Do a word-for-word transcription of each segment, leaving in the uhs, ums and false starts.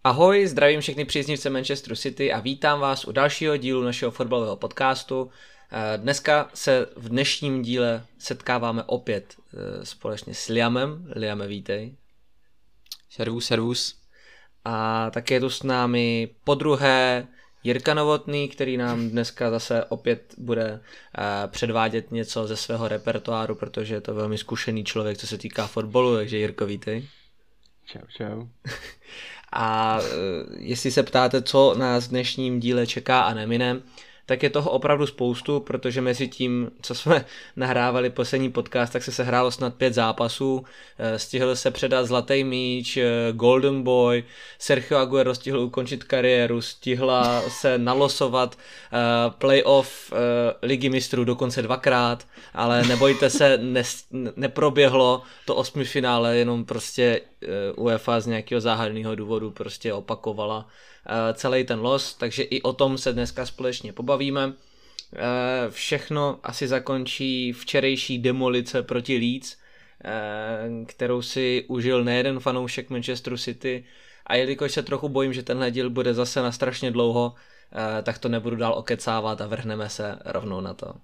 Ahoj, zdravím všechny příznivce Manchesteru City a vítám vás u dalšího dílu našeho fotbalového podcastu. Dneska se v dnešním díle setkáváme opět společně s Liamem. Liame, vítej. Servus, servus. A také je tu s námi podruhé Jirka Novotný, který nám dneska zase opět bude předvádět něco ze svého repertoáru, protože je to velmi zkušený člověk, co se týká fotbalu, takže Jirko, vítej. Čau, čau. A jestli se ptáte, co nás v dnešním díle čeká a nemine, tak je toho opravdu spoustu, protože mezi tím, co jsme nahrávali poslední podcast, tak se sehrálo snad pět zápasů, stihl se předat Zlatý míč, Golden Boy, Sergio Aguero stihl ukončit kariéru, stihla se nalosovat playoff Ligy mistrů dokonce dvakrát, ale nebojte se, ne, neproběhlo to osmifinále, jenom prostě UEFA z nějakého záhadného důvodu prostě opakovala celý ten los, takže i o tom se dneska společně pobavíme. Všechno asi zakončí včerejší demolice proti Leeds, kterou si užil nejeden fanoušek Manchesteru City, a jelikož se trochu bojím, že tenhle díl bude zase na strašně dlouho, tak to nebudu dál okecávat a vrhneme se rovnou na to.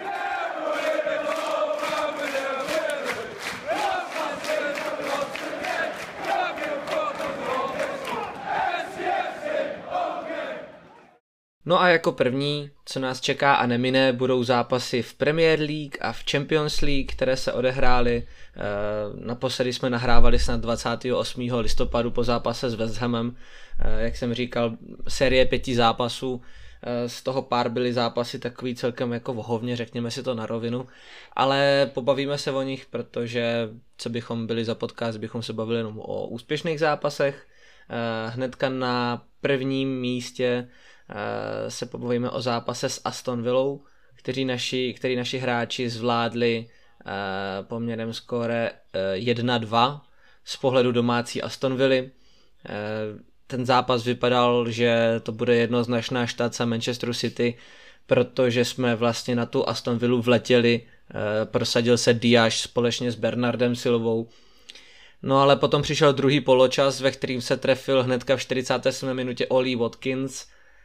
No a jako první, co nás čeká a nemine, budou zápasy v Premier League a v Champions League, které se odehrály. Naposledy jsme nahrávali snad dvacátého osmého listopadu po zápase s West Hamem. Jak jsem říkal, série pěti zápasů, z toho pár byly zápasy takový celkem jako vohovně, řekněme si to na rovinu, ale pobavíme se o nich, protože co bychom byli za podcast, bychom se bavili jenom o úspěšných zápasech. Hnedka na prvním místě se pobavíme o zápase s Aston Villou, kteří naši, který naši hráči zvládli poměrem skóre jedna dva z pohledu domácí Aston Villy. Ten zápas vypadal, že to bude jednoznačná štace Manchesteru City, protože jsme vlastně na tu Aston Villu vletěli, prosadil se Diaz společně s Bernardem Silvou. No ale potom přišel druhý poločas, ve kterým se trefil hnedka v čtyřicáté sedmé minutě Ollie Watkins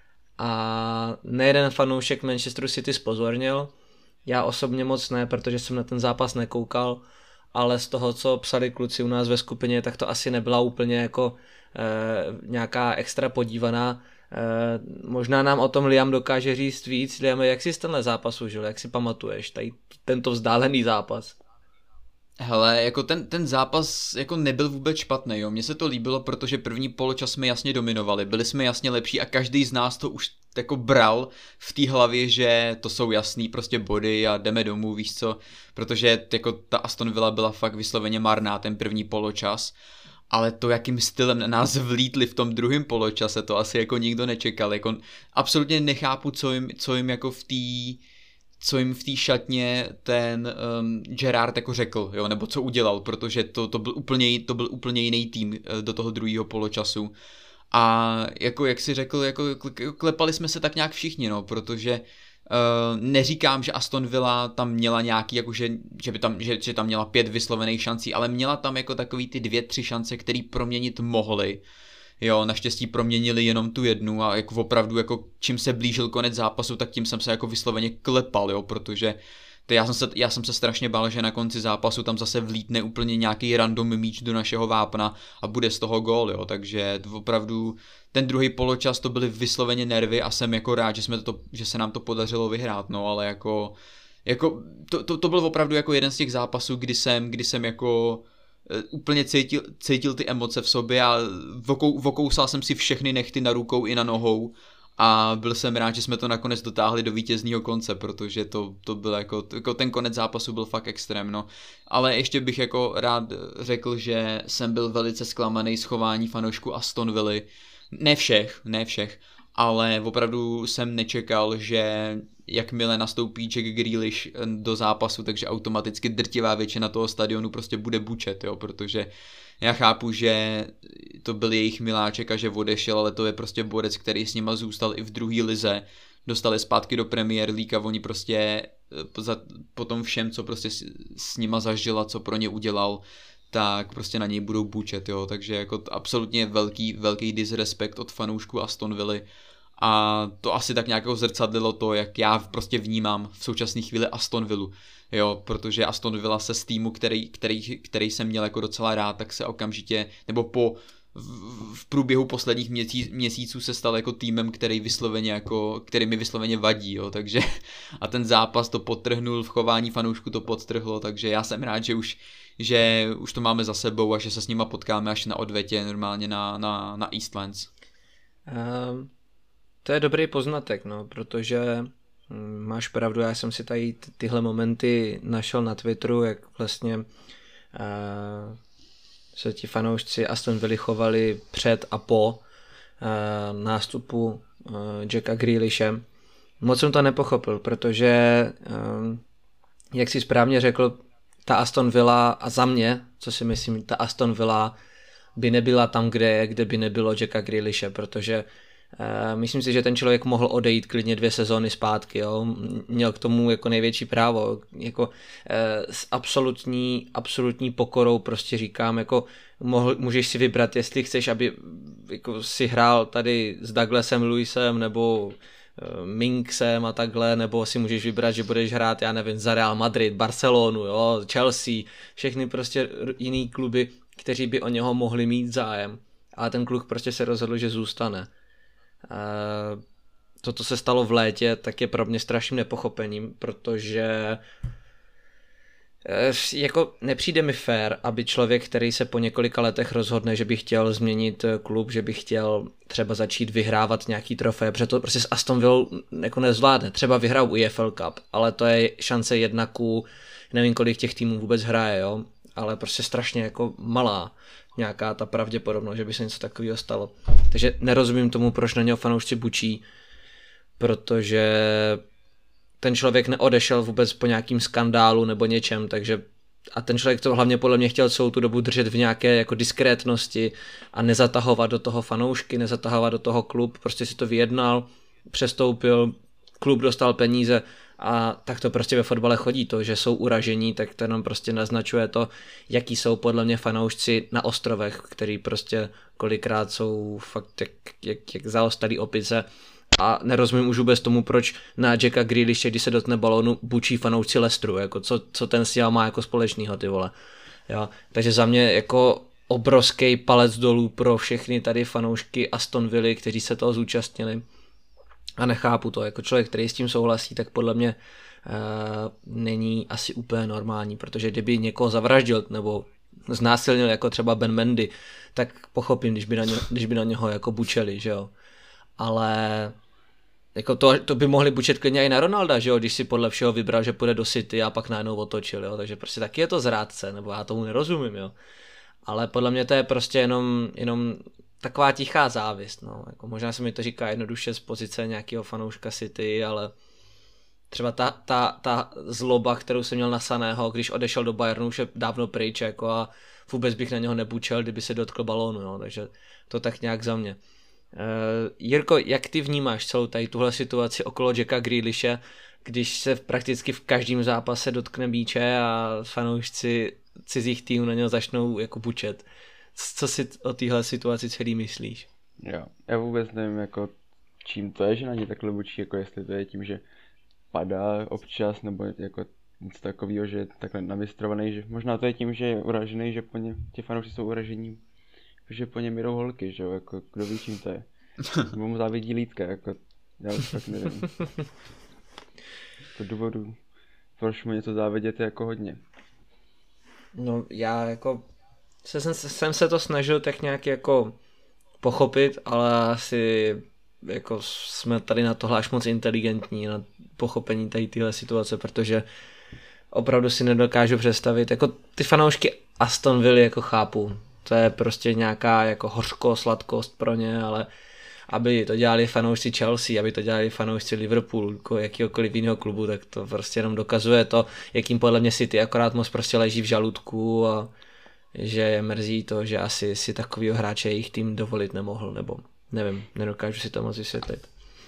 a nejeden fanoušek Manchesteru City zpozornil. Já osobně moc ne, protože jsem na ten zápas nekoukal, ale z toho, co psali kluci u nás ve skupině, tak to asi nebyla úplně jako e, nějaká extra podívaná. E, možná nám o tom Liam dokáže říct víc. Liam, jak jsi z tenhle zápas užil, jak si pamatuješ tady tento vzdálený zápas? Hele, jako ten, ten zápas jako nebyl vůbec špatný, jo. Mně se to líbilo, protože první poločas jsme jasně dominovali, byli jsme jasně lepší a každý z nás to už jako bral v té hlavě, že to jsou jasný prostě body a jdeme domů, víš co, protože jako ta Aston Villa byla fakt vysloveně marná ten první poločas, ale to, jakým stylem na nás vlítli v tom druhém poločase, to asi jako nikdo nečekal, jako absolutně nechápu, co jim, co jim jako v té co jim v té šatně ten um, Gerrard jako řekl, jo, nebo co udělal, protože to, to, byl úplně, to byl úplně jiný tým uh, do toho druhého poločasu. A jako jak si řekl, jako klepali jsme se tak nějak všichni, no, protože uh, neříkám, že Aston Villa tam měla nějaký, jako že, že, by tam, že, že tam měla pět vyslovených šancí, ale měla tam jako takový ty dvě, tři šance, které proměnit mohly. Jo, naštěstí proměnili jenom tu jednu a jako opravdu, jako čím se blížil konec zápasu, tak tím jsem se jako vysloveně klepal, jo, protože to já, jsem se, já jsem se strašně bál, že na konci zápasu tam zase vlítne úplně nějaký random míč do našeho vápna a bude z toho gól, jo, takže opravdu ten druhý poločas to byly vysloveně nervy a jsem jako rád, že, jsme to, že se nám to podařilo vyhrát, no, ale jako, jako to, to, to byl opravdu jako jeden z těch zápasů, kdy jsem, kdy jsem jako úplně cítil, cítil ty emoce v sobě a vokou, vokousal jsem si všechny nechty na rukou i na nohou a byl jsem rád, že jsme to nakonec dotáhli do vítězního konce, protože to, to byl jako, jako ten konec zápasu byl fakt extrém, no. Ale ještě bych jako rád řekl, že jsem byl velice zklamaný z chování fanoušků Aston Villy, ne všech, ne všech, ale opravdu jsem nečekal, že jakmile nastoupí Jack Grealish do zápasu, takže automaticky drtivá většina toho stadionu prostě bude bučet, jo, protože já chápu, že to byl jejich miláček a že odešel, ale to je prostě borec, který s nima zůstal i v druhé lize, dostali zpátky do Premier League a oni prostě po tom všem, co prostě s nima zažila, co pro ně udělal, tak prostě na něj budou bučet, jo, takže jako absolutně velký, velký disrespekt od fanoušků Aston Villy a to asi tak nějakého zrcadlilo to, jak já prostě vnímám v současné chvíli Aston Villu, jo, protože Aston Villa se z týmu, který, který, který jsem měl jako docela rád, tak se okamžitě, nebo po v, v průběhu posledních měsíc, měsíců se stal jako týmem, který vysloveně jako, který mi vysloveně vadí, jo, takže a ten zápas to podtrhnul, v chování fanoušku to podtrhlo, takže já jsem rád, že už že už to máme za sebou a že se s nima potkáme až na odvetě normálně na, na, na Eastlands. Um, to je dobrý poznatek, no, protože máš pravdu, já jsem si tady ty, tyhle momenty našel na Twitteru, jak vlastně uh, se ti fanoušci Aston Villa chovali před a po uh, nástupu uh, Jacka Grealishe. Moc jsem to nepochopil, protože um, jak jsi správně řekl, ta Aston Villa a za mě, co si myslím, ta Aston Villa by nebyla tam, kde je, kde by nebylo Jacka Grealishe, protože uh, myslím si, že ten člověk mohl odejít klidně dvě sezóny zpátky, jo? Měl k tomu jako největší právo, jako uh, s absolutní, absolutní pokorou prostě říkám, jako mohl, můžeš si vybrat, jestli chceš, aby jako si hrál tady s Douglasem Lewisem nebo Minksem a takhle, nebo si můžeš vybrat, že budeš hrát, já nevím, za Real Madrid, Barcelonu, jo, Chelsea, všechny prostě jiný kluby, kteří by o něho mohli mít zájem. Ale ten kluk prostě se rozhodl, že zůstane. To, co se stalo v létě, tak je pro mě strašným nepochopením, protože jako nepřijde mi fér, aby člověk, který se po několika letech rozhodne, že by chtěl změnit klub, že by chtěl třeba začít vyhrávat nějaký trofé, protože to prostě s Aston Villou jako nezvládne. Třeba vyhrál U E F L Cup, ale to je šance jedna ku, nevím kolik těch týmů vůbec hraje, jo, ale prostě strašně jako malá nějaká ta pravděpodobnost, že by se něco takového stalo. Takže nerozumím tomu, proč na něho fanoušci bučí, protože ten člověk neodešel vůbec po nějakým skandálu nebo něčem, takže a ten člověk to hlavně podle mě chtěl celou tu dobu držet v nějaké jako diskrétnosti a nezatahovat do toho fanoušky, nezatahovat do toho klub, prostě si to vyjednal, přestoupil, klub dostal peníze a tak to prostě ve fotbale chodí, to, že jsou uražení, tak to jenom prostě naznačuje to, jaký jsou podle mě fanoušci na ostrovech, který prostě kolikrát jsou fakt jak, jak, jak zaostalý opice. A nerozumím už vůbec tomu, proč na Jacka Grealishe, když se dotkne balónu, bučí fanoušci Leicesteru, jako co, co ten s má jako společného, ty vole. Jo. Takže za mě jako obrovský palec dolů pro všechny tady fanoušky Aston Villa, kteří se toho zúčastnili. A nechápu to, jako člověk, který s tím souhlasí, tak podle mě uh, není asi úplně normální, protože kdyby někoho zavraždil nebo znásilnil jako třeba Ben Mendy, tak pochopím, když by na, ně, když by na něho jako bučeli, že jo. Ale jako to, to by mohli bučet klidně i na Ronalda, že jo, když si podle všeho vybral, že půjde do City a pak najednou otočil, jo, takže prostě taky je to zrádce, nebo já tomu nerozumím, jo. Ale podle mě to je prostě jenom, jenom taková tichá závist, no, jako možná se mi to říká jednoduše z pozice nějakého fanouška City, ale třeba ta, ta, ta zloba, kterou jsem měl na Saného, když odešel do Bayernu, už je dávno pryč, jako a vůbec bych na něho nebučel, kdyby se dotkl balónu, no, takže to tak nějak za mě. Uh, Jirko, jak ty vnímáš celou tady tuhle situaci okolo Jacka Grealishe, když se prakticky v každém zápase dotkne míče a fanoušci cizích týmů na něho začnou jako bučet? Co si o téhle situaci celý myslíš? Jo, já vůbec nevím, jako čím to je, že na ně takhle bučí, jako jestli to je tím, že padá občas, nebo jako nic takového, že je takhle navystrovaný, že možná to je tím, že je uražený, že po ně, ti fanoušci jsou uražení, že po něm jdou holky, že jo, jako kdo ví, čím to je. Nebo mu závidí lítka, jako já už tak nevím. To důvodu, proč mu něco závidět, je jako hodně. No já jako se, jsem, jsem se to snažil tak nějak jako pochopit, ale asi jako jsme tady na tohle až moc inteligentní, na pochopení tady téhle situace, protože opravdu si nedokážu představit, jako ty fanoušky Aston Villa jako chápu, to je prostě nějaká jako hořko, sladkost pro ně, ale aby to dělali fanoušci Chelsea, aby to dělali fanoušci Liverpoolu, jako jakýhokoliv jiného klubu, tak to prostě jenom dokazuje to, jakým podle mě City akorát moc prostě leží v žaludku a že je mrzí to, že asi si takovýho hráče jejich tým dovolit nemohl, nebo nevím, nedokážu si to moc vysvětlit.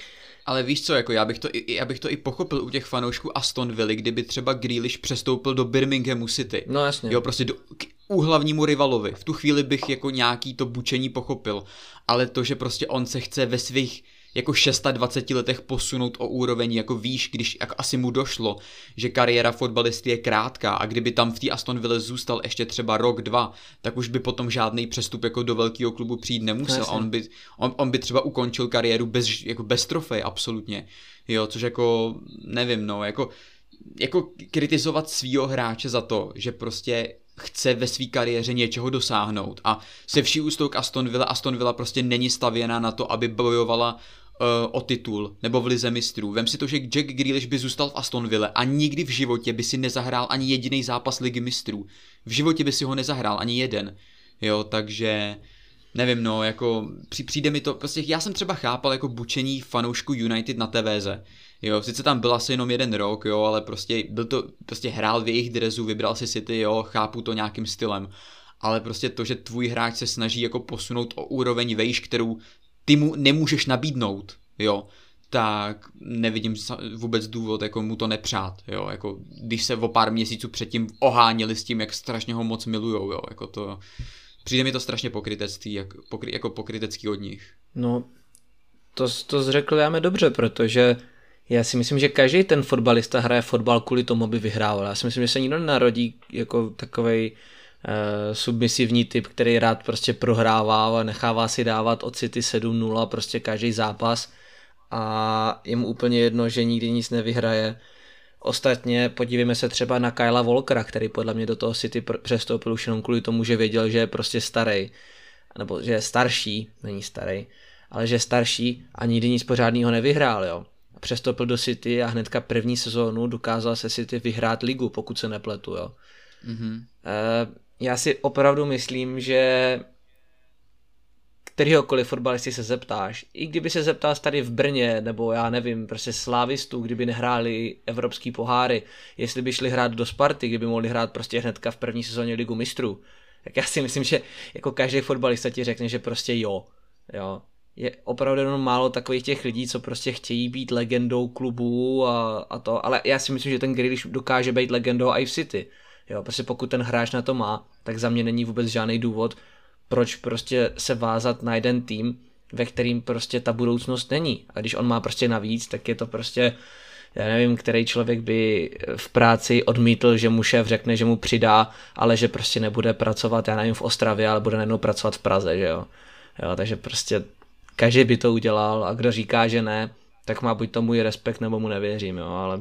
Ale víš co, jako já bych to i, já bych to i pochopil u těch fanoušků Aston Villa, kdyby třeba Grealish přestoupil do Birminghamu City. No jasně. Jo, prostě do, k úhlavnímu rivalovi. V tu chvíli bych jako nějaký to bučení pochopil. Ale to, že prostě on se chce ve svých jako dvaceti šesti letech posunout o úroveň, jako víš, když jak asi mu došlo, že kariéra fotbalisty je krátká a kdyby tam v té Aston Ville zůstal ještě třeba rok, dva, tak už by potom žádný přestup jako do velkého klubu přijít nemusel. A on by, on, on by třeba ukončil kariéru bez, jako bez trofej, absolutně. Jo, což jako, nevím, no, jako, jako kritizovat svýho hráče za to, že prostě chce ve své kariéře něčeho dosáhnout a se vší úctou k Aston Villa, Aston Villa prostě není stavěná na to, aby bojovala uh, o titul nebo v lize mistrů. Vem si to, že Jack Grealish by zůstal v Aston Ville a nikdy v životě by si nezahrál ani jediný zápas ligy mistrů. V životě by si ho nezahrál ani jeden. Jo, takže nevím, no, jako přijde mi to, prostě já jsem třeba chápal jako bučení fanoušku United na té véze. Jo, sice tam byl asi jenom jeden rok, jo, ale prostě byl to, prostě hrál v jejich dresu, vybral si City, jo, chápu to nějakým stylem. Ale prostě to, že tvůj hráč se snaží jako posunout o úroveň vejš, kterou ty mu nemůžeš nabídnout, jo, tak nevidím vůbec důvod jako mu to nepřát, jo, jako když se o pár měsíců předtím oháněli s tím, jak strašně ho moc milujou, jo, jako to, přijde mi to strašně pokrytecký, jak, pokry, jako pokrytecký od nich. No, to, to řekl dobře, protože já si myslím, že každý ten fotbalista hraje fotbal kvůli tomu, aby vyhrával. Já si myslím, že se nikdo nenarodí jako takovej uh, submisivní typ, který rád prostě prohrává a nechává si dávat od City sedm nula prostě každý zápas a je mu úplně jedno, že nikdy nic nevyhraje. Ostatně podívejme se třeba na Kylea Walkera, který podle mě do toho City přestoupil už jenom kvůli tomu, že věděl, že je prostě starý, nebo že je starší, není starý, ale že je starší a nikdy nic pořádného nevyhrál, jo. Přestoupil do City a hnedka první sezónu dokázal se City vyhrát ligu, pokud se nepletu, jo. Mm-hmm. E, já si opravdu myslím, že kterýhokoliv fotbalisty se zeptáš, i kdyby se zeptal tady v Brně, nebo já nevím, prostě slávistů, kdyby nehráli evropský poháry, jestli by šli hrát do Sparty, kdyby mohli hrát prostě hnedka v první sezóně ligu mistrů, tak já si myslím, že jako každý fotbalista ti řekne, že prostě jo, jo. Je opravdu jenom málo takových těch lidí, co prostě chtějí být legendou klubu a, a to, ale já si myslím, že ten Grealish dokáže být legendou i v City. Jo, prostě pokud ten hráč na to má, tak za mě není vůbec žádný důvod, proč prostě se vázat na jeden tým, ve kterým prostě ta budoucnost není. A když on má prostě navíc, tak je to prostě, já nevím, který člověk by v práci odmítl, že mu šéf řekne, že mu přidá, ale že prostě nebude pracovat, já nevím, v Ostravě, ale bude najednou pracovat v Praze, že jo. Jo, takže prostě každý by to udělal a kdo říká, že ne, tak má buď to můj respekt, nebo mu nevěřím, jo, ale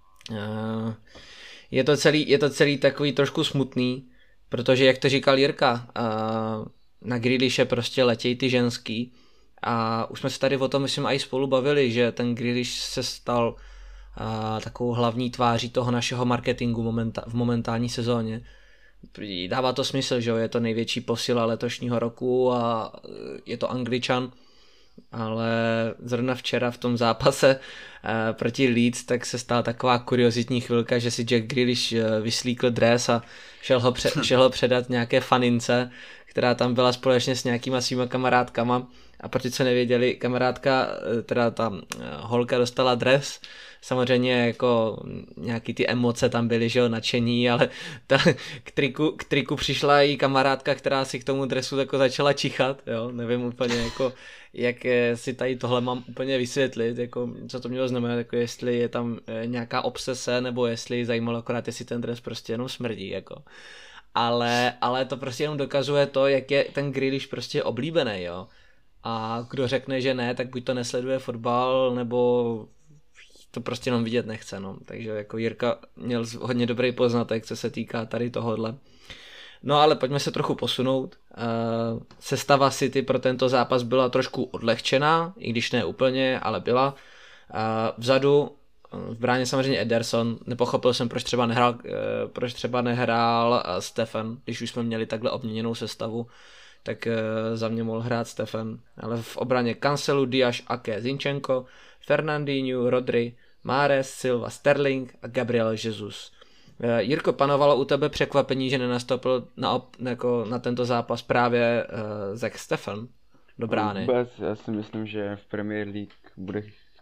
uh, je to celý, je to celý takový trošku smutný, protože jak to říkal Jirka, uh, na Grealishe prostě letějí ty ženský a už jsme se tady o tom, myslím, i spolu bavili, že ten Grealish se stal uh, takovou hlavní tváří toho našeho marketingu momenta- v momentální sezóně. Dává to smysl, že jo, je to největší posila letošního roku a je to Angličan, ale zrovna včera v tom zápase eh, proti Leeds tak se stala taková kuriozitní chvilka, že si Jack Grealish eh, vyslíkl dres a šel ho, pře- šel ho předat nějaké fanince, která tam byla společně s nějakýma svýma kamarádkama a pro ty, co nevěděli, kamarádka, teda ta holka dostala dres, samozřejmě jako nějaký ty emoce tam byly, že jo, nadšení, ale ta, k, triku, k triku přišla i kamarádka, která si k tomu dresu jako začala čichat, jo, nevím úplně jako, jak si tady tohle mám úplně vysvětlit, jako co to mělo znamenat, jako jestli je tam nějaká obsese, nebo jestli zajímalo akorát, jestli ten dres prostě jenom smrdí, jako. Ale, ale to prostě jenom dokazuje to, jak je ten Grealish prostě oblíbený, jo. A kdo řekne, že ne, tak buď to nesleduje fotbal, nebo to prostě jenom vidět nechce, no. Takže jako Jirka měl hodně dobrý poznatek, co se týká tady tohodle. No ale pojďme se trochu posunout. Uh, sestava City pro tento zápas byla trošku odlehčená, i když ne úplně, ale byla. Uh, vzadu v bráně samozřejmě Ederson, nepochopil jsem, proč třeba nehrál, uh, proč třeba nehrál uh, Stefan, když už jsme měli takhle obměněnou sestavu, tak uh, za mě mohl hrát Stefan, ale v obraně Cancelu, Diaz, Ake, Zinchenko, Fernandinho, Rodri, Mahrez, Silva, Sterling a Gabriel Jesus. Uh, Jirko, panovalo u tebe překvapení, že nenastoupil na, op, jako na tento zápas právě uh, Zack Stefan do brány? Vůbec, já si myslím, že v Premier League bude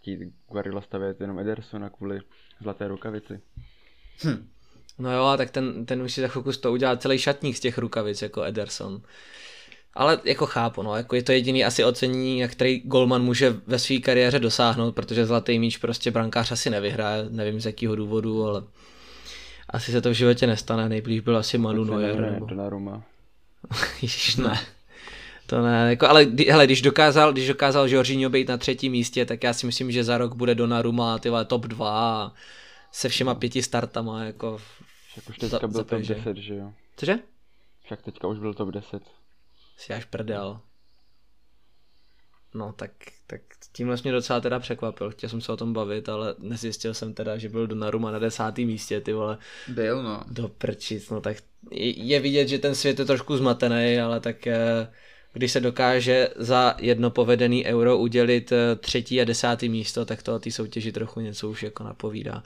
chtít Guardiola stavět jenom Edersona kvůli zlaté rukavici. Hm. No jo, tak ten, ten už si za chvilku z toho udělá celý šatník z těch rukavic jako Ederson. Ale jako chápu, no, jako je to jediný asi ocenění, na který golman může ve své kariéře dosáhnout, protože zlatý míč prostě brankář asi nevyhraje, nevím z jakého důvodu, ale asi se to v životě nestane, nejblíž byl asi Manu Neuer. Nebo... Donnarumma. Ježiš, ne. To ne, jako, ale hele, když dokázal, když dokázal Jorginho být na třetím místě, tak já si myslím, že za rok bude Donnarumma ty vole top dva se všema pěti startama, jako... Však už teďka byl top deset, že jo? Cože? Však teďka už byl top deset. Si až prdel. No tak, tak tímhle jsi mě docela teda překvapil, chtěl jsem se o tom bavit, ale nezjistil jsem teda, že byl Donnarumma na desátém místě, ty vole. Byl, no. Do prčic, no tak je vidět, že ten svět je trošku zmatený, ale tak když se dokáže za jedno povedený euro udělit třetí a desátý místo, tak to o té soutěži trochu něco už jako napovídá.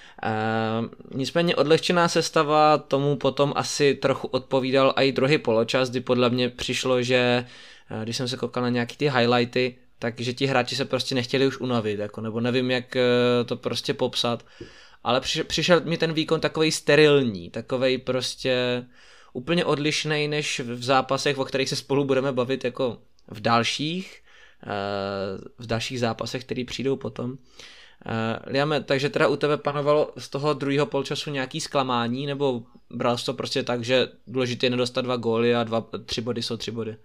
Uh, nicméně odlehčená sestava tomu potom asi trochu odpovídal i druhý poločas, kdy podle mě přišlo, že uh, když jsem se koukal na nějaký ty highlighty, takže ti hráči se prostě nechtěli už unavit, jako, nebo nevím jak uh, to prostě popsat, ale přišel, přišel mi ten výkon takovej sterilní, takovej prostě úplně odlišnej než v zápasech, o kterých se spolu budeme bavit jako v dalších, uh, v dalších zápasech, které přijdou potom. Uh, Liame, takže teda u tebe panovalo z toho druhého polčasu nějaký zklamání, nebo bral jsi to prostě tak, že důležité je nedostat dva góly a dva, tři body jsou tři body?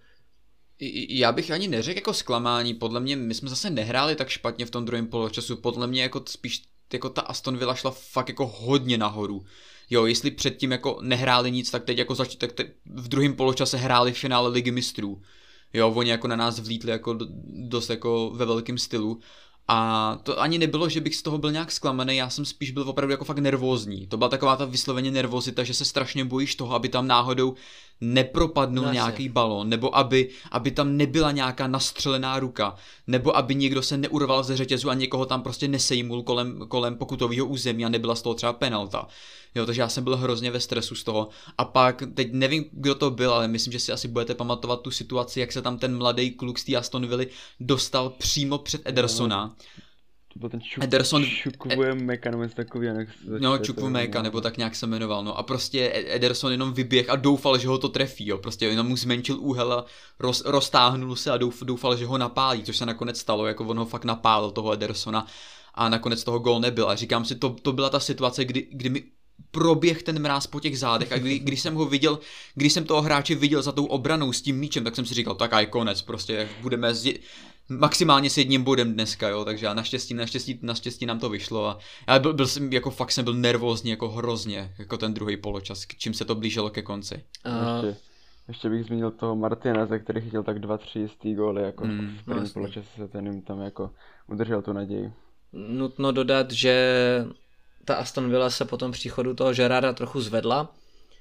Já bych ani neřekl jako zklamání, podle mě my jsme zase nehráli tak špatně v tom druhém poločasu, podle mě jako spíš jako ta Aston Villa šla fakt jako hodně nahoru. Jo, jestli předtím jako nehráli nic, tak teď jako zač- tak te- v druhém poločase hráli v finále Ligy mistrů. Jo, oni jako na nás vlítli jako dost jako ve velkém stylu. A to ani nebylo, že bych z toho byl nějak zklamaný, já jsem spíš byl opravdu jako fakt nervózní. To byla taková ta vysloveně nervozita, že se strašně bojíš toho, aby tam náhodou nepropadnul no, nějaký balón, nebo aby, aby tam nebyla nějaká nastřelená ruka, nebo aby někdo se neurval ze řetězu a někoho tam prostě nesejmul kolem, kolem pokutového území a nebyla z toho třeba penalta. Jo, takže já jsem byl hrozně ve stresu z toho. A pak, teď nevím, kdo to byl, ale myslím, že si asi budete pamatovat tu situaci, jak se tam ten mladý kluk z té Aston Villy dostal přímo před Edersona. No, to byl ten čuk, Ederson, Chukwuemeka nebo něco takový. No, Chukwuemeka, nebo tak nějak se jmenoval. No a prostě Ederson jenom vyběh a doufal, že ho to trefí. Jo. Prostě jenom mu zmenšil úhel a roz, roztáhnul se a douf, doufal, že ho napálí, což se nakonec stalo, jako on ho fakt napálil, toho Edersona. A nakonec toho gól nebyl. A říkám si, to, to byla ta situace, kdy, kdy mi proběh ten mráz po těch zádech a kdy, když jsem ho viděl, když jsem toho hráče viděl za tou obranou s tím míčem, tak jsem si říkal, tak a je konec, prostě budeme z, maximálně s jedním bodem dneska, jo, takže naštěstí, naštěstí, naštěstí nám to vyšlo a já byl, byl jsem, jako fakt jsem byl nervózní, jako hrozně, jako ten druhý poločas, k čím se to blížilo ke konci. Uh... Ještě, ještě bych zmínil toho Martineze, který chytil tak dva, tři jistý góly, jako mm, v první poločase se ten jim tam jako udržel tu naději. Nutno dodat, že ta Aston Villa se po tom příchodu toho Gerrarda trochu zvedla.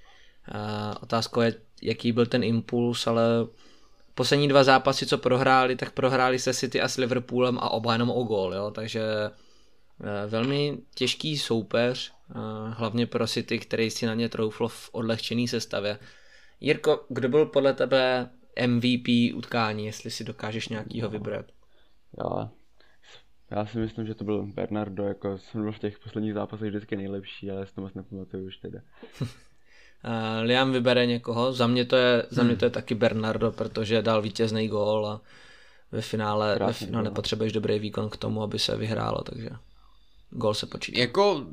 A otázkou je, jaký byl ten impuls, ale poslední dva zápasy, co prohráli, tak prohráli se City a s Liverpoolem a oba jenom o gól, jo? Takže velmi těžký soupeř, hlavně pro City, který si na ně trouflo v odlehčený sestavě. Jirko, kdo byl podle tebe M V P utkání, jestli si dokážeš nějakýho vybrat? Já, já si myslím, že to byl Bernardo, jako jsem byl v těch posledních zápasech vždycky nejlepší, ale já si to moc nepamatuju už teda. uh, Liam vybere někoho, za mě to je, za mě to je taky Bernardo, protože dal vítězný gól a ve finále, ve finále nepotřebuješ dobrý výkon k tomu, aby se vyhrálo, takže gól se počítá. Jako,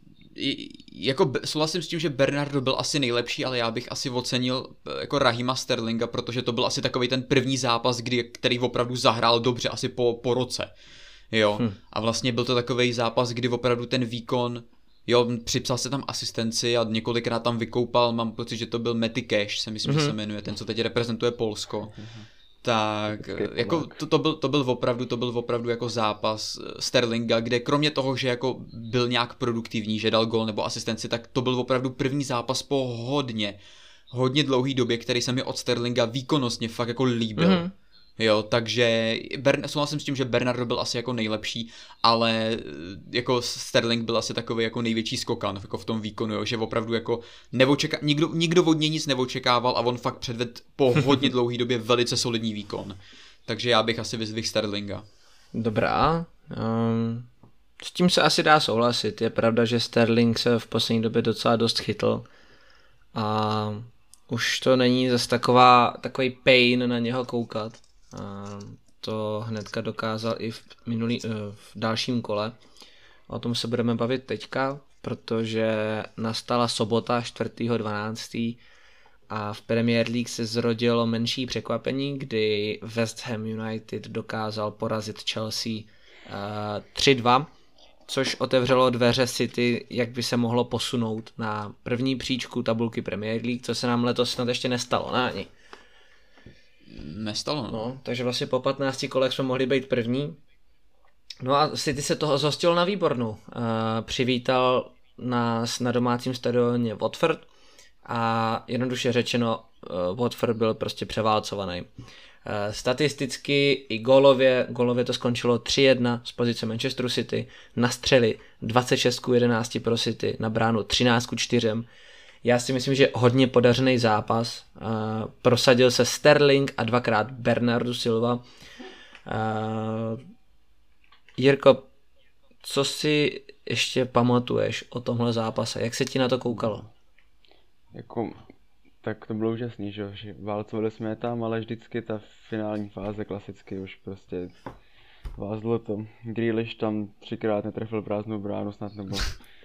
jako souhlasím s tím, že Bernardo byl asi nejlepší, ale já bych asi ocenil jako Rahima Sterlinga, protože to byl asi takový ten první zápas, kdy, který opravdu zahrál dobře, asi po, po roce. Jo, hm. A vlastně byl to takový zápas, kdy opravdu ten výkon, jo, připsal se tam asistenci a několikrát tam vykoupal, mám pocit, že to byl Matty Cash, se myslím, mm-hmm. že se jmenuje, ten, co teď reprezentuje Polsko. Mm-hmm. Tak, jako to, to, byl, to byl opravdu, to byl opravdu jako zápas Sterlinga, kde kromě toho, že jako byl nějak produktivní, že dal gól nebo asistenci, tak to byl opravdu první zápas po hodně, hodně dlouhý době, který se mi od Sterlinga výkonnostně fakt jako líbil. Mm-hmm. Jo, takže Bern, souhlasím s tím, že Bernardo byl asi jako nejlepší, ale jako Sterling byl asi takový jako největší skokan jako v tom výkonu, jo, že opravdu jako neočeká, nikdo, nikdo od něj nic neočekával a on fakt předvedl po hodně dlouhý době velice solidní výkon. Takže já bych asi vyzvihl Sterlinga. Dobrá, Um, s tím se asi dá souhlasit. Je pravda, že Sterling se v poslední době docela dost chytl a už to není zase taková, takový pain na něho koukat. Um, to hnedka dokázal i v, minulý, v dalším kole. O tom se budeme bavit teďka, protože nastala sobota čtvrtého dvanáctého a v Premier League se zrodilo menší překvapení, kdy West Ham United dokázal porazit Chelsea uh, tři dva, což otevřelo dveře City, jak by se mohlo posunout na první příčku tabulky Premier League, co se nám letos snad ještě nestalo, ne ani? Nestalo, no. no. Takže vlastně po patnácti kolech jsme mohli být první. No a City se toho zhostil na výbornou. Uh, přivítal nás na domácím stadioně Watford a jednoduše řečeno uh, Watford byl prostě převálcovaný. Uh, statisticky i gólově, gólově to skončilo tři jedna z pozice Manchesteru City, nastřeli dvacet šest ku jedenácti pro City, na bránu třináct ku čtyřem. Já si myslím, že hodně podařený zápas. Uh, prosadil se Sterling a dvakrát Bernardo Silva. Uh, Jirko, co si ještě pamatuješ o tomhle zápase? Jak se ti na to koukalo? Jako, tak to bylo úžasný, že, že válcovali jsme tam, ale vždycky ta finální fáze klasicky už prostě vázlo to. Grealish tam třikrát netrefil prázdnou bránu snad, nebo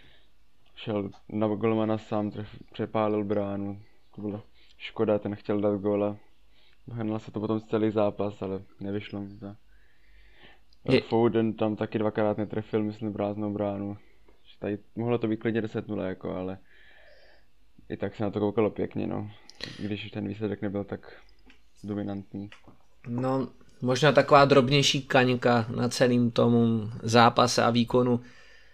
šel na golmana sám, tref, přepálil bránu. To bylo škoda, ten chtěl dát góla. Hnal se to potom celý zápas, ale nevyšlo mu to. Je... Foden tam taky dvakrát netrefil, myslím, prázdnou bránu. Tady mohlo to být klidně deset nula, jako, ale i tak se na to koukalo pěkně, no. Když ten výsledek nebyl tak dominantní. No, možná taková drobnější kaňka na celým tomu zápase a výkonu. Uh,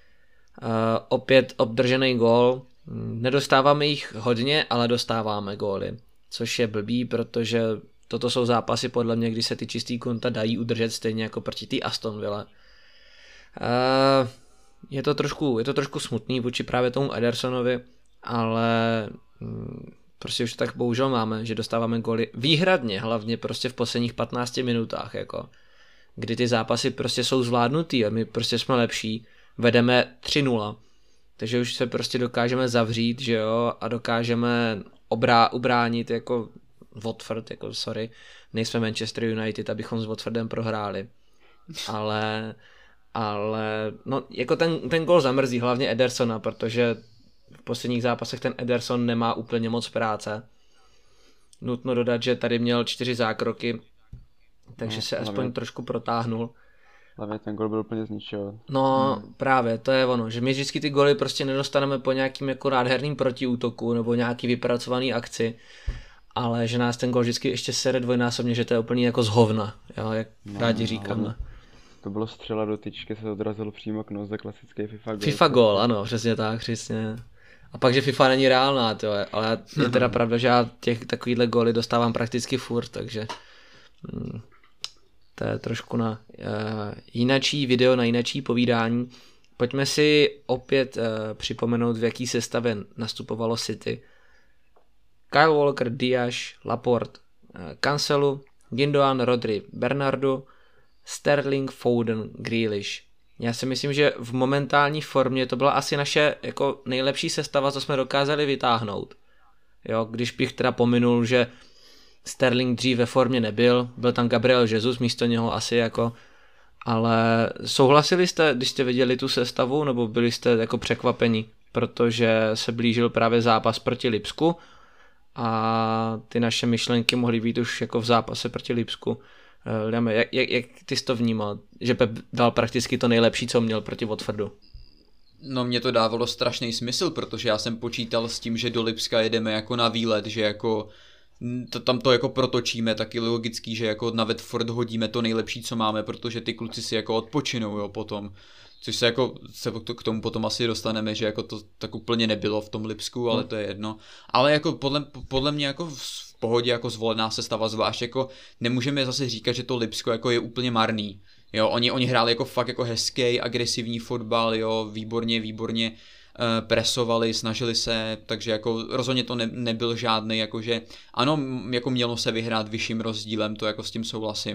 opět obdržený gól. Nedostáváme jich hodně, ale dostáváme góly. Což je blbý, protože toto jsou zápasy podle mě, kdy se ty čistý konta dají udržet stejně jako proti té Aston Ville. Uh, je to trošku, je to trošku smutný vůči právě tomu Edersonovi, ale mm, prostě už tak bohužel máme, že dostáváme góly výhradně, hlavně prostě v posledních patnácti minutách, jako, kdy ty zápasy prostě jsou zvládnutý a my prostě jsme lepší, vedeme tři nula, takže už se prostě dokážeme zavřít, že jo, a dokážeme obrá, ubránit jako Watford, jako sorry, nejsme Manchester United, abychom s Watfordem prohráli, ale, ale no, jako ten, ten gól zamrzí, hlavně Edersona, protože v posledních zápasech ten Ederson nemá úplně moc práce. Nutno dodat, že tady měl čtyři zákroky, takže no, se aspoň hlavně, trošku protáhnul. Hlavně ten gól byl úplně z ničeho. No hmm. právě, to je ono, že my vždycky ty góly prostě nedostaneme po nějakým jako nádherným protiútoku nebo nějaký vypracovaný akci, ale že nás ten gól vždycky ještě sere dvojnásobně, že to je úplně jako z hovna, jo, jak no, rádi říkáme. To bylo střela do tyčky, se odrazilo přímo k noze, klasický FIFA gól. FIFA gól, ano, přesně tak, přesně. A pak, že FIFA není reálná, to je, ale je teda pravda, že já těch takovýhle góly dostávám prakticky furt, takže hm, to je trošku na uh, jinačí video, na jinačí povídání. Pojďme si opět uh, připomenout, v jaký sestavě nastupovalo City. Kyle Walker, Diaz, Laporte, uh, Cancelo, Gundogan, Rodri, Bernardo, Sterling, Foden, Grealish. Já si myslím, že v momentální formě to byla asi naše jako nejlepší sestava, co jsme dokázali vytáhnout. Jo, když bych teda pominul, že Sterling dřív ve formě nebyl, byl tam Gabriel Jesus místo něho asi jako, ale souhlasili jste, když jste viděli tu sestavu, nebo byli jste jako překvapeni, protože se blížil právě zápas proti Lipsku a ty naše myšlenky mohly být už jako v zápase proti Lipsku. Dáme, jak, jak, jak ty jsi to vnímal, že Pep dal prakticky to nejlepší, co měl proti Watfordu? No mě to dávalo strašný smysl, protože já jsem počítal s tím, že do Lipska jedeme jako na výlet, že jako to, tam to jako protočíme, taky logický, že jako na Watford hodíme to nejlepší, co máme, protože ty kluci si jako odpočinou, jo, potom. Což se jako, se k tomu potom asi dostaneme, že jako to tak úplně nebylo v tom Lipsku, ale to je jedno. Ale jako podle, podle mě jako v pohodě jako zvolená sestava, zvlášť jako nemůžeme zase říkat, že to Lipsko jako je úplně marný. Jo, oni, oni hráli jako fakt jako hezký, agresivní fotbal, jo, výborně, výborně uh, presovali, snažili se, takže jako rozhodně to ne, nebyl žádný, jakože ano, jako mělo se vyhrát vyšším rozdílem, to jako s tím souhlasím,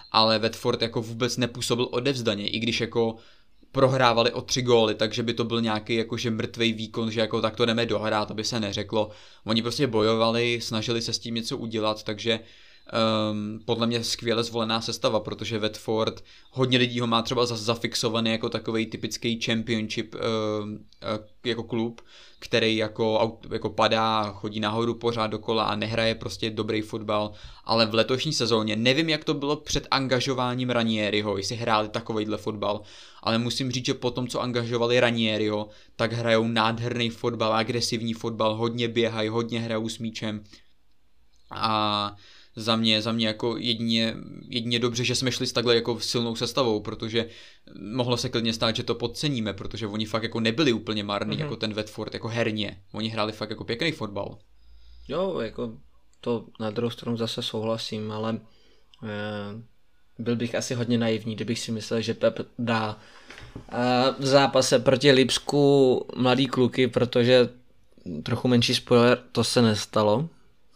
ale Watford jako vůbec nepůsobil odevzdaně, i když jako prohrávali o tři góly, takže by to byl nějaký jakože mrtvej výkon, že jako tak to jdeme dohrát, aby se neřeklo. Oni prostě bojovali, snažili se s tím něco udělat, takže um, podle mě skvěle zvolená sestava, protože Watford, hodně lidí ho má třeba zafixovaný jako takovej typický championship um, jako klub, který jako, jako padá, chodí nahoru pořád dokola a nehraje prostě dobrý fotbal, ale v letošní sezóně, nevím jak to bylo před angažováním Ranieriho, jestli hráli takovejhle fotbal, ale musím říct, že po tom, co angažovali Ranieriho, tak hrajou nádherný fotbal, agresivní fotbal, hodně běhají, hodně hrajou s míčem a za mě, za mě jako jedině, jedině dobře, že jsme šli s takhle jako silnou sestavou, protože mohlo se klidně stát, že to podceníme, protože oni fakt jako nebyli úplně marný, mm-hmm. jako ten Watford, jako herně. Oni hráli fakt jako pěkný fotbal. Jo, jako to na druhou stranu zase souhlasím, ale eh, byl bych asi hodně naivní, kdybych si myslel, že Pep dá eh, v zápase proti Lipsku mladý kluky, protože trochu menší spoiler, to se nestalo.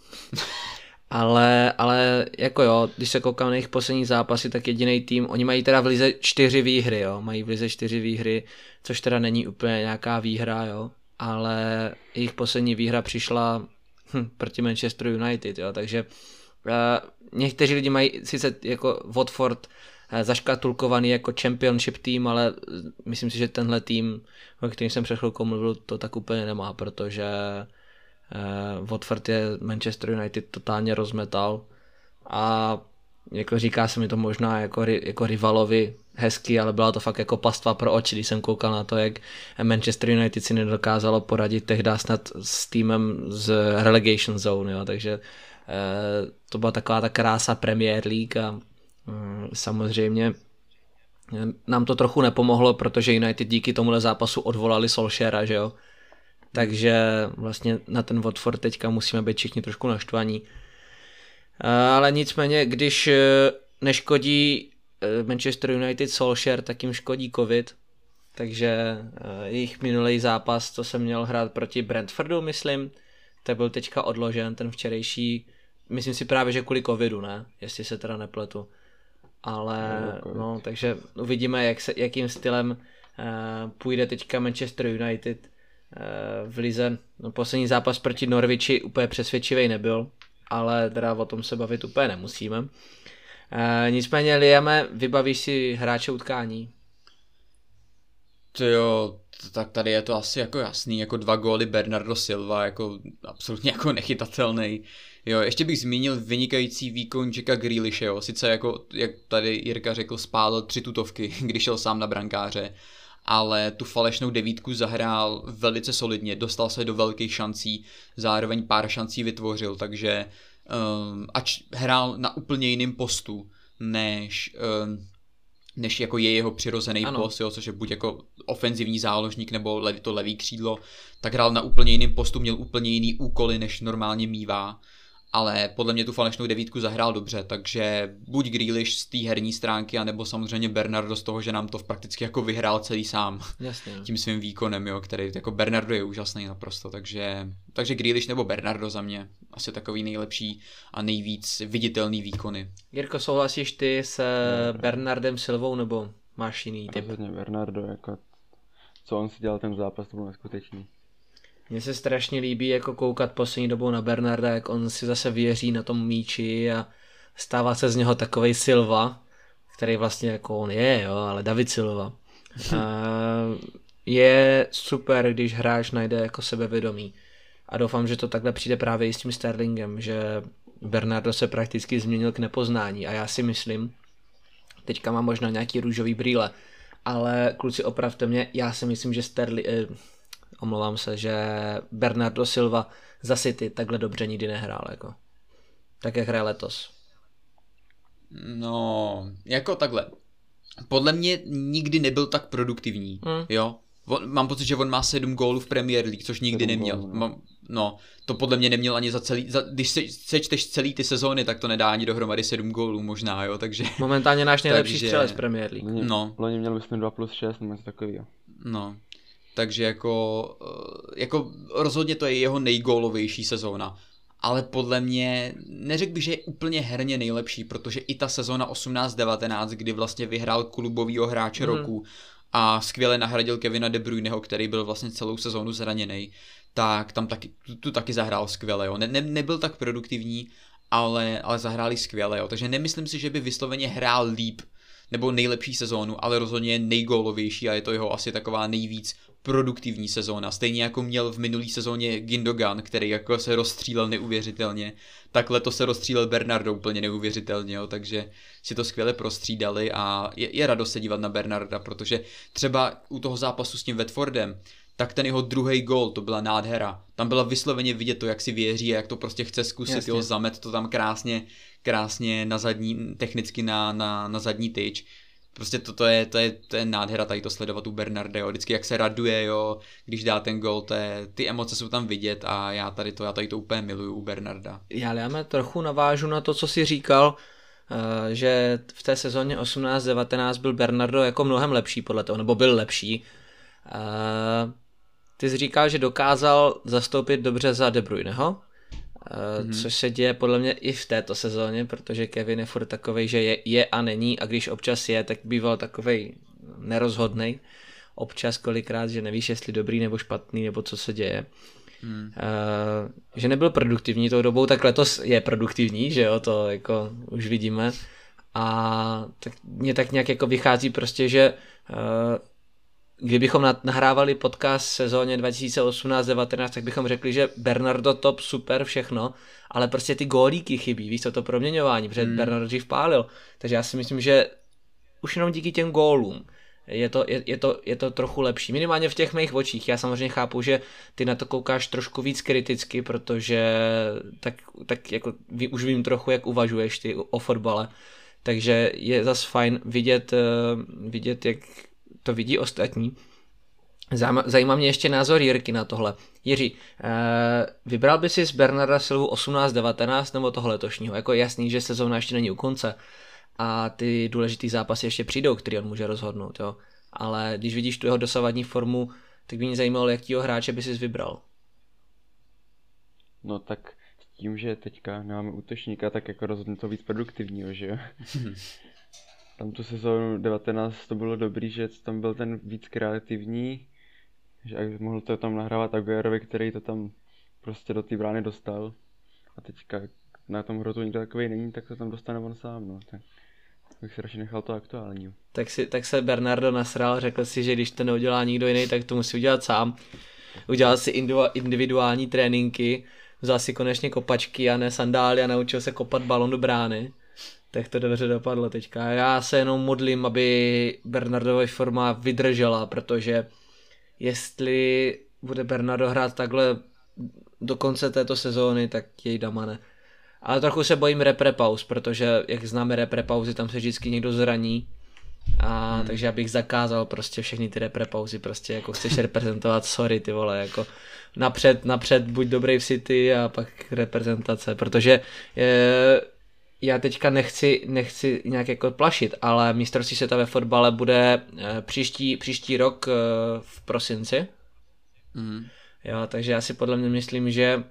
Ale, ale jako jo, když se koukám na jejich poslední zápasy, tak jediný tým, oni mají teda v lize čtyři výhry, jo, mají v lize čtyři výhry, což teda není úplně nějaká výhra, jo, ale jejich poslední výhra přišla hm, proti Manchester United, jo, takže uh, někteří lidi mají sice jako Watford uh, zaškatulkovaný jako championship tým, ale myslím si, že tenhle tým, o kterém jsem před chvilkou mluvil, to tak úplně nemá, protože Uh, Watford je Manchester United totálně rozmetal a jako říká se mi to možná jako, jako rivalovi hezky, ale byla to fakt jako pastva pro oči, když jsem koukal na to, jak Manchester United si nedokázalo poradit tehdy snad s týmem z relegation zone, jo, takže uh, to byla taková ta krása Premier League a um, samozřejmě nám to trochu nepomohlo, protože United díky tomuhle zápasu odvolali Solskjaera, že jo. Takže vlastně na ten Watford teďka musíme být všichni trošku naštvaní. Ale nicméně, když neškodí Manchester United Solskjaer, tak jim škodí covid. Takže jejich minulý zápas, co jsem měl hrát proti Brentfordu, myslím, tak byl teďka odložen, ten včerejší, myslím si právě, že kvůli covidu, ne? Jestli se teda nepletu. Ale no, takže uvidíme, jak se, jakým stylem půjde teďka Manchester United v lize. No, poslední zápas proti Norwichi úplně přesvědčivý nebyl, ale teda o tom se bavit úplně nemusíme. E, nicméně, Liame, vybavíš si hráče utkání? To jo, tak tady je to asi jako jasný, jako dva góly Bernardo Silva, jako absolutně jako nechytatelný. Jo, ještě bych zmínil vynikající výkon Jacka Grealishe, jo, sice jako, jak tady Jirka řekl, spálil tři tutovky, když šel sám na brankáře, ale tu falešnou devítku zahrál velice solidně, dostal se do velkých šancí, zároveň pár šancí vytvořil, takže um, ač hrál na úplně jiném postu, než, um, než jako je jeho přirozený ano. post, jo, což je buď jako ofenzivní záložník nebo lev, to levý křídlo, tak hrál na úplně jiném postu, měl úplně jiný úkoly, než normálně mívá. Ale podle mě tu falešnou devítku zahrál dobře, takže buď Grealish z té herní stránky, anebo samozřejmě Bernardo z toho, že nám to prakticky jako vyhrál celý sám. Jasně. Tím svým výkonem, jo, který jako Bernardo je úžasný naprosto, takže, takže Grealish nebo Bernardo za mě asi takový nejlepší a nejvíc viditelný výkony. Jirko, souhlasíš ty s Bernardem Silvou nebo máš jiný typ? Rozhodně Bernardo, jako co on si dělal ten zápas, to bylo neskutečný. Mně se strašně líbí jako koukat poslední dobou na Bernarda, jak on si zase věří na tom míči a stává se z něho takovej Silva, který vlastně jako on je, jo, ale David Silva. A je super, když hráč najde jako sebevědomí. A doufám, že to takhle přijde právě i s tím Sterlingem, že Bernardo se prakticky změnil k nepoznání a já si myslím, teďka má možná nějaký růžový brýle, ale kluci opravte mě, já si myslím, že Sterling... Eh, omlouvám se, že Bernardo Silva za City takhle dobře nikdy nehrál, jako. Tak jak hraje letos. No, jako takhle. Podle mě nikdy nebyl tak produktivní, hmm. jo. On, mám pocit, že on má sedm gólů v Premier League, což nikdy neměl. Gólů, no. no, to podle mě neměl ani za celý, za, když se, sečteš celý ty sezóny, tak to nedá ani dohromady sedm gólů možná, jo, takže... Momentálně náš nejlepší takže, střelec Premier League. No. Loni měl bychom dva plus šest, nebo něco takového. No. Takže jako, jako rozhodně to je jeho nejgólovější sezóna. ale podle mě neřekl bych, že je úplně herně nejlepší, protože i ta sezóna osmnáct devatenáct, kdy vlastně vyhrál klubovýho hráče mm. roku a skvěle nahradil Kevina De Bruyneho, který byl vlastně celou sezónu zraněný, tak tam taky, tu, tu taky zahrál skvěle, jo. Ne, ne, nebyl tak produktivní, ale, ale zahráli skvěle, jo. Takže nemyslím si, že by vysloveně hrál líp nebo nejlepší sezónu, ale rozhodně je nejgólovější a je to jeho asi taková nejvíc produktivní sezóna. Stejně jako měl v minulý sezóně Gündogan, který jako se rozstřílel neuvěřitelně, tak letos se rozstřílel Bernardo úplně neuvěřitelně, jo, takže si to skvěle prostřídali a je, je radost se dívat na Bernarda, protože třeba u toho zápasu s tím Watfordem, tak ten jeho druhý gól, to byla nádhera. Tam byla vysloveně vidět to, jak si věří a jak to prostě chce zkusit, Jasně. jo, zamet to tam krásně, krásně na zadní, technicky na, na, na zadní tyč. Prostě to, to, je, to, je, to je nádhera tady to sledovat u Bernarda, jo. Vždycky jak se raduje, jo, když dá ten gól, to je, ty emoce jsou tam vidět a já tady to, já tady to úplně miluju u Bernarda. Já, já mě trochu navážu na to, co jsi říkal, že v té sezóně osmnáct devatenáct byl Bernardo jako mnohem lepší podle toho, nebo byl lepší. Ty jsi říkal, že dokázal zastoupit dobře za De Bruyneho, mm-hmm. což se děje podle mě i v této sezóně, protože Kevin je furt takovej, že je, je a není a když občas je, tak býval takovej nerozhodnej. Občas kolikrát, že nevíš, jestli dobrý nebo špatný, nebo co se děje. Mm. Uh, že nebyl produktivní tou dobou, tak letos je produktivní, že jo, to jako už vidíme. A tak mě tak nějak jako vychází prostě, že uh, kdybychom nahrávali podcast v sezóně dva tisíce osmnáct devatenáct, tak bychom řekli, že Bernardo top, super, všechno, ale prostě ty gólíky chybí, víš co, to proměňování, protože hmm. Bernardo dřív pálil, takže já si myslím, že už jenom díky těm gólům je to, je, je, to, je to trochu lepší, minimálně v těch mých očích. Já samozřejmě chápu, že ty na to koukáš trošku víc kriticky, protože tak, tak jako ví, už vím trochu, jak uvažuješ ty o fotbale, takže je zas fajn vidět, vidět, jak to vidí ostatní. Zajímá mě ještě názor Jirky na tohle. Jiří, vybral by si z Bernarda Silvu osmnáct devatenáct nebo toho letošního? Jako jasný, že sezóna ještě není u konce a ty důležitý zápasy ještě přijdou, který on může rozhodnout, jo. Ale když vidíš tu jeho dosavadní formu, tak by mě zajímalo, jakýho hráče by si vybral. No tak tím, že teďka nemáme útočníka, tak jako rozhodně to víc produktivního, že jo. Tam tu sezónu devatenáct to bylo dobrý, že tam byl ten víc kreativní, že mohl to tam nahrávat Aguerovi, který to tam prostě do té brány dostal. A teďka na tom hrotu nikdo takovej není, tak to tam dostane on sám, no. Tak bych si radši nechal to aktuální. Tak, si, tak se Bernardo nasral, řekl si, že když to neudělá nikdo jiný, tak to musí udělat sám. Udělal si individuální tréninky, vzal si konečně kopačky a ne sandály a naučil se kopat balon do brány. Tak to dobře dopadlo teďka. Já se jenom modlím, aby Bernardova forma vydržela, protože jestli bude Bernardo hrát takhle do konce této sezóny, tak jej damane. Ale trochu se bojím reprepauz, protože jak známe reprepauzy, tam se vždycky někdo zraní. A hmm. takže já bych zakázal prostě všechny ty reprepauzy, prostě jako chceš reprezentovat, sorry ty vole, jako napřed, napřed buď dobrý v City a pak reprezentace, protože je, já teďka nechci, nechci nějak jako plašit, ale mistrovství světa ve fotbale bude příští, příští rok v prosinci. Mm. Jo, takže já si podle mě myslím, že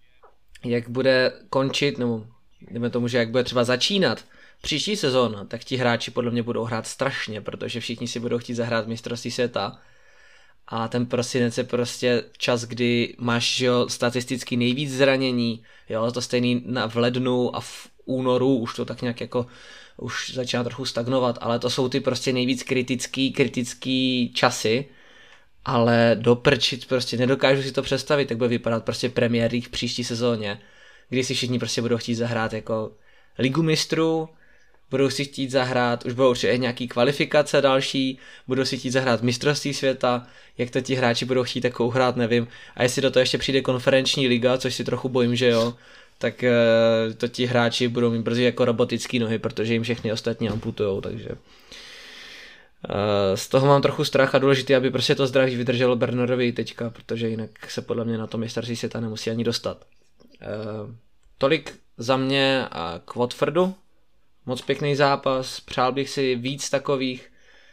jak bude končit, nebo jdeme tomu, že jak bude třeba začínat příští sezóna, tak ti hráči podle mě budou hrát strašně, protože všichni si budou chtít zahrát mistrovství světa. A ten prosinec je prostě čas, kdy máš jo, statisticky nejvíc zranění, jo, to stejný na, v lednu a v únoru už to tak nějak jako už začíná trochu stagnovat, ale to jsou ty prostě nejvíc kritický, kritický časy, ale doprčit prostě nedokážu si to představit, jak bude vypadat prostě Premier League v příští sezóně, kdy si všichni prostě budou chtít zahrát jako Ligu mistrů, budou si chtít zahrát, už budou určitě nějaký kvalifikace další, budou si chtít zahrát mistrovství světa, jak to ti hráči budou chtít takovou hrát, nevím. A jestli do toho ještě přijde konferenční liga, což si trochu bojím, že jo, tak to ti hráči budou mít brzy jako robotický nohy, protože jim všechny ostatní amputujou, takže z toho mám trochu strach a důležité, aby prostě to zdraví vydrželo Bernardovi teďka, protože jinak se podle mě na to mistrovství světa nemusí ani dostat. Tolik za mě a k Watfordu. Moc pěkný zápas, přál bych si víc takových.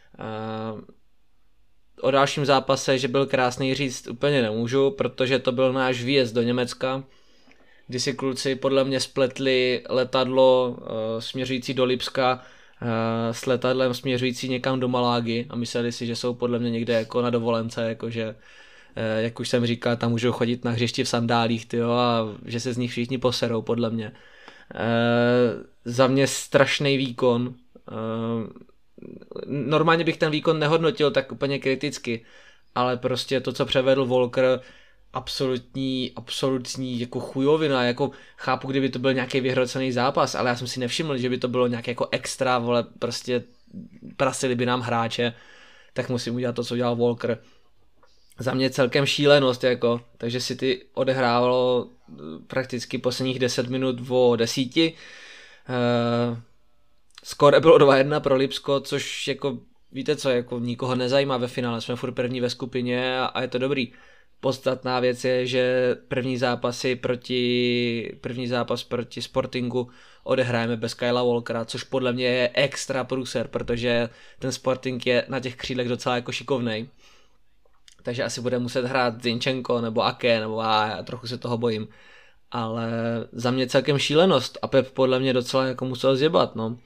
O dalším zápase, že byl krásný, říct úplně nemůžu, protože to byl náš výjezd do Německa, kdy si kluci podle mě spletli letadlo uh, směřující do Lipska uh, s letadlem směřující někam do Malágy a mysleli si, že jsou podle mě někde jako na dovolence, jakože uh, jak už jsem říkal, tam můžou chodit na hřišti v sandálích, tyjo, a že se z nich všichni poserou, podle mě. Uh, za mě strašný výkon. Uh, normálně bych ten výkon nehodnotil tak úplně kriticky, ale prostě to, co převedl Walker, absolutní, absolutní jako chujovina, jako chápu, kdyby to byl nějaký vyhrocený zápas, ale já jsem si nevšiml, že by to bylo nějaké jako extra, vole, prostě prasili by nám hráče, tak musím udělat to, co udělal Walker. Za mě celkem šílenost, jako, takže si ty odehrávalo prakticky posledních deset minut o desíti. Uh, skóre bylo dva jedna pro Lipsko, což jako, víte co, jako nikoho nezajímá ve finále, jsme furt první ve skupině a, a je to dobrý. Podstatná věc je, že první zápasy proti, první zápas proti Sportingu odehrajeme bez Kylea Walkera, což podle mě je extra průser, protože ten Sporting je na těch křídlech docela jako šikovnej. Takže asi bude muset hrát Zinchenko nebo Ake, nebo a já trochu se toho bojím. Ale za mě celkem šílenost a Pep podle mě docela jako musel zjebat, no.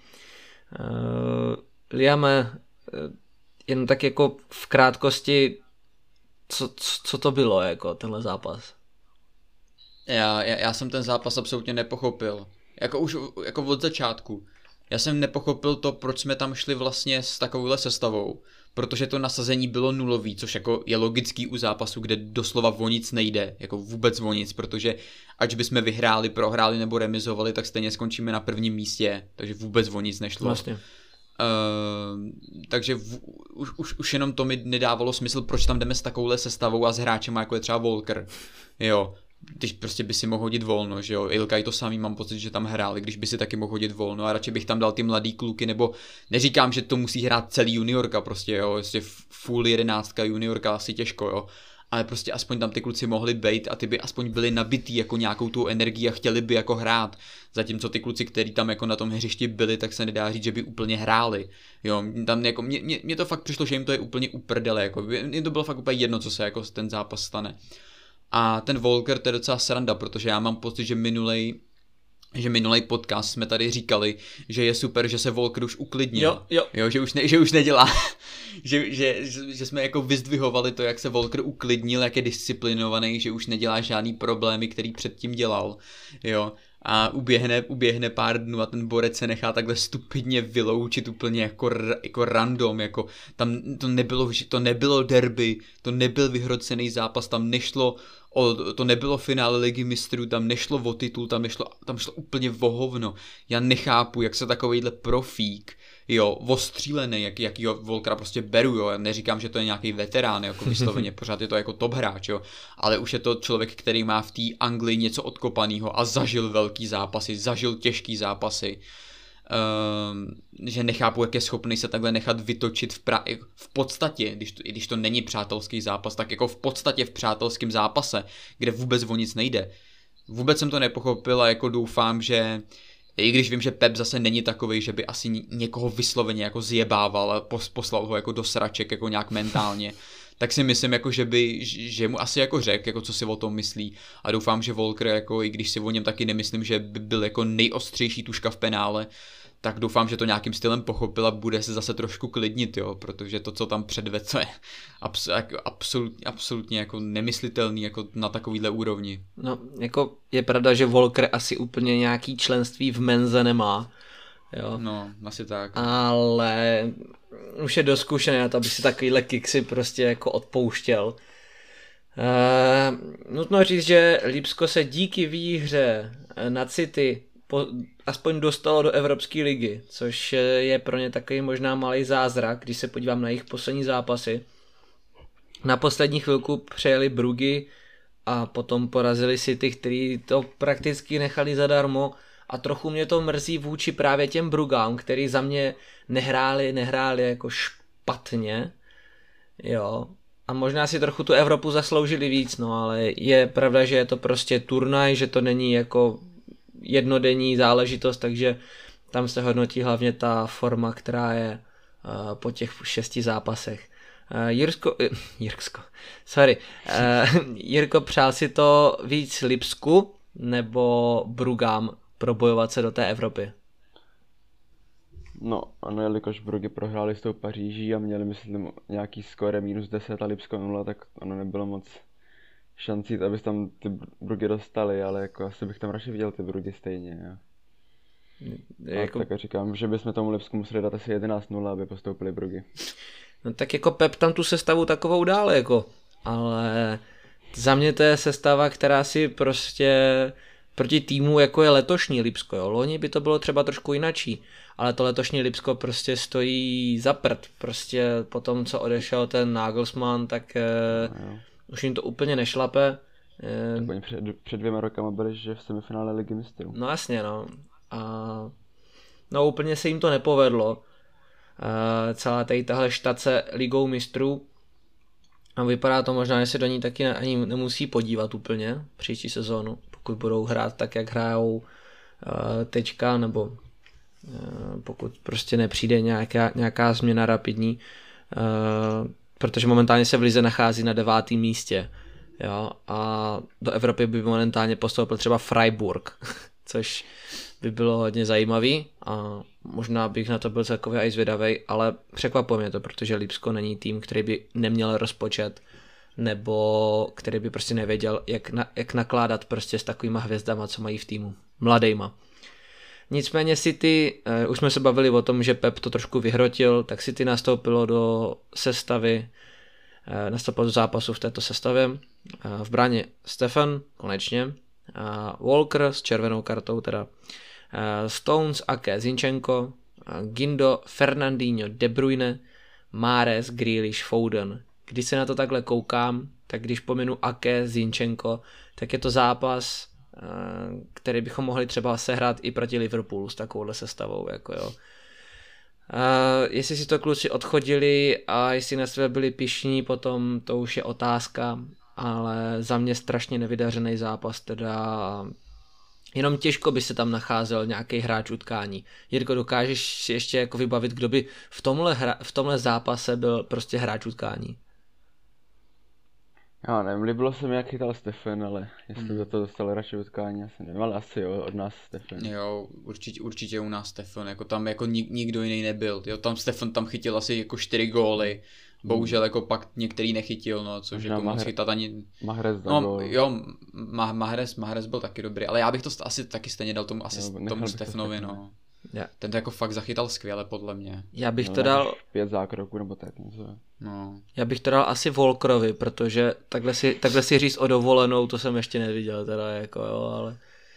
Uh, Liame, uh, jen tak jako v krátkosti, co, co, co to bylo, jako tenhle zápas? Já, já, já jsem ten zápas absolutně nepochopil. Jako už jako od začátku. Já jsem nepochopil to, proč jsme tam šli vlastně s takovouhle sestavou. Protože to nasazení bylo nulový, což jako je logický u zápasu, kde doslova o nic nejde, jako vůbec o nic, protože ať bychom vyhráli, prohráli nebo remizovali, tak stejně skončíme na prvním místě, takže vůbec o nic nešlo. Vlastně. Uh, takže v, už, už, už jenom to mi nedávalo smysl, proč tam jdeme s takovouhle sestavou a s hráčem jako je třeba Walker, jo. Když prostě by si mohl hodit volno, že jo, Ilkay to samý, mám pocit, že tam hráli, když by si taky mohl hodit volno a radši bych tam dal ty mladý kluky, nebo neříkám, že to musí hrát celý juniorka prostě, jo, prostě full jedenáctka juniorka asi těžko, jo, ale prostě aspoň tam ty kluci mohli bejt a ty by aspoň byli nabitý jako nějakou tu energii a chtěli by jako hrát, zatímco ty kluci, kteří tam jako na tom hřišti byli, tak se nedá říct, že by úplně hráli, jo, tam jako, mně to fakt přišlo, že jim to je úplně uprdele, jako, mně to bylo fakt úplně jedno, co se jako ten zápas stane. A ten Walker, to je docela sranda, protože já mám pocit, že minulej, že minulej podcast jsme tady říkali, že je super, že se Walker už uklidnil. Jo, jo. jo že, už ne, že už nedělá, že, že, že jsme jako vyzdvihovali to, jak se Walker uklidnil, jak je disciplinovaný, že už nedělá žádný problémy, který předtím dělal, jo. A uběhne, uběhne pár dnů a ten borec se nechá takhle stupidně vyloučit úplně jako, jako random, jako tam to nebylo, to nebylo derby, to nebyl vyhrocený zápas, tam nešlo o, to nebylo finále ligy mistrů, tam nešlo o titul, tam nešlo, tam šlo úplně o hovno. Já nechápu, jak se takovejhle profík, jo, ostřílený, jak, jakýho Walkera prostě beru, jo, já neříkám, že to je nějaký veterán, jako vysloveně, pořád je to jako top hráč, jo, ale už je to člověk, který má v té Anglii něco odkopanýho a zažil velký zápasy, zažil těžký zápasy, um, že nechápu, jak je schopný se takhle nechat vytočit v, pra- v podstatě, když to, i když to není přátelský zápas, tak jako v podstatě v přátelském zápase, kde vůbec o nic nejde. Vůbec jsem to nepochopil a jako doufám, že i když vím, že Pep zase není takovej, že by asi někoho vysloveně jako zjebával a poslal ho jako do sraček jako nějak mentálně, tak si myslím, jako, že by, že mu asi jako řekl, jako co si o tom myslí a doufám, že Walker, jako, i když si o něm taky nemyslím, že by byl jako nejostřejší tuška v penále, tak doufám, že to nějakým stylem pochopil a bude se zase trošku klidnit, jo, protože to, co tam předvedl, co je abs- jako absolutně, absolutně jako nemyslitelný jako na takovýhle úrovni. No, jako je pravda, že Walker asi úplně nějaký členství v menze nemá, jo. No, asi tak. Ale už je dost zkušený na to, aby si takovýhle kiksy prostě jako odpouštěl. Uh, nutno říct, že Lipsko se díky výhře na City po, aspoň dostalo do Evropské ligy, což je pro ně takový možná malý zázrak, když se podívám na jejich poslední zápasy. Na poslední chvilku přejeli Bruggy a potom porazili City, který to prakticky nechali zadarmo a trochu mě to mrzí vůči právě těm Brugám, který za mě nehráli, nehráli jako špatně, jo. A možná si trochu tu Evropu zasloužili víc, no, ale je pravda, že je to prostě turnaj, že to není jako jednodenní záležitost, takže tam se hodnotí hlavně ta forma, která je uh, po těch šesti zápasech. Uh, Jirsko, uh, Jirsko, sorry, uh, Jirko, přál si to víc Lipsku, nebo Brugám probojovat se do té Evropy? No, ano, jelikož Brugy prohráli s tou Paříží a měli, myslím, nějaký skóre minus deset a Lipsko nula, tak ono nebylo moc šancí, aby se tam ty Brugy dostali, ale jako asi bych tam radši viděl ty Brugy stejně. Jo. Jako... Tak říkám, že bychom tomu Lipsku museli dát asi jedenáct nula, aby postoupili Brugy. No tak jako Pep tam tu sestavu takovou dál, jako, ale za mě to je sestava, která si prostě proti týmu, jako je letošní Lipsko, jo. Loni by to bylo třeba trošku jinačí, ale to letošní Lipsko prostě stojí za prd. Prostě po tom, co odešel ten Nagelsmann, tak no, eh, už jim to úplně nešlape. Eh, tak oni před, před dvěma rokama byli, že v semifinále Ligy mistrů. No jasně, no. A no úplně se jim to nepovedlo. Eh, celá tady tahle štace Ligou mistrů. A vypadá to možná, že se do ní taky ani nemusí podívat úplně příští sezónu, pokud budou hrát tak, jak hrajou uh, teďka, nebo uh, pokud prostě nepřijde nějaká, nějaká změna rapidní, uh, protože momentálně se v lize nachází na devátém místě, jo, a do Evropy by momentálně postoupil třeba Freiburg, což by bylo hodně zajímavý a možná bych na to byl celkově i zvědavej, ale překvapuje mě to, protože Lipsko není tým, který by neměl rozpočet nebo který by prostě nevěděl, jak, na, jak nakládat prostě s takovýma hvězdama, co mají v týmu, mladejma. Nicméně City, uh, už jsme se bavili o tom, že Pep to trošku vyhrotil, tak City nastoupilo do sestavy, uh, nastoupilo do zápasu v této sestavě. Uh, v bráně Stefan, konečně, uh, Walker s červenou kartou teda, Stones, Ake, Zinchenko, Gindo, Fernandinho, De Bruyne, Mahrez, Grealish, Foden. Když se na to takhle koukám, tak když pominu Ake, Zinchenko, tak je to zápas, který bychom mohli třeba sehrát i proti Liverpoolu s takovouhle sestavou. Jako jo. Jestli si to kluci odchodili a jestli na sebe byli pyšní, potom to už je otázka, ale za mě strašně nevydařený zápas, teda jenom těžko by se tam nacházel nějaký hráč utkání. Jirko, dokážeš si ještě jako vybavit, kdo by v tomhle, hra, v tomhle zápase byl prostě hráč utkání? Já nevím, líbilo se mi, jak chytal Stefan, ale jestli hmm. za to dostal radši utkání, asi nevím, ale asi jo, od nás Stefan. Jo, určitě, určitě u nás Stefan, jako tam jako nik, nikdo jiný nebyl, jo, tam Stefan tam chytil asi jako čtyři góly, bohužel jako pak některý nechytil, no, což jako moc chytat ani... Mahrez no, gól. Jo, Ma- Mahrez, Mahrez byl taky dobrý, ale já bych to asi taky stejně dal tomu, asi jo, tomu Stefanovi, no. Ja. Ten to jako fakt zachytal skvěle, podle mě. Já bych no, to dal... Pět zákroků nebo tak něco. No. Já bych to dal asi Walkerovi, protože takhle si, takhle si říct o dovolenou, to jsem ještě neviděl teda, jako jo, ale...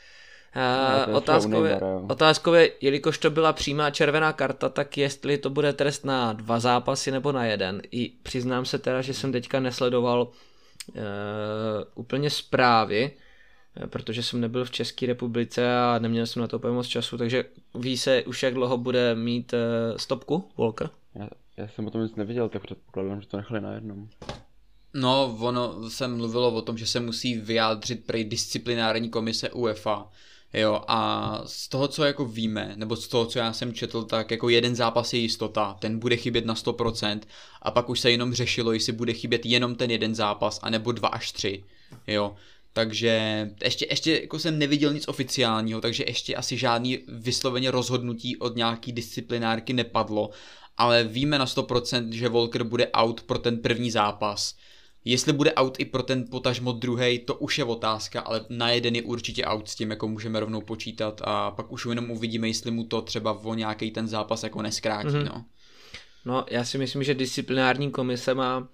Uh, otázkově, otázkově, jelikož to byla přímá červená karta, tak jestli to bude trest na dva zápasy nebo na jeden. I přiznám se teda, že jsem teďka nesledoval uh, úplně zprávy, protože jsem nebyl v České republice a neměl jsem na to úplně moc času, takže ví se už, jak dlouho bude mít uh, stopku Walker? Já, já jsem o tom nic neviděl, tak předpokládám, že to nechali na jednom. No, ono se mluvilo o tom, že se musí vyjádřit prej disciplinární komise UEFA. Jo, a z toho, co jako víme, nebo z toho, co já jsem četl, tak jako jeden zápas je jistota, ten bude chybět na sto procent a pak už se jenom řešilo, jestli bude chybět jenom ten jeden zápas, anebo dva až tři, jo. Takže ještě, ještě jako jsem neviděl nic oficiálního, takže ještě asi žádný vysloveně rozhodnutí od nějaký disciplinárky nepadlo, ale víme na sto procent, že Walker bude out pro ten první zápas. Jestli bude out i pro ten potažmo druhej, to už je otázka, ale na jeden je určitě out, s tím jako můžeme rovnou počítat a pak už jenom uvidíme, jestli mu to třeba o nějaký ten zápas jako neskrátí, mm-hmm. no. No, já si myslím, že disciplinární komise má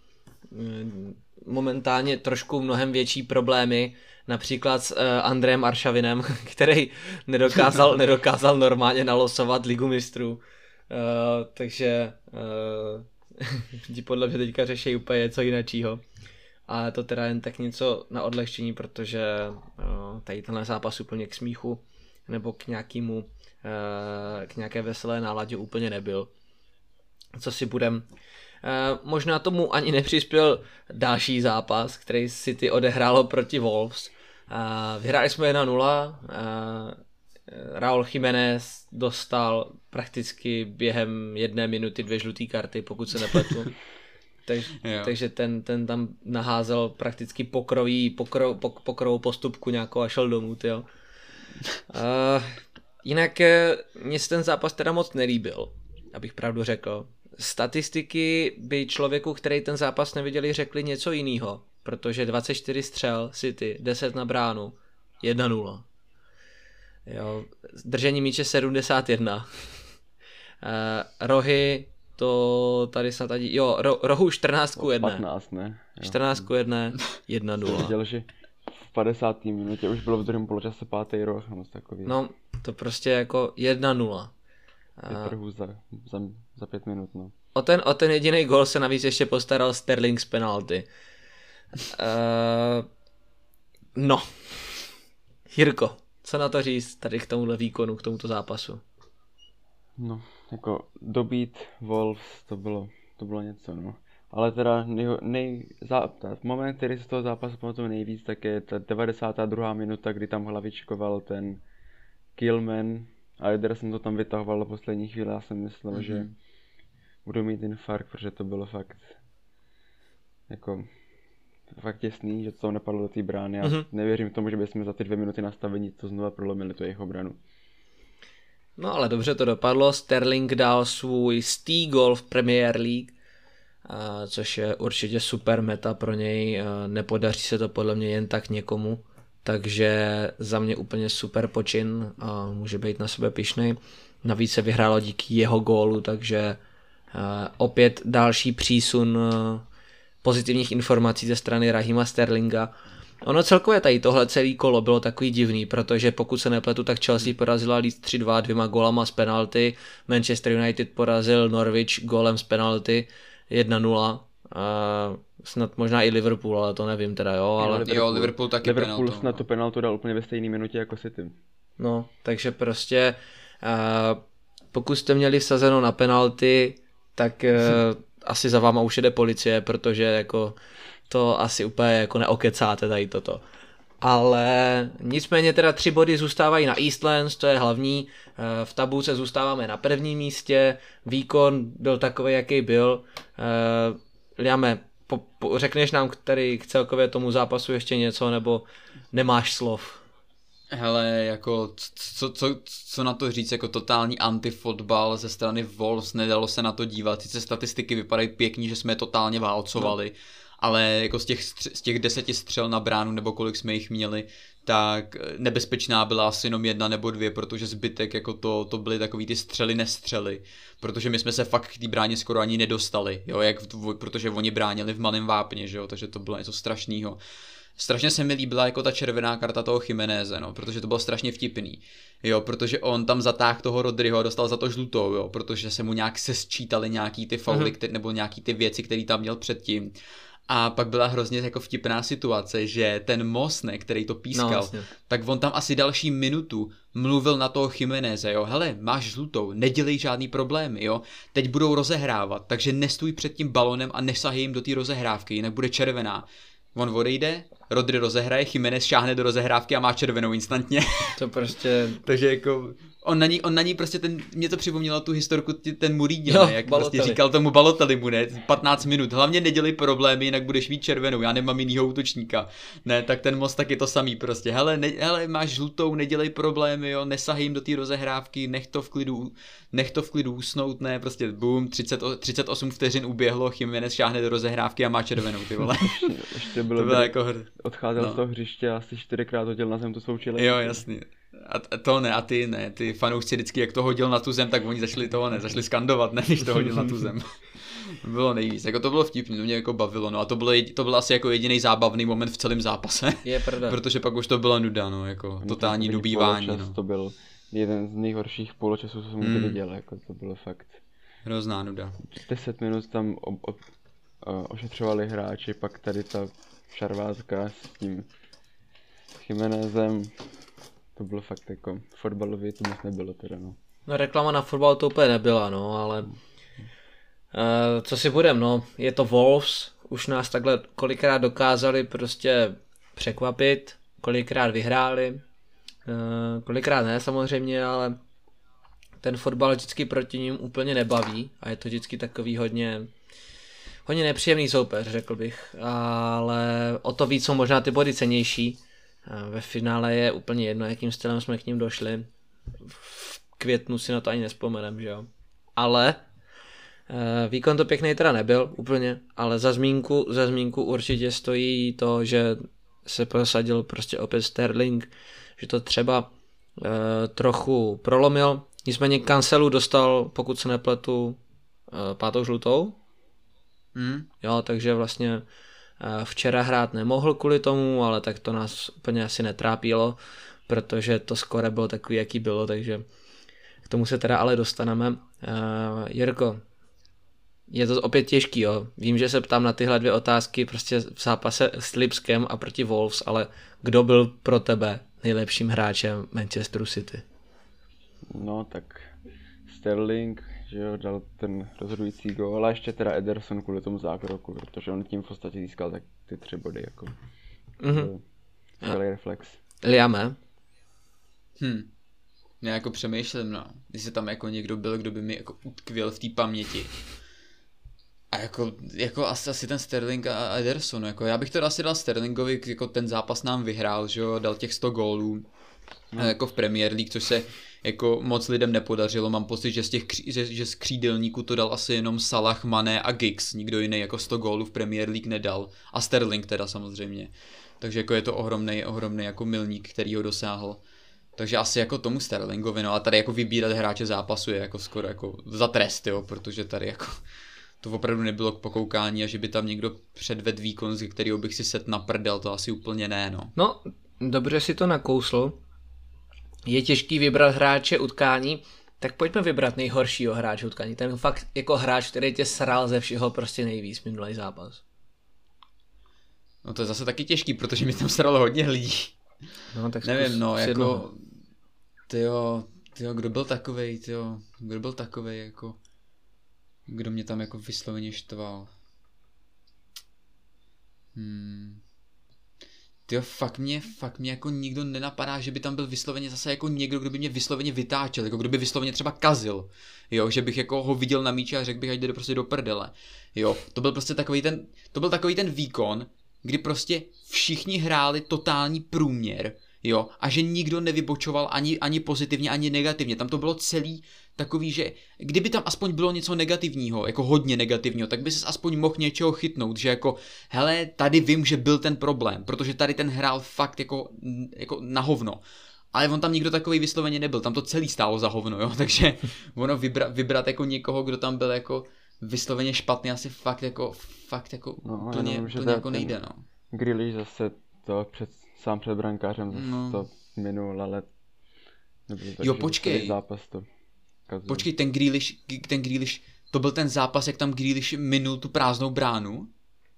momentálně trošku mnohem větší problémy, například s uh, Andrejem Aršavinem, který nedokázal, nedokázal normálně nalosovat Ligu mistrů. Uh, takže uh, podle mě teďka řeší úplně něco jiného. Ale to teda jen tak něco na odlehčení, protože uh, tady tenhle zápas úplně k smíchu nebo k nějakému, uh, k nějaké veselé náladě úplně nebyl. Co si budem. Uh, možná tomu ani nepřispěl další zápas, který City odehrálo proti Wolves. Uh, vyhráli jsme jedna nula. Uh, Raúl Jiménez dostal prakticky během jedné minuty dvě žluté karty, pokud se nepletu. takže, takže ten, ten tam naházel prakticky pokroví, pokro, pok, pokrovou postupku nějakou a šel domů, tyjo. Uh, jinak mně se ten zápas teda moc nelíbil, abych pravdu řekl. Statistiky by člověku, který ten zápas neviděli, řekli něco jiného, protože dvacet čtyři střel City, deset na bránu, jedna nula. Jo, držení míče sedmdesát jedna. uh, rohy, to tady snad tady, jo, ro, rohu čtrnáct ku jedné. patnáct, ne? Jo. čtrnáct ku jedné, jedna nula. Viděl, že v padesáté minutě už bylo v druhém poločase pátý roh, no takový. No, to prostě jako jedna nula. Pět rohů za, za, za pět minut, no. O ten, o ten jediný gól se navíc ještě postaral Sterling z penalty. Uh, no. Jirko, co na to říct tady k tomuhle výkonu, k tomuto zápasu? No, jako dobít Wolves, to bylo, to bylo něco, no. Ale teda nej, nej, zá, moment, který z toho zápasu pamatuju nejvíc, tak je ta devadesátá druhá minuta, kdy tam hlavičkoval ten Killman a Ederson to tam vytahoval do poslední chvíli. Já jsem myslel, mm-hmm. že budu mít infarkt, protože to bylo fakt jako fakt těsný, že to tam nepadlo do té brány a mm-hmm. nevěřím tomu, že bychom za ty dvě minuty nastavení to znova prolomili tu jejich obranu. No ale dobře to dopadlo, Sterling dal svůj stý gol v Premier League, a což je určitě super meta pro něj, nepodaří se to podle mě jen tak někomu, takže za mě úplně super počin a může být na sebe pyšnej. Navíc se vyhrálo díky jeho gólu, takže opět další přísun pozitivních informací ze strany Rahima Sterlinga. Ono celkově tady tohle celé kolo bylo takový divný, protože pokud se nepletu, tak Chelsea porazila Leeds tři dva dvěma golama z penalty, Manchester United porazil Norwich golem z penalty jedna nula, uh, snad možná i Liverpool, ale to nevím teda, jo. Ale... Liverpool, jo, Liverpool taky Liverpool penaltu. snad tu penaltu dal úplně ve stejné minutě jako City. No, takže prostě uh, pokud jste měli vsazeno na penalty, tak uh, asi za váma už jede policie, protože jako to asi úplně jako neokecáte tady toto. Ale nicméně teda tři body zůstávají na Eastlands, to je hlavní. V tabulce zůstáváme na prvním místě. Výkon byl takový, jaký byl. Liame, po, po, řekneš nám který k celkově tomu zápasu ještě něco, nebo nemáš slov? Hele, jako co, co, co na to říct, jako totální antifotbal ze strany Wolves, nedalo se na to dívat. Sice statistiky vypadají pěkný, že jsme je totálně válcovali, no. Ale jako z těch, z těch deseti střel na bránu, nebo kolik jsme jich měli, tak nebezpečná byla asi jenom jedna nebo dvě, protože zbytek jako to, to byly takový ty střely nestřely, protože my jsme se fakt k té bráně skoro ani nedostali, jo, jak v, protože oni bránili v malém vápně, že jo, takže to bylo něco strašného. Strašně se mi líbila jako ta červená karta toho Chimenéze, no, protože to bylo strašně vtipný, jo, protože on tam zatáhl toho Rodryho a dostal za to žlutou, jo, protože se mu nějak sesčítali nějaký ty fauly, mm-hmm. nebo nějaký ty věci, které tam měl předtím. A pak byla hrozně jako vtipná situace, že ten Mosne, který to pískal, no, tak on tam asi další minutu mluvil na toho Chimenéze, jo, hele, máš žlutou, nedělej žádný problémy, jo, teď budou rozehrávat, takže nestůj před tím balonem a nesahej jim do té rozehrávky, jinak bude červená. On odejde, Rodry rozehraje, Chimenez šáhne do rozehrávky a má červenou instantně. To prostě... Takže jako... On na ní, on na ní prostě ten, mě to připomnělo tu historku, ten Mourinho, ne, jak Balotelli. prostě říkal tomu Balotellimu, ne, patnáct minut, hlavně nedělej problémy, jinak budeš mít červenou, já nemám jinýho útočníka, ne, tak ten Most taky to samý prostě, hele, ne, hele, máš žlutou, nedělej problémy, jo, nesahej jim do té rozehrávky, nech to v klidu, nech to v klidu usnout, ne, prostě boom, třicet, třicet osm vteřin uběhlo, Chimenez šáhne do rozehrávky a má červenou, ty vole. Ještě bylo, to bylo jako hr... odcházel no. z toho hřiště a asi čtyřikrát hodil na zem tu svou čelení. Jo, jasně. A to ne, a ty ne, ty fanoušci vždycky, jak to hodil na tu zem, tak oni začali toho ne, začali skandovat, ne, když to hodil na tu zem. Bylo nejvíc, jako to bylo vtipný, to mě jako bavilo, no a to bylo, to byl asi jako jediný zábavný moment v celém zápase. Je pravda. Protože pak už to byla nuda, no, jako totální dobývání, no. To byl jeden z nejhorších poločasů, co jsem mm. kdy viděl, jako to bylo fakt. Hrozná nuda. deset minut tam o, o, o, ošetřovali hráči, pak tady ta šarvátka s tím Chimenezem. To bylo fakt jako fotbalově, to moc nebylo teda, no. No reklama na fotbal to úplně nebyla, no, ale uh, co si budem, no, je to Wolves, už nás takhle kolikrát dokázali prostě překvapit, kolikrát vyhráli, uh, kolikrát ne samozřejmě, ale ten fotbal vždycky proti ním úplně nebaví a je to vždycky takový hodně, hodně nepříjemný soupeř, řekl bych, ale o to víc jsou možná ty body cennější. Ve finále je úplně jedno, jakým stylem jsme k ním došli. V květnu si na to ani nespomenem, že jo. Ale výkon to pěkný teda nebyl úplně, ale za zmínku, za zmínku určitě stojí to, že se prosadil prostě opět Sterling, že to třeba e, trochu prolomil. Nicméně Cancelu dostal, pokud se nepletu, e, pátou žlutou. Hmm. Jo, takže vlastně e, včera hrát nemohl kvůli tomu, ale tak to nás úplně asi netrápilo, protože to skore bylo takový, jaký bylo, takže k tomu se teda ale dostaneme. E, Jirko, je to opět těžký, jo. Vím, že se ptám na tyhle dvě otázky prostě v zápase s Lipskem a proti Wolves, ale kdo byl pro tebe nejlepším hráčem Manchesteru City? No tak Sterling, že jo, dal ten rozhodující gól, a ještě teda Ederson kvůli tomu zákroku, protože on tím v podstatě získal tak ty tři body, jako mm-hmm. skvělý reflex. Liame? Hm. Já jako přemýšlím, no, jestli tam jako někdo byl, kdo by mi jako utkvěl v té paměti. A jako, jako asi, asi ten Sterling a Ederson, jako já bych to asi dal Sterlingovi, jako ten zápas nám vyhrál, že jo, dal těch sto gólů, no. Jako v Premier League, což se jako moc lidem nepodařilo, mám pocit, že z těch kří, že, že z křídelníků to dal asi jenom Salah, Mané a Giggs, nikdo jiný jako sto gólů v Premier League nedal, a Sterling teda samozřejmě, takže jako je to ohromnej, ohromnej jako milník, který ho dosáhl. Takže asi jako tomu Sterlingovi, no a tady jako vybírat hráče zápasu je jako skoro jako za trest, jo, protože tady jako to opravdu nebylo k pokoukání a že by tam někdo předvedl výkon, z kterého bych si set naprdel, to asi úplně ne, no. No, dobře si to nakousl. Je těžký vybrat hráče utkání, tak pojďme vybrat nejhoršího hráče utkání. Ten fakt jako hráč, který tě sral ze všeho prostě nejvíc minulý zápas. No to je zase taky těžký, protože mi tam sralo hodně lidí. No, tak nevím, no, jako jednoho. tyjo, tyjo, kdo byl takovej, tyjo, kdo byl takovej, jako kdo mě tam jako vysloveně štval. Hmm. Tyjo, fakt mě, fakt mě jako nikdo nenapadá, že by tam byl vysloveně zase jako někdo, kdo by mě vysloveně vytáčel, jako kdo by vysloveně třeba kazil, jo, že bych jako ho viděl na míči a řekl bych, ať jde prostě do prdele, jo, to byl prostě takový ten, to byl takový ten výkon, kdy prostě všichni hráli totální průměr, jo, a že nikdo nevybočoval ani, ani pozitivně, ani negativně, tam to bylo celý takový, že kdyby tam aspoň bylo něco negativního, jako hodně negativního, tak by ses aspoň mohl něčeho chytnout, že jako, hele, tady vím, že byl ten problém, protože tady ten hrál fakt jako, jako na hovno. Ale on tam nikdo takový vysloveně nebyl, tam to celý stálo za hovno, jo, takže ono vybrat, vybrat jako někoho, kdo tam byl jako vysloveně špatný, asi fakt jako, fakt jako no, plně, jenom, plně jako nejde, no. Grealish zase to před, sám před brankářem zase No. to minul, ale jo, počkej. Zápas to kazil. Počkej, ten Grealish, ten Grealish, to byl ten zápas, jak tam Grealish minul tu prázdnou bránu?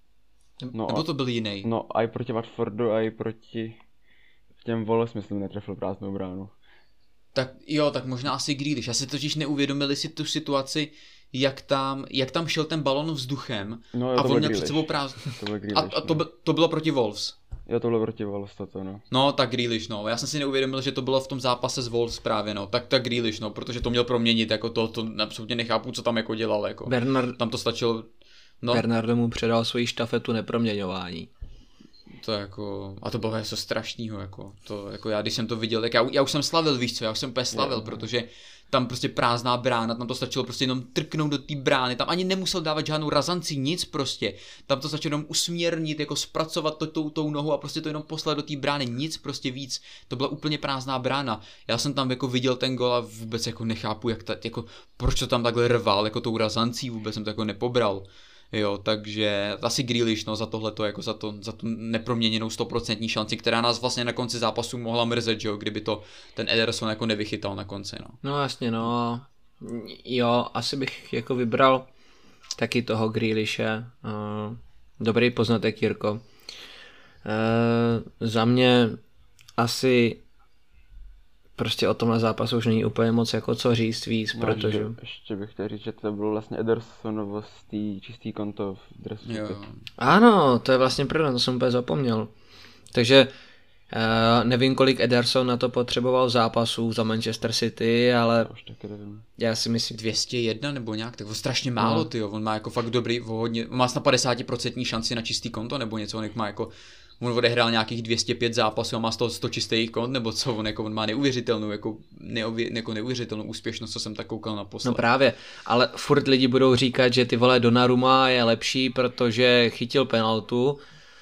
No, Nebo to byl jiný? No, a i proti Watfordu, a i proti těm Wolves, myslím, netrefil prázdnou bránu. Tak jo, tak možná asi Grealish. Já si totiž neuvědomili si tu situaci, jak tam, jak tam šel ten balon vzduchem, No, jo, a to on byl měl Grealish. před sebou prázdnou. To byl A, Grealish, a to, no. by, to bylo proti Wolves. Jo, to bylo proti Wolves toto, no. No, tak Grealish, no. Já jsem si neuvědomil, že to bylo v tom zápase s Wolves právě, no. Tak tak Grealish, no, protože to měl proměnit, jako to, to absolutně nechápu, co tam jako dělal, jako. Bernard, Tam to stačilo, no. Bernardo mu předal svoji štafetu neproměňování. To jako, a to bylo něco strašného, jako, to, jako já, když jsem to viděl, tak já, já už jsem slavil, víš co, já už jsem úplně slavil, Jo. protože tam prostě prázdná brána, tam to stačilo prostě jenom trknout do té brány, tam ani nemusel dávat žádnou razanci, nic prostě, tam to stačilo jenom usměrnit, jako zpracovat to tou, tou nohou a prostě to jenom poslat do té brány, nic prostě víc, to byla úplně prázdná brána, já jsem tam jako viděl ten gol a vůbec jako nechápu, jak ta, jako, proč to tam takhle rval, jako tou razancí, vůbec jsem to jako nepobral. Jo, takže asi Grealish, no, za tohleto, jako za, to, za tu neproměněnou stoprocentní šanci, která nás vlastně na konci zápasu mohla mrzet, že jo, kdyby to ten Ederson jako nevychytal na konci, no. No jasně, no. Jo, asi bych jako vybral taky toho Grealishe. Uh, dobrý poznatek, Jirko. Uh, za mě asi prostě o tomhle zápasu už není úplně moc jako co říct víc, No, protože... Ještě, ještě bych chtěl říct, že to bylo vlastně Edersonovo z té čistý konto v dresu. Jo. Ano, to je vlastně pravda, to jsem úplně zapomněl. Takže Uh, nevím, kolik Ederson na to potřeboval zápasů za Manchester City, ale Už taky nevím. já si myslím... dvě stě jedna nebo nějak, tak to strašně málo, No. tyjo. On má jako fakt dobrý, hodně, on má snad padesát procent šanci na čistý konto, nebo něco, on má jako, on odehrál nějakých dvě stě pět zápasů a má z toho sto čistých kont, nebo co, on, jako, on má neuvěřitelnou, jako, neově, jako neuvěřitelnou úspěšnost, co jsem tak koukal naposled. No právě, ale furt lidi budou říkat, že ty vole Donnarumma je lepší, protože chytil penaltu, uh,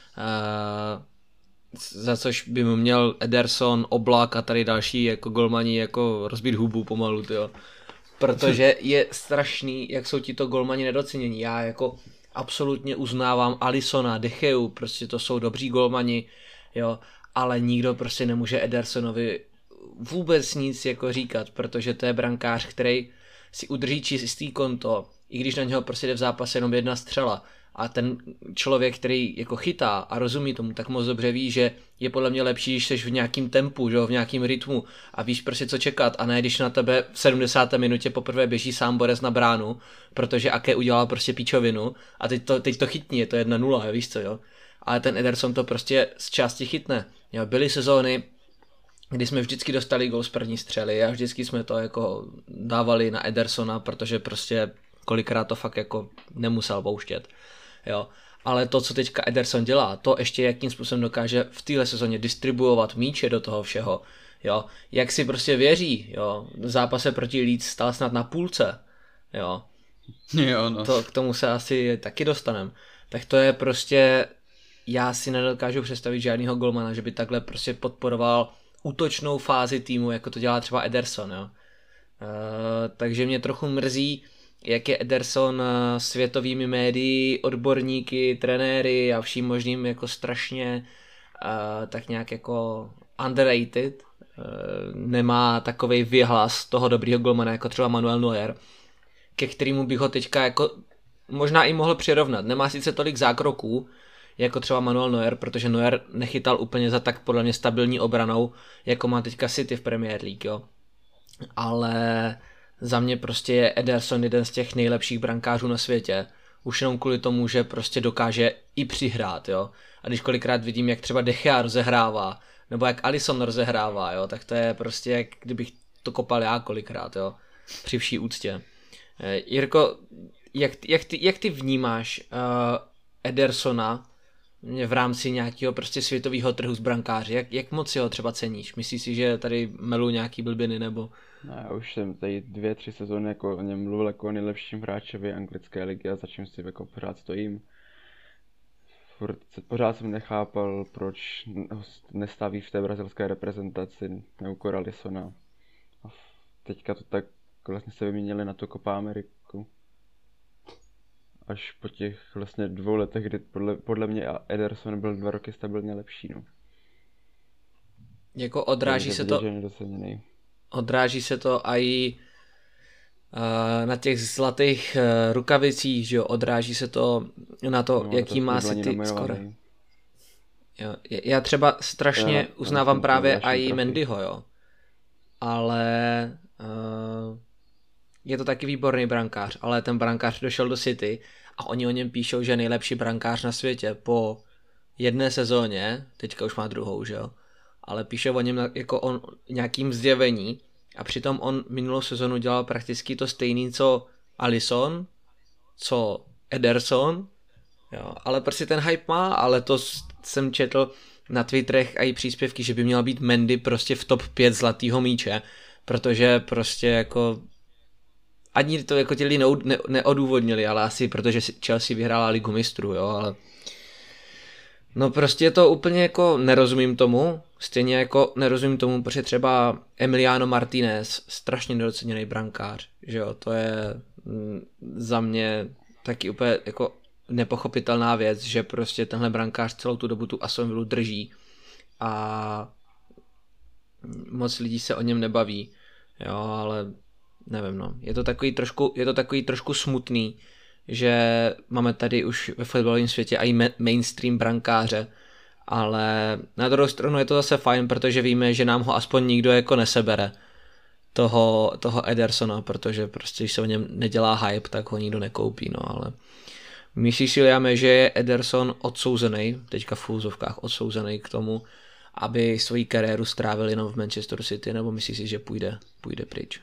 za což by mu měl Ederson, Oblak a tady další jako golmani jako rozbít hubu pomalu, tyjo. Protože je strašný, jak jsou ti to golmani nedocenění. Já jako absolutně uznávám Alissona, De Geu, prostě to jsou dobří golmani, jo, ale nikdo prostě nemůže Edersonovi vůbec nic jako říkat, protože to je brankář, který si udrží čistý konto, i když na něho prostě jde v zápase jenom jedna střela. A ten člověk, který jako chytá a rozumí tomu, tak moc dobře ví, že je podle mě lepší, když jsi v nějakém tempu, že, v nějakém rytmu a víš prostě co čekat a ne když na tebe v sedmdesáté minutě poprvé běží sám Borec na bránu, protože Ake udělal prostě píčovinu a teď to, teď to chytní, je to jedna nula, víš co, jo. Ale ten Ederson to prostě z části chytne. Jo, byly sezóny, kdy jsme vždycky dostali gol z první střely a vždycky jsme to jako dávali na Edersona, protože prostě kolikrát to fakt jako nemusel pouštět. Jo. Ale to, co teďka Ederson dělá, to ještě jakým způsobem dokáže v téhle sezóně distribuovat míče do toho všeho, jo. Jak si prostě věří, jo. V zápase proti Leeds stál snad na půlce, jo. Jo, no. To, k tomu se asi taky dostanem. Tak to je prostě, já si nedokážu představit žádnýho golmana, že by takhle prostě podporoval útočnou fázi týmu, jako to dělá třeba Ederson, jo. Uh, takže mě trochu mrzí, jak je Ederson světovými médii, odborníky, trenéry a vším možným jako strašně uh, tak nějak jako underrated. Uh, nemá takovej vyhlas toho dobrýho golmana jako třeba Manuel Neuer, ke kterému bych ho teďka jako možná i mohl přirovnat. Nemá sice tolik zákroků jako třeba Manuel Neuer, protože Neuer nechytal úplně za tak podle mě stabilní obranou, jako má teďka City v Premier League, jo. Ale za mě prostě je Ederson jeden z těch nejlepších brankářů na světě. Už jenom kvůli tomu, že prostě dokáže i přihrát, jo. A když kolikrát vidím, jak třeba De Gea rozehrává, nebo jak Alisson rozehrává, jo, tak to je prostě, jak kdybych to kopal já kolikrát, jo. Při vší úctě. Eh, Jirko, jak, jak, ty, jak ty vnímáš uh, Edersona v rámci nějakého prostě světového trhu s brankáři? Jak, jak moc si ho třeba ceníš? Myslíš si, že tady melu nějaký blbiny, nebo... No, já už jsem tady dvě, tři sezóny jako o něm mluvil jako o nejlepším hráčovi anglické ligy a za čím si jako pořád stojím. Furt, pořád jsem nechápal, proč ho nestaví v té brazilské reprezentaci na úkor Alissona. A teďka to tak vlastně se vyměnili na tu Copa Ameriku. Až po těch vlastně dvou letech, kdy podle, podle mě Ederson byl dva roky stabilně lepší, no. Jako odráží se to... Nedoceněný. Odráží se to i uh, na těch zlatých uh, rukavicích, že jo, odráží se to na to, no, jaký to má City skoro. Jo, já třeba strašně já, uznávám právě i Mendyho, jo, ale uh, je to taky výborný brankář, ale ten brankář došel do City a oni o něm píšou, že je nejlepší brankář na světě po jedné sezóně, teďka už má druhou, že jo. Ale píše o něm jako o nějakým zjevení a přitom on minulou sezonu dělal prakticky to stejný, co Alisson, co Ederson, jo, ale prostě ten hype má, ale to jsem četl na Twitterech a i příspěvky, že by měl být Mendy prostě v top pět zlatýho míče, protože prostě jako ani to jako ti lidi ne, neodůvodnili, ale asi protože Chelsea vyhrála Ligu mistrů, jo, ale no prostě to úplně jako nerozumím tomu, stejně jako nerozumím tomu, protože třeba Emiliano Martinez, strašně nedoceněný brankář, že jo, to je m, za mě taky úplně jako nepochopitelná věc, že prostě tenhle brankář celou tu dobu tu Aston Villu drží a moc lidí se o něm nebaví, jo, ale nevím, no, je to takový trošku, je to takový trošku smutný, že máme tady už ve fotbalovém světě i mainstream brankáře, ale na druhou stranu je to zase fajn, protože víme, že nám ho aspoň nikdo jako nesebere, toho, toho Edersona, protože prostě když se o něm nedělá hype, tak ho nikdo nekoupí, no, ale myslíš si, Liame, že je Ederson odsouzený, teďka v úzovkách odsouzený k tomu, aby svoji kariéru strávil jenom v Manchesteru City, nebo myslíš si, že půjde, půjde pryč?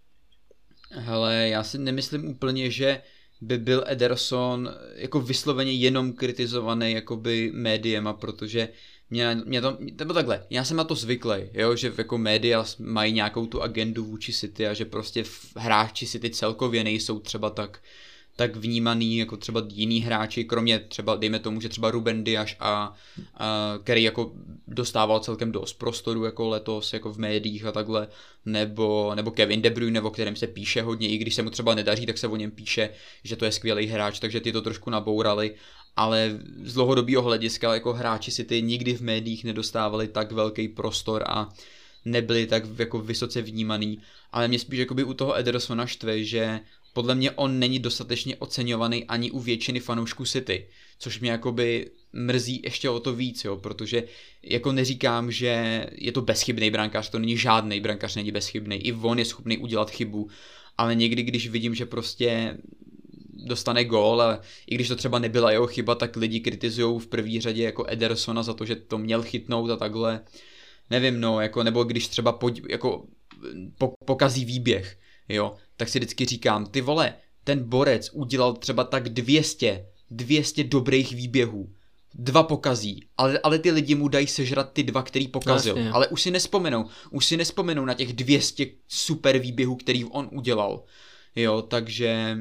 Hele, já si nemyslím úplně, že by byl Ederson jako vysloveně jenom kritizovaný jakoby médiema, protože mě, mě to, nebo takhle, já jsem na to zvyklý, jo, že jako média mají nějakou tu agendu vůči City a že prostě hráči City celkově nejsou třeba tak tak vnímaný jako třeba jiný hráči, kromě třeba, dejme tomu, že třeba Ruben Dias a, a který jako dostával celkem dost prostoru jako letos, jako v médiích a takhle, nebo, nebo Kevin De Bruyne, o kterém se píše hodně, i když se mu třeba nedaří, tak se o něm píše, že to je skvělý hráč, takže ty to trošku nabourali, ale z dlouhodobého hlediska jako hráči si ty nikdy v médiích nedostávali tak velký prostor a nebyli tak jako vysoce vnímaný, ale mě spíš jakoby u toho Edersona štve, že podle mě on není dostatečně oceňovaný ani u většiny fanoušků City, což mě jakoby mrzí ještě o to víc, jo, protože jako neříkám, že je to bezchybný brankář, to není žádný brankář, není bezchybný, i on je schopný udělat chybu, ale někdy, když vidím, že prostě dostane gól a i když to třeba nebyla jeho chyba, tak lidi kritizujou v první řadě jako Edersona za to, že to měl chytnout a takhle, nevím, no, jako, nebo když třeba pod, jako po, pokazí výběh, jo, tak si vždycky říkám, ty vole, ten borec udělal třeba tak dvě stě, dvě stě dobrých výběhů, dva pokazí, ale, ale ty lidi mu dají sežrat ty dva, který pokazil, vlastně. Ale už si nespomenou, už si nespomenou na těch dvě stě super výběhů, který on udělal, jo, takže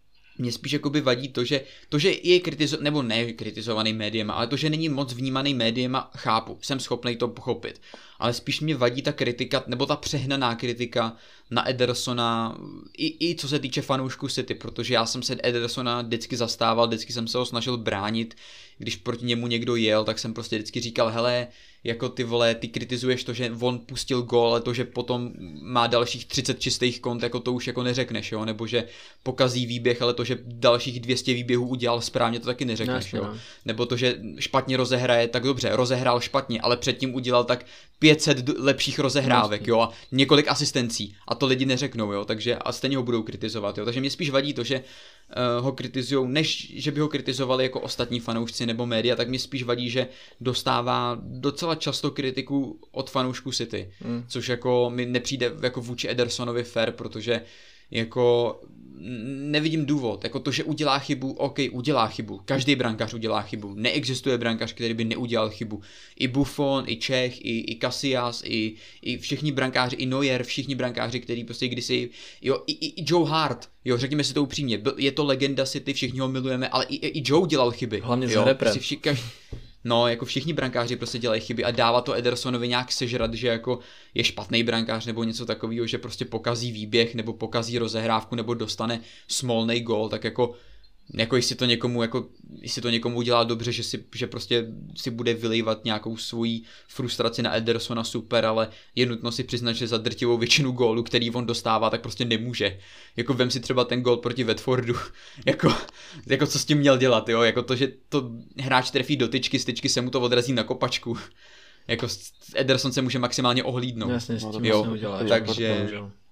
mě spíš jakoby vadí to, že to, že je kritizo- nebo ne kritizovaný médiema, ale to, že není moc vnímaný médiema, chápu, jsem schopný to pochopit. Ale spíš mě vadí ta kritika, nebo ta přehnaná kritika na Edersona, i, i co se týče fanoušků City, protože já jsem se Edersona vždycky zastával, vždycky jsem se ho snažil bránit, když proti němu někdo jel, tak jsem prostě vždycky říkal, hele, jako ty vole, ty kritizuješ to, že on pustil gól, ale to, že potom má dalších třicet čistých kont, jako to už jako neřekneš, jo, nebo že pokazí výběh, ale to, že dalších dvě stě výběhů udělal správně, to taky neřekneš, Jasně, jo, no. Nebo to, že špatně rozehraje, tak dobře, rozehrál špatně, ale předtím udělal tak pět set lepších rozehrávek, Jasně. jo, a několik asistencí a to lidi neřeknou, jo, takže a stejně ho budou kritizovat, jo, takže mě spíš vadí to, že uh, ho kritizujou, než že by ho kritizovali jako ostatní fanoušci nebo média, tak mě spíš vadí, že dostává docela často kritiku od fanoušků City, hmm. což jako mi nepřijde jako vůči Edersonovi fair, protože jako nevidím důvod, jako to, že udělá chybu, ok, udělá chybu, každý brankář udělá chybu, neexistuje brankář, který by neudělal chybu, i Buffon, i Čech, i, i Casillas, i, i všichni brankáři, i Neuer, všichni brankáři, který prostě kdysi, jo, i, i, i Joe Hart, jo, řekněme si to upřímně, je to legenda City, všichni ho milujeme, ale i, i Joe dělal chyby, hlavně jo, za reprem. Prostě každý, no, jako všichni brankáři prostě dělají chyby a dává to Edersonovi nějak sežrat, že jako je špatný brankář nebo něco takového, že prostě pokazí výběh nebo pokazí rozehrávku nebo dostane smolnej gól, tak jako jako jestli to někomu jako jestli to někomu udělá dobře, že si že prostě si bude vylejvat nějakou svoji frustraci na Edersona, super, ale je nutno si přiznat, že za drtivou většinu gólů, který on dostává, tak prostě nemůže. Jako vem si třeba ten gól proti Watfordu, jako jako co s tím měl dělat, jo, jako to, že to hráč trefí do tyčky, z tyčky se mu to odrazí na kopačku. Jako Ederson se může maximálně ohlídnout. Jasně, s tím jo, neudělá, takže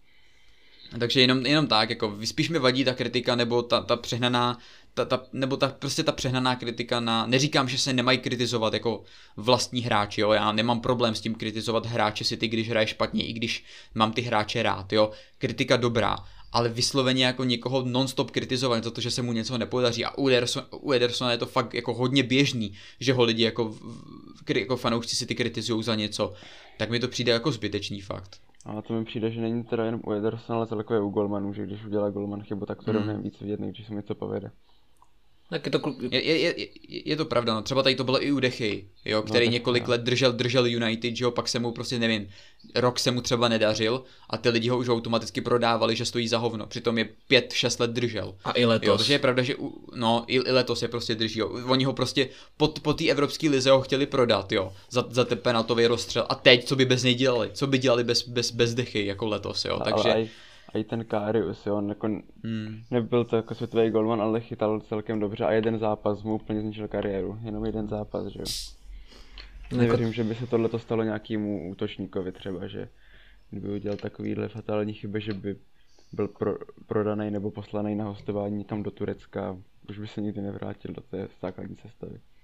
Takže jenom, jenom tak, jako spíš mi vadí ta kritika nebo ta, ta přehnaná, ta, ta, nebo ta, prostě ta přehnaná kritika na, neříkám, že se nemají kritizovat jako vlastní hráči, jo, já nemám problém s tím kritizovat hráče City, když hraje špatně, i když mám ty hráče rád, jo, kritika dobrá, ale vysloveně jako někoho non-stop kritizovat za to, že se mu něco nepodaří a u Edersona, u Edersona je to fakt jako hodně běžný, že ho lidi jako, jako fanoušci City kritizují za něco, tak mi to přijde jako zbytečný fakt. A to mi přijde, že není teda jenom u Edersona, ale celkově u golmanů, že když udělá golman chybu, tak to hmm. rovně víc vidět, než když se mu něco povede. Tak je, to klu... je, je, je, je to pravda, no. Třeba tady to bylo i u Dechy, jo, který no, několik já. let držel, držel United, že jo, pak se mu prostě nevím, rok se mu třeba nedařil a ty lidi ho už automaticky prodávali, že stojí za hovno, přitom je pět šest let držel. A i letos. Jo, takže je pravda, že u, no, i, i letos je prostě drží, jo. Oni ho prostě po, po té evropské lize ho chtěli prodat, jo, za, za ten penaltový rozstřel a teď, co by bez něj dělali, co by dělali bez, bez, bez Dechy, jako letos, jo, takže... Ale a i ten Karius, jo, on jako hmm. nebyl to jako světový golman, ale chytal celkem dobře a jeden zápas mu úplně zničil kariéru, jenom jeden zápas, že jo. Nevěřím, že by se tohle stalo nějakému útočníkovi třeba, že kdyby udělal takovýhle fatální chyby, že by byl pro, prodaný nebo poslaný na hostování někam do Turecka, už by se nikdy nevrátil do té základní sestavy.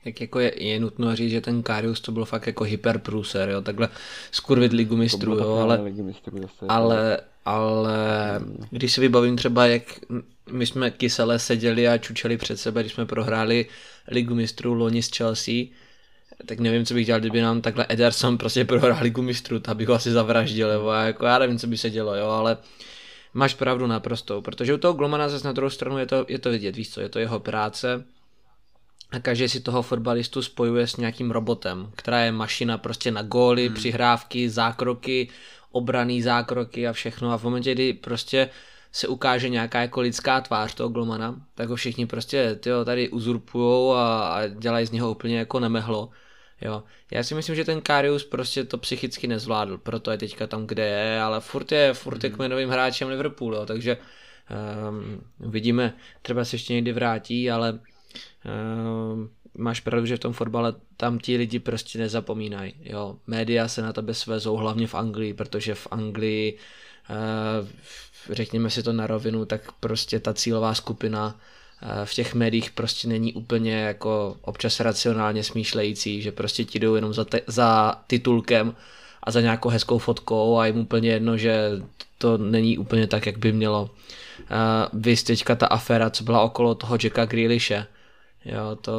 Tak jako je, je nutno říct, že ten Karius to byl fakt jako hyperprůser, jo, takhle skurvit ligu mistrů, jo, ale, ale, ale když si vybavím třeba, jak my jsme kysele seděli a čučeli před sebe, když jsme prohráli ligu mistrů loni s Chelsea, tak nevím, co bych dělal, kdyby nám takhle Ederson prostě prohrál ligu mistrů, tak bych ho asi zavraždil, jo, a jako já nevím, co by se dělo, jo, ale máš pravdu naprosto, protože u toho golmana zase na druhou stranu je to, je to vidět, víš co, je to jeho práce a každý si toho fotbalistu spojuje s nějakým robotem, která je mašina prostě na góly, hmm. přihrávky, zákroky, obranný zákroky a všechno a v momentě, kdy prostě se ukáže nějaká jako lidská tvář toho golmana, tak ho všichni prostě tyjo, tady uzurpujou a, a dělají z něho úplně jako nemehlo. Jo. Já si myslím, že ten Karius prostě to psychicky nezvládl, proto je teďka tam, kde je, ale furt je, furt je kmenovým hráčem Liverpoolu, jo, takže um, vidíme, třeba se ještě někdy vrátí, ale um, máš pravdu, že v tom fotbale tam ti lidi prostě nezapomínají, jo. Média se na tebe svezou, hlavně v Anglii, protože v Anglii, uh, řekněme si to na rovinu, tak prostě ta cílová skupina v těch médiích prostě není úplně jako občas racionálně smýšlející, že prostě ti jdou jenom za, te- za titulkem a za nějakou hezkou fotkou a jim úplně jedno, že to není úplně tak, jak by mělo. Uh, víš teďka ta aféra, co byla okolo toho Jacka Grealishe. Jo, to...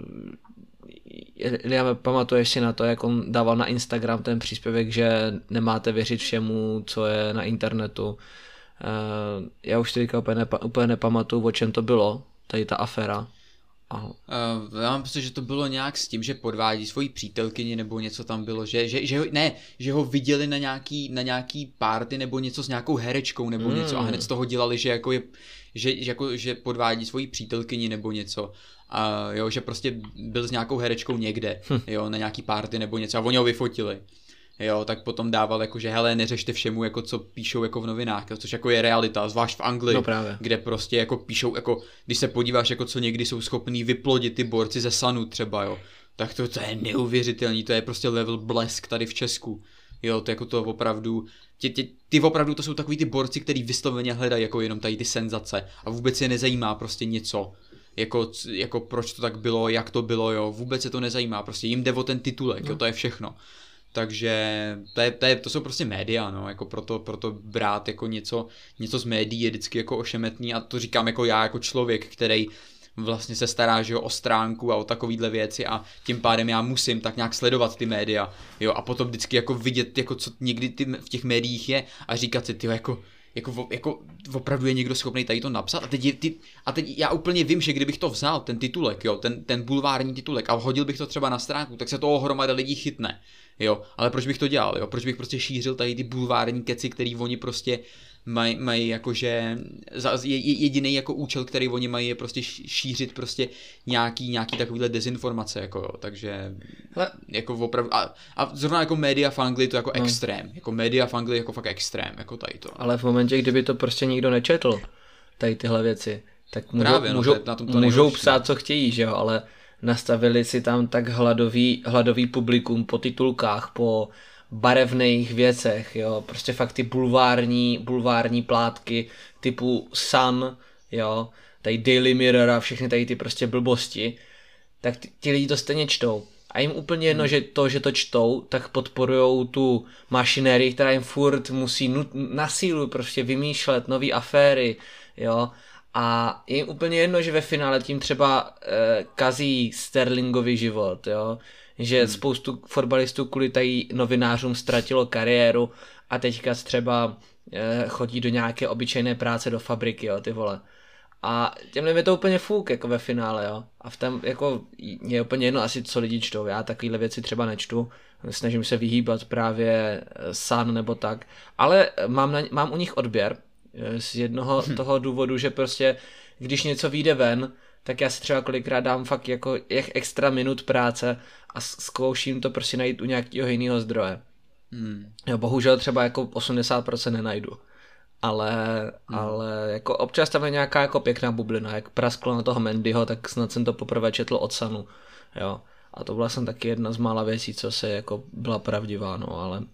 Liam, pamatuješ si na to, jak on dával na Instagram ten příspěvek, že nemáte věřit všemu, co je na internetu. Uh, já už teďka úplně, nepa- úplně nepamatuju, o čem to bylo, tady ta aféra. Uh, já mám pocit, že to bylo nějak s tím, že podvádí svoji přítelkyni nebo něco tam bylo, že, že, že ho, ne, že ho viděli na nějaký, na nějaký party nebo něco s nějakou herečkou nebo mm. něco a hned z toho dělali, že jako je, že, že, jako, že podvádí svoji přítelkyni nebo něco. A jo, že prostě byl s nějakou herečkou někde, hm. jo, na nějaký party nebo něco a oni ho vyfotili. Jo, tak potom dával jako, že hele, neřešte všemu, jako co píšou jako v novinách, což jako je realita, zvlášť v Anglii, no právě. Kde prostě jako píšou, jako když se podíváš, jako co někdy jsou schopní vyplodit ty borci ze Sanu třeba, jo, tak to, to je neuvěřitelný, to je prostě level Blesk tady v Česku, jo, to jako to opravdu, ty, ty, ty opravdu to jsou takový ty borci, který vysloveně hledají jako jenom tady ty senzace a vůbec je nezajímá prostě něco. Jako, jako proč to tak bylo, jak to bylo, jo, vůbec se to nezajímá, prostě jim jde o ten titulek, no. Jo, to je všechno. Takže to, je, to, je, to jsou prostě média, no, jako proto, proto brát jako něco, něco z médií je vždycky jako ošemetný a to říkám jako já, jako člověk, který vlastně se stará, že jo, o stránku a o takovýhle věci a tím pádem já musím tak nějak sledovat ty média, jo, a potom vždycky jako vidět, jako co někdy ty, v těch médiích je a říkat si, tyjo, jako Jako, jako opravdu je někdo schopný tady to napsat a teď, je, ty, a teď já úplně vím, že kdybych to vzal, ten titulek, jo, ten, ten bulvární titulek a hodil bych to třeba na stránku, tak se toho hromada lidí chytne, jo, ale proč bych to dělal, jo, proč bych prostě šířil tady ty bulvární keci, který oni prostě mají, maj jakože, je, jediný jako účel, který oni mají je prostě šířit prostě nějaký, nějaký takovýhle dezinformace, jako jo, takže Hle. jako opravdu, a, a zrovna jako média v Anglii to jako no. extrém, jako média v Anglii jako fakt extrém, jako tady to. Ale v momentě, kdyby to prostě nikdo nečetl, tady tyhle věci, tak můžou, Právě, no, můžou, to na tom to můžou psát, co chtějí, že jo, ale nastavili si tam tak hladový, hladový publikum po titulkách, po barevných věcech, jo, prostě fakt ty bulvární, bulvární plátky typu Sun, jo, tady Daily Mirror a všechny tady ty prostě blbosti, tak ty, ty lidi to stejně čtou. A jim úplně jedno, hmm. že to, že to čtou, tak podporujou tu mašinérii, která jim furt musí nut, na sílu prostě vymýšlet nové aféry, jo. A je jim úplně jedno, že ve finále tím třeba eh, kazí Sterlingový život, jo. Že hmm. spoustu fotbalistů kvůli tady novinářům ztratilo kariéru a teďka třeba eh, chodí do nějaké obyčejné práce do fabriky, jo, ty vole. A těm je to úplně fuk, jako ve finále, jo. A v tom, jako, je úplně jedno asi, co lidi čtou. Já takovýhle věci třeba nečtu. Snažím se vyhýbat právě Sun nebo tak. Ale mám, na, mám u nich odběr z jednoho hm. toho důvodu, že prostě, když něco vyjde ven, tak já si třeba kolikrát dám fakt jako extra minut práce a zkouším to prostě najít u nějakého jiného zdroje. Hmm. Jo, bohužel třeba jako osmdesát procent nenajdu. Ale, hmm. ale jako občas tam je nějaká jako pěkná bublina, jak prasklo na toho Mendyho, tak snad jsem to poprvé četl od Sunu, jo. A to byla jsem taky jedna z mála věcí, co se jako byla pravdivá, no, ale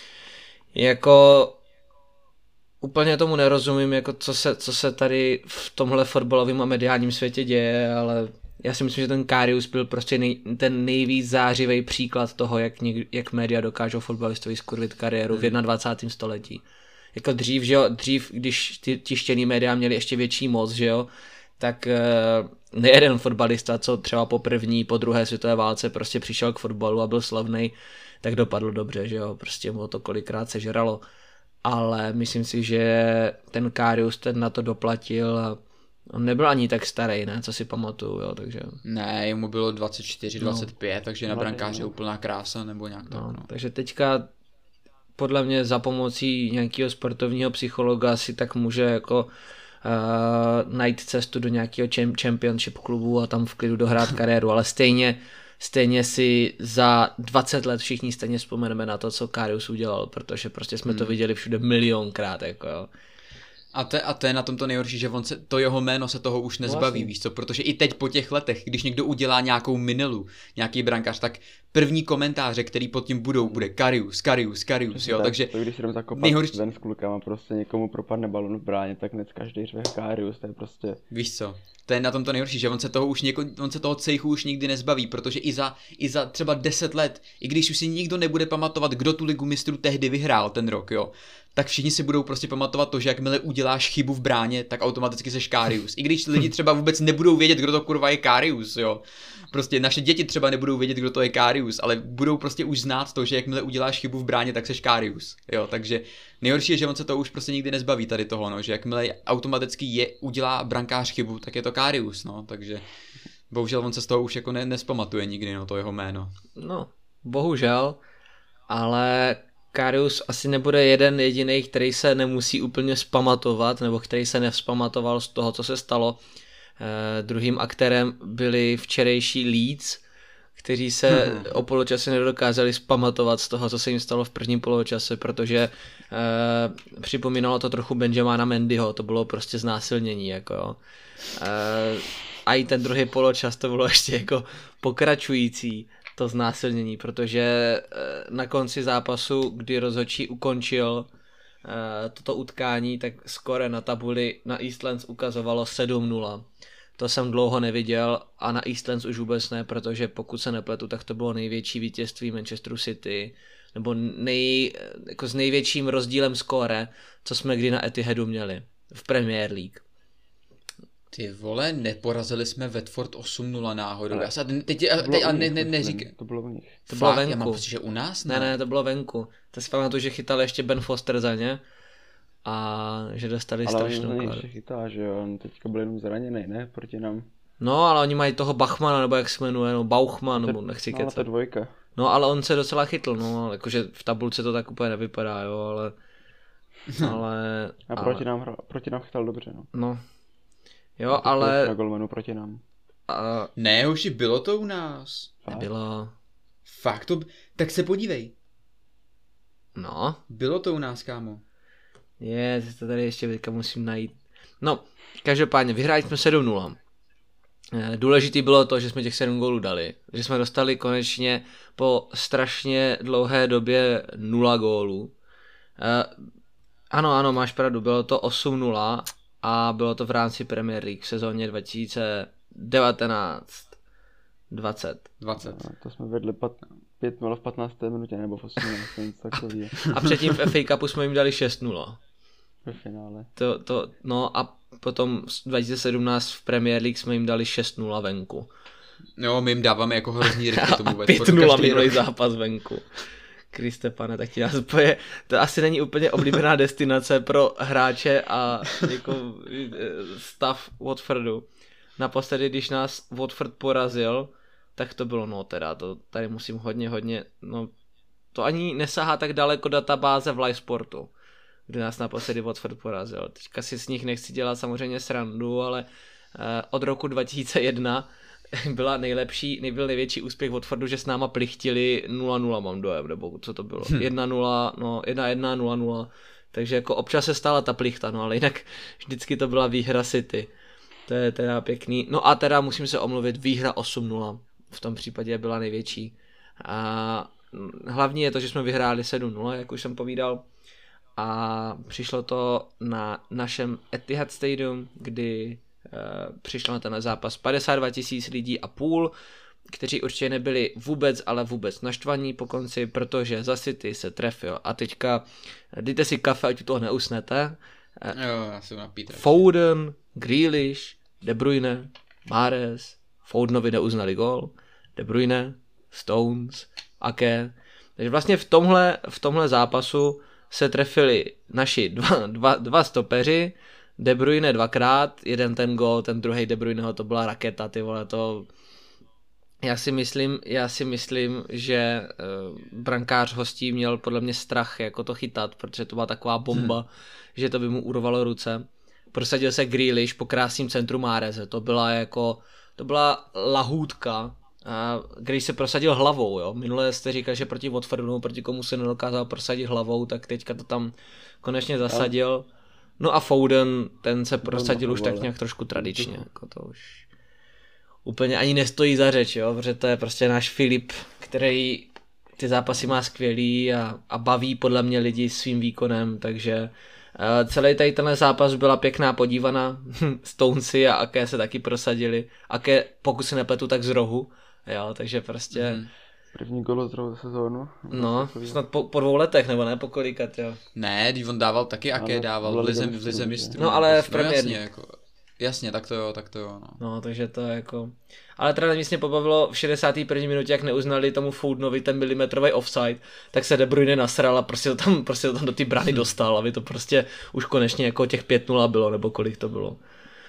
jako úplně tomu nerozumím, jako co se, co se tady v tomhle fotbalovém a mediálním světě děje, ale já si myslím, že ten Karius byl prostě nej, ten nejvíc zářivý příklad toho, jak, něk, jak média dokážou fotbalistovi skurvit kariéru v dvacátém prvním století. Jako dřív, že jo, dřív, když ty tištěný média měli ještě větší moc, že jo, tak nejeden fotbalista, co třeba po první, po druhé světové válce prostě přišel k fotbalu a byl slavnej, tak dopadl dobře, že jo, prostě mu to kolikrát sežralo. Ale myslím si, že ten Karius ten na to doplatil a on nebyl ani tak starý, ne, co si pamatuju, jo, takže... Ne, mu bylo dvacet čtyři, dvacet pět, no. Takže na No, brankáře no. úplná krása, nebo nějak tak, No, no. takže teďka podle mě za pomocí nějakého sportovního psychologa si tak může jako uh, najít cestu do nějakého championship klubu a tam v klidu dohrát kariéru, ale stejně stejně si za dvacet let všichni stejně vzpomeneme na to, co Karius udělal, protože prostě jsme hmm. to viděli všude milionkrát, jako jo. A to, a to je na tom to nejhorší, že on se, to jeho jméno se toho už nezbaví, vlastně. Víš co, protože i teď po těch letech, když někdo udělá nějakou minelu, nějaký brankář, tak první komentáře, který pod tím budou, bude Karius, Karius, Karius, jo, tak, takže... To, když si jdem zakopat nejhorší... ven s klukama, prostě někomu propadne balon v bráně, tak hned každý řve Karius, to je prostě... Víš co, to je na tom to nejhorší, že on se toho už něko, on se toho cejchu už nikdy nezbaví, protože i za, i za třeba deset let, i když už si nikdo nebude pamatovat, kdo tu ligu mistrů tehdy vyhrál ten rok, jo, tak všichni si budou prostě pamatovat to, že jakmile uděláš chybu v bráně, tak automaticky seš Karius. I když lidi třeba vůbec nebudou vědět, kdo to kurva je Karius, jo. Prostě naše děti třeba nebudou vědět, kdo to je Karius, ale budou prostě už znát to, že jakmile uděláš chybu v bráně, tak seš Karius, jo. Takže nejhorší je, že on se to už prostě nikdy nezbaví tady toho, no, že jakmile automaticky je, udělá brankář chybu, tak je to Karius, no, takže bohužel on se z toho už jako ne, nespamatuje nikdy, no, to jeho jméno. No, bohužel, ale Karius asi nebude jeden jediný, který se nemusí úplně vzpamatovat, nebo který se nevzpamatoval z toho, co se stalo. Eh, druhým aktérem byli včerejší Leeds, kteří se hmm. o poločase nedokázali vzpamatovat z toho, co se jim stalo v prvním poločase, protože eh, připomínalo to trochu Benjamina Mendyho, to bylo prostě znásilnění. Jako, eh, a i ten druhý poločas to bylo ještě jako pokračující to znásilnění, protože na konci zápasu, kdy rozhodčí ukončil toto utkání, tak skóre na tabuli na Eastlands ukazovalo sedm nula. To jsem dlouho neviděl a na Eastlands už vůbec ne, protože pokud se nepletu, tak to bylo největší vítězství Manchesteru City, nebo nej, jako s největším rozdílem skóre, co jsme kdy na Etihadu měli v Premier League. Ty vole, neporazili jsme Watford osm nula náhodou. Ale já se teď, teď, teď ale ne, ne, neříkej. To bylo u nich. To bylo Fakt, venku. já mám pocit, že u nás? Ne, ne, to bylo venku. To si pamatuju, že chytal ještě Ben Foster za ně a že dostali ale strašnou kladu. Ale kladu. on chytá, že jo, on teďka byl jenom zraněný, ne, proti nám. No, ale oni mají toho Bachmana, nebo jak se jmenuje, no Bauchman, nebo nechci kecat. No, to dvojka. No, ale on se docela chytl, no, ale jakože v tabulce to tak úplně nevypadá, jo, ale... ale A proti, ale, nám, hra, proti nám chytal dobře, no. No. Jo, ale... Na golmanu proti nám. A, Ne, hoši, bylo to u nás. nebylo... Fakt to... Tak se podívej. No. Bylo to u nás, kámo. Je, to tady ještě teďka musím najít. No, každopádně, vyhráli jsme sedm nula. Důležitý bylo to, že jsme těch sedm gólů dali. Že jsme dostali konečně po strašně dlouhé době nula gólů. Ano, ano, máš pravdu, bylo to osm nula a bylo to v rámci Premier League v sezóně dva tisíce devatenáct dvacet. dvacet. No, to jsme vedli pět nula v patnácté minutě nebo v osmnácté, nic takového. A předtím v F A Cupu jsme jim dali šest nula. Ve finále. To, to, no a potom dva tisíce sedmnáct v Premier League jsme jim dali šest nula venku. No, my jim dáváme jako hrozný rychle tomu a pět nula minulý zápas venku. Kriste pane, tak ti nás poje, to asi není úplně oblíbená destinace pro hráče a jako stav Watfordu. Naposledy, když nás Watford porazil, tak to bylo, no teda, to tady musím hodně, hodně, no to ani nesahá tak daleko databáze v Live Sportu, kde nás naposledy Watford porazil. Teďka si s nich nechci dělat samozřejmě srandu, ale eh, od roku dva tisíce jedna byla nejlepší, nebyl největší úspěch Watfordu, že s náma plichtili nula nula, mám dojem, nebo co to bylo, jedna nula, no jedna jedna, nula nula, takže jako občas se stala ta plichta, no ale jinak vždycky to byla výhra City. To je teda pěkný. No a teda musím se omluvit, výhra osm nula. V tom případě byla největší. A hlavní je to, že jsme vyhráli sedm nula, jak už jsem povídal. A přišlo to na našem Etihad Stadium, kdy přišlo na tenhle zápas padesát dva tisíc lidí a půl, kteří určitě nebyli vůbec, ale vůbec naštvaní po konci, protože za City se trefil. A teďka dejte si kafe, ať u toho neusnete. Jo, já jsem napít. Foden, Grealish, De Bruyne, Mahrez, Fodenovi neuznali gól, De Bruyne, Stones, Ake. Takže vlastně v tomhle, v tomhle zápasu se trefili naši dva, dva, dva stopeři, De Bruyne dvakrát, jeden ten gól, ten druhý De Bruyneho, to byla raketa, ty vole, to... Já si myslím, já si myslím, že uh, brankář hostí měl podle mě strach jako to chytat, protože to byla taková bomba, hmm. že to by mu urvalo ruce. Prosadil se Grealish po krásném centru Mahreze, to byla jako, to byla lahůdka. A když se prosadil hlavou, jo. Minule jste říkal, že proti Watfordu, no, proti komu se nedokázal prosadit hlavou, tak teďka to tam konečně zasadil. No a Foden, ten se prosadil už tak nějak trošku tradičně, jako to už úplně ani nestojí za řeč, jo, protože to je prostě náš Filip, který ty zápasy má skvělý a, a baví podle mě lidi svým výkonem, takže uh, celý tady tenhle zápas byla pěkná podívaná, Stonesy a Ake se taky prosadili, Ake, pokud se nepletu, tak z rohu, jo, takže prostě... Mm. První gól z rohu sezónu. No, snad po, po dvou letech, nebo ne, po kolikat, jo. Ne, když on dával taky, Ake dával v lize, v lize mistrů. No ale v no, Premier jasně, jako, jasně, tak to jo, tak to jo, no. No, takže to je jako... Ale teda mě mě pobavilo v šedesáté první minutě, jak neuznali tomu Fodenovi ten milimetrový offside, tak se De Bruyne nasral a prostě to tam, prostě to tam do té brány dostal, aby to prostě už konečně jako těch pět nula bylo, nebo kolik to bylo.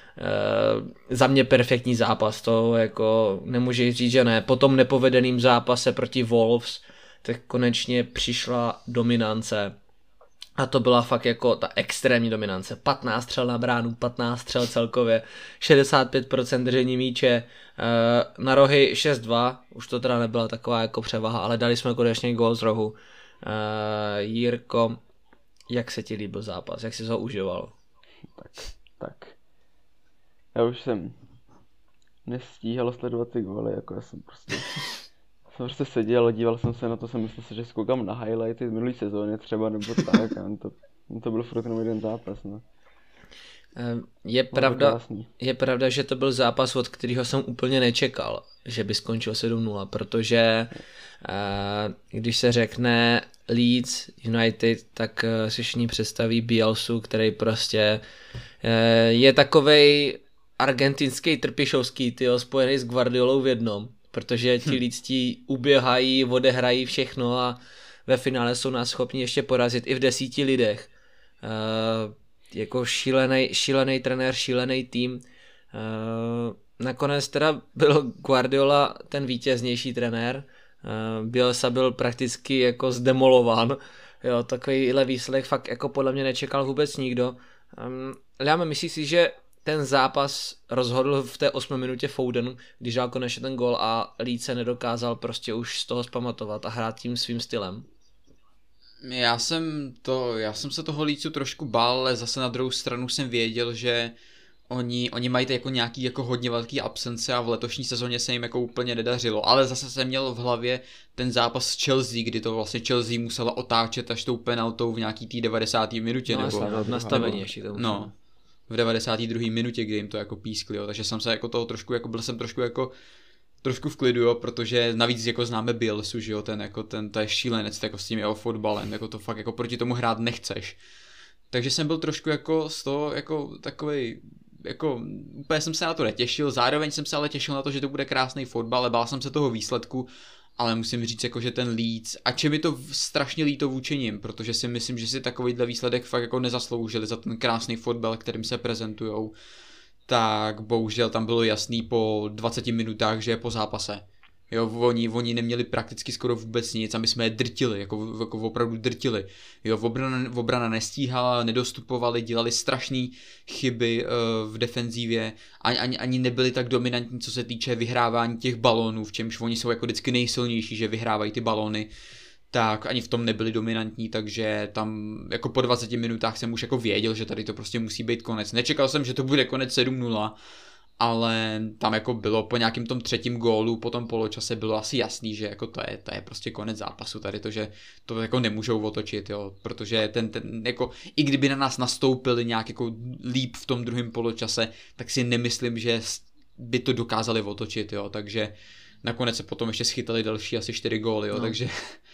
E, za mě perfektní zápas, to jako nemůžeš říct, že ne. Po tom nepovedeným zápase proti Wolves, tak konečně přišla dominance. A to byla fakt jako ta extrémní dominance. patnáct střel na bránu, patnáct střel celkově, šedesát pět procent držení míče, na rohy šest dva, už to teda nebyla taková jako převaha, ale dali jsme konečně gól z rohu. Jirko, jak se ti líbil zápas, jak jsi ho užíval? Tak, tak. Já už jsem nestíhal sledovat ty góly, jako já jsem prostě... jsem prostě seděl, díval jsem se na to, jsem myslel, že zkoukám na highlighty z minulý sezóny třeba, nebo tak, a to, to byl furt jenom jeden zápas, no. Je pravda, je pravda, že to byl zápas, od kterého jsem úplně nečekal, že by skončil sedm nula, protože když se řekne Leeds United, tak si všichni představí Bielsu, který prostě je takovej argentinský trpišovský, tyjo, spojený s Guardiolou v jednom. Protože ti líctí uběhají, odehrají všechno a ve finále jsou nás schopni ještě porazit i v desíti lidech. E, jako šílený, šílený trenér, šílený tým. E, nakonec teda byl Guardiola ten vítěznější trenér. E, Bielsa byl prakticky jako zdemolován. Jo, takovýhle výsledek fakt jako podle mě nečekal vůbec nikdo. E, Liame, myslíš si, že ten zápas rozhodl v té osmé minutě Foden, když dal konečně ten gól a Leeds se nedokázal prostě už z toho zpamatovat a hrát tím svým stylem? Já jsem, to, já jsem se toho Leedsu trošku bál, ale zase na druhou stranu jsem věděl, že oni, oni mají jako nějaký jako hodně velký absence a v letošní sezóně se jim jako úplně nedařilo, ale zase jsem měl v hlavě ten zápas s Chelsea, kdy to vlastně Chelsea musela otáčet až tou penaltou v nějaký té devadesáté minutě. No, nebo v nastavení ještě to no. v devadesáté druhé minutě, kdy jim to jako pískli, jo. Takže jsem se jako toho trošku, jako byl jsem trošku jako trošku v klidu, jo, protože navíc jako známe Bielsu, že jo, ten jako ten, to je šílenec jako s tím jeho fotbalem, jako to fakt jako proti tomu hrát nechceš. Takže jsem byl trošku jako z toho jako takovej, jako úplně jsem se na to netěšil, zároveň jsem se ale těšil na to, že to bude krásný fotbal, ale bál jsem se toho výsledku, ale musím říct jako, že ten Leeds, ač je mi to strašně líto vůči nim, protože si myslím, že si takovýhle výsledek fakt jako nezasloužili za ten krásný fotbal, kterým se prezentujou, tak bohužel tam bylo jasný po dvaceti minutách, že je po zápase. Jo, oni, oni neměli prakticky skoro vůbec nic a my jsme je drtili, jako, jako opravdu drtili. Jo, obrana, obrana nestíhala, nedostupovali, dělali strašné chyby uh, v defenzívě, ani, ani, ani nebyli tak dominantní, co se týče vyhrávání těch balónů, v čemž oni jsou jako vždycky nejsilnější, že vyhrávají ty balóny, tak ani v tom nebyli dominantní, takže tam jako po dvaceti minutách jsem už jako věděl, že tady to prostě musí být konec. Nečekal jsem, že to bude konec sedm nula, ale tam jako bylo po nějakým tom třetím gólu, po tom poločase bylo asi jasný, že jako to je, to je prostě konec zápasu tady to, že to jako nemůžou otočit, jo, protože ten, ten jako, i kdyby na nás nastoupili nějak jako líp v tom druhém poločase, tak si nemyslím, že by to dokázali otočit, jo, takže nakonec se potom ještě schytali další asi čtyři góly, jo, no. takže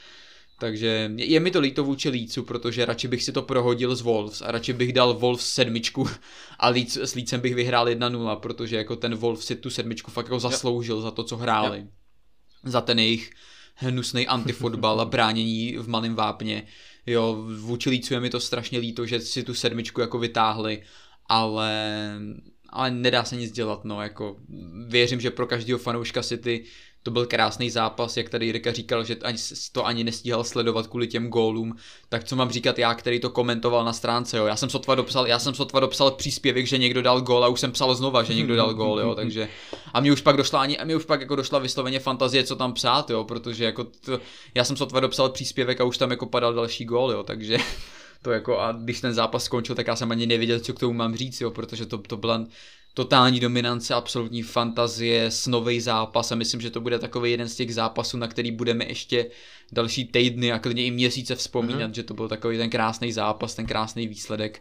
Takže je mi to líto vůči Leedsu, protože radši bych si to prohodil z Wolves a radši bych dal Wolves sedmičku a Leeds, s Leedsem bych vyhrál jedna nula, protože jako ten Wolves si tu sedmičku fakt jako zasloužil za to, co hráli. Jo. Za ten jejich hnusný antifotbal a bránění v malém vápně. Jo, vůči Leedsu je mi to strašně líto, že si tu sedmičku jako vytáhli, ale, ale nedá se nic dělat, no, jako věřím, že pro každého fanouška City to byl krásný zápas, jak tady Jirka říkal, že ani, to ani nestíhal sledovat kvůli těm gólům, tak co mám říkat já, který to komentoval na stránce, jo. Já jsem sotva dopsal, já jsem sotva dopsal příspěvek, že někdo dal gól a už jsem psal znova, že někdo dal gól, jo, takže a mě už pak došla ani a mě už pak jako došla vysloveně fantazie, co tam psát, jo, protože jako to, já jsem sotva dopsal příspěvek a už tam jako padal další gól, jo, takže to jako a když ten zápas skončil, tak já jsem ani nevěděl, co k tomu mám říct, jo, protože to, to byla totální dominance, absolutní fantazie, snový zápas a myslím, že to bude takový jeden z těch zápasů, na který budeme ještě další týdny a klidně i měsíce vzpomínat, mm. že to byl takový ten krásný zápas, ten krásný výsledek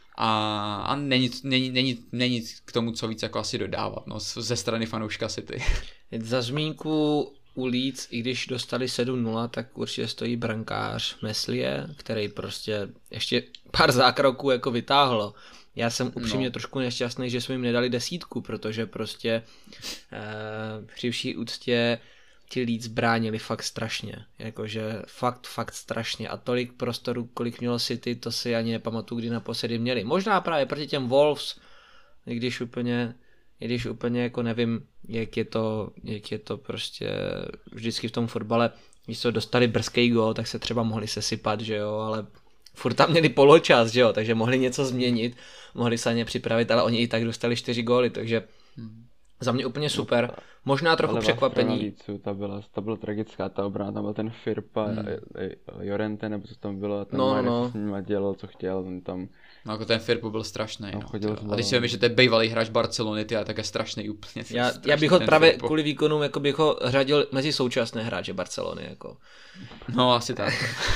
a, a není, není, není, není k tomu co víc jako asi dodávat, no, ze strany fanouška City. Za zmínku u Leeds, i když dostali sedm nula, tak určitě stojí brankář Meslier, který prostě ještě pár zákroků jako vytáhlo. Já jsem upřímně no. trošku nešťastný, že jsme jim nedali desítku, protože prostě eh, při vší úctě ti Leeds bránili fakt strašně. Jakože fakt, fakt strašně. A tolik prostoru, kolik mělo City, to si ani nepamatuju, kdy naposledy měli. Možná právě proti těm Wolves, i když úplně, i když úplně jako nevím, jak je to, jak je to prostě vždycky v tom fotbale, když to dostali brzký gól, tak se třeba mohli sesypat, že jo, ale furt tam měli poločas, že jo, takže mohli něco změnit, mohli se na ně připravit, ale oni i tak dostali čtyři góly, takže hmm. za mě úplně super. Možná trochu ale překvapení. Lícu, ta byla, ta byla tragická, ta obrana, tam byl ten Firpa, hmm. Jorente, nebo co tam bylo, a ten no, Maris no. s ním dělal, co chtěl, ten tam... No jako ten Firpo byl strašný, no. no a když si vím, že to je bývalý hráč Barcelony, ty je také strašný úplně. Já, já bych ho právě Firpo. Kvůli výkonům, jako bych ho řadil mezi současné hráče Barcelony, jako. No asi tak.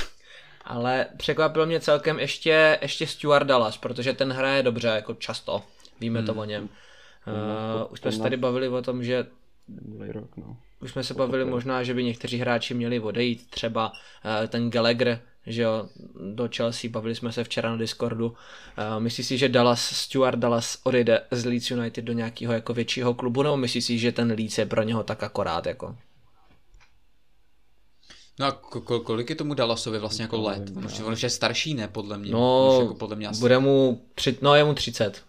Ale překvapilo mě celkem ještě, ještě Stuart Dallas, protože ten hraje dobře, jako často, víme hmm. to o něm. Uh, už jsme se tady bavili o tom, že rok, no. už jsme se bavili možná, že by někteří hráči měli odejít, třeba uh, ten Gallagher, že jo, do Chelsea, bavili jsme se včera na Discordu. Uh, myslíš si, že Dallas, Stuart Dallas odejde z Leeds United do nějakého jako většího klubu, nebo myslíš si, že ten Leeds je pro něho tak akorát, jako? No a ko- kolik je tomu Dallasovi vlastně jako let? On už je starší, ne, podle mě? No, jako podle mě asi... bude mu, tři... no je mu třicet.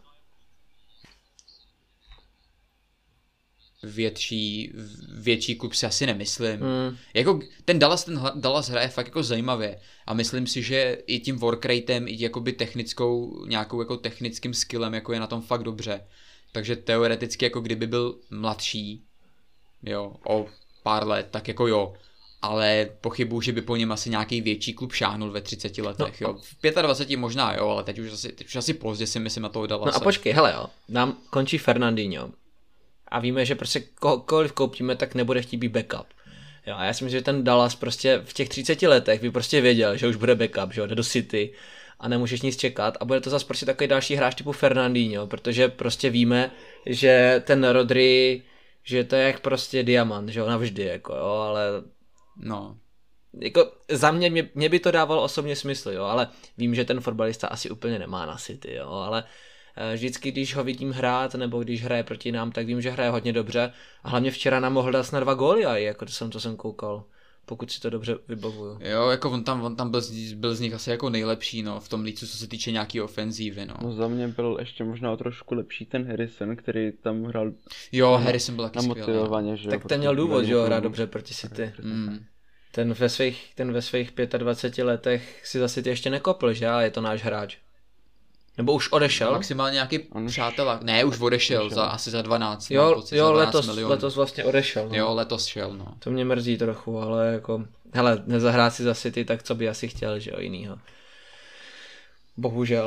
Větší, větší klub si asi nemyslím. Hmm. Jako ten Dallas, ten Dallas hraje fakt jako zajímavě a myslím si, že i tím workratem, i jakoby technickou, nějakou jako technickým skillem, jako je na tom fakt dobře. Takže teoreticky jako kdyby byl mladší, jo, o pár let, tak jako jo. Ale pochybuju, že by po něm asi nějaký větší klub šáhnul ve třiceti letech, no. Jo. V dvaceti pěti možná, jo, ale teď už asi, teď už asi pozdě si myslím na toho Dallase. No a počkej, hele jo, nám končí Fernandinho a víme, že prostě kohokoliv koupíme, tak nebude chtít být backup. Jo, a já si myslím, že ten Dallas prostě v těch třiceti letech by prostě věděl, že už bude backup, že jo, jde do City a nemůžeš nic čekat a bude to zase prostě takový další hráč typu Fernandinho, protože prostě víme, že ten Rodri, že to je jak prostě diamant, že jo, navždy, jako jo, ale no. Jako za mě, mě, mě by to dávalo osobně smysl, jo, ale vím, že ten fotbalista asi úplně nemá na City, jo, ale vždycky, když ho vidím hrát, nebo když hraje proti nám, tak vím, že hraje hodně dobře a hlavně včera nám mohl dát na dva góly a jako to jsem, to jsem koukal, pokud si to dobře vybavuju. Jo, jako on tam, on tam byl, byl z nich asi jako nejlepší, no, v tom Leedsu, co se týče nějaký ofenzívy, no. No za mě byl ještě možná trošku lepší ten Harrison, který tam hrál. Jo, na, Harrison byl taky skvělý. Že tak jo, ten měl důvod, že jo, hrát dobře proti City. Mm. Ten ve svých, ten ve svých dvaceti pěti letech si za City ještě nekopl, že? A je to náš hráč. Nebo už odešel? Maximálně nějaký přátelák. Ne, už odešel, za, asi za dvanáct. Jo, pocit, jo za dvanáct letos, milionů. letos vlastně odešel. No. Jo, letos šel, no. To mě mrzí trochu, ale jako, hele, nezahrát si za City, tak co by asi chtěl, že jo, jinýho. Bohužel.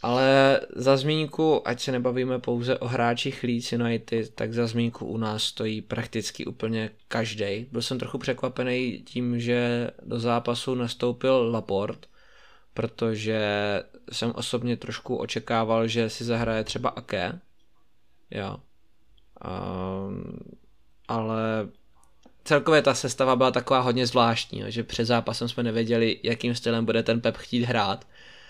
Ale za zmínku, ať se nebavíme pouze o hráčích Leeds United, tak za zmínku u nás stojí prakticky úplně každej. Byl jsem trochu překvapený tím, že do zápasu nastoupil Laporte, protože jsem osobně trošku očekával, že si zahraje třeba Ake. Jo. Um, ale celkově ta sestava byla taková hodně zvláštní, že před zápasem jsme nevěděli, jakým stylem bude ten Pep chtít hrát.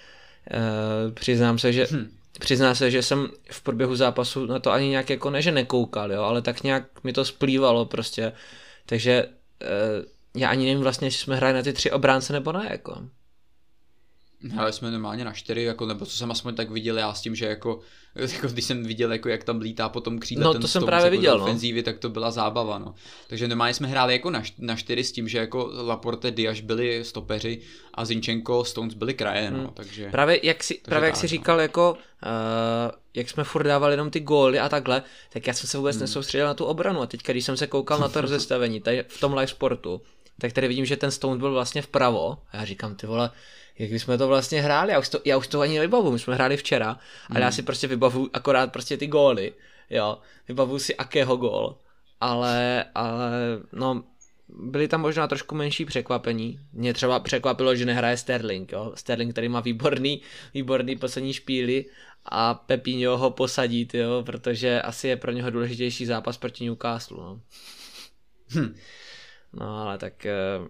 Uh, přiznám se, že hm. přiznám se, že jsem v průběhu zápasu na to ani nějak jako ne, že nekoukal, jo, ale tak nějak mi to splývalo prostě, takže uh, já ani nevím vlastně, jestli jsme hráli na ty tři obránce nebo ne, jako. Hráli jsme normálně na čtyři, jako, nebo co jsem aspoň tak viděl já s tím, že jako, jako když jsem viděl, jako, jak tam lítá potom křídle no, ten to jsem Stones, právě jako viděl, do ofenzívy, no. Tak to byla zábava, no. Takže normálně jsme hráli jako na, na čtyři s tím, že jako Laporte, Diaz byli stopeři a Zinchenko, Stones byli kraje, no, hmm. takže... Právě jak si, právě jak si říkal, jako, uh, jak jsme furt dávali jenom ty góly a takhle, tak já jsem se vůbec hmm. nesoustředil na tu obranu a teďka, když jsem se koukal na to rozestavení, tady v tom live sportu, tak tady vidím, že ten Stones byl vlastně vpravo a já říkám, ty vole, jak jsme to vlastně hráli, já už to, já už to ani nevybavu, my jsme hráli včera, ale hmm. já si prostě vybavu akorát prostě ty góly, jo, vybavu si Akeho gól, ale, ale, no, byly tam možná trošku menší překvapení, mě třeba překvapilo, že nehraje Sterling, jo, Sterling, který má výborný, výborný poslední špíly a Pepinho ho posadí, jo, protože asi je pro něho důležitější zápas proti Newcastle, no. Hm. No, ale tak...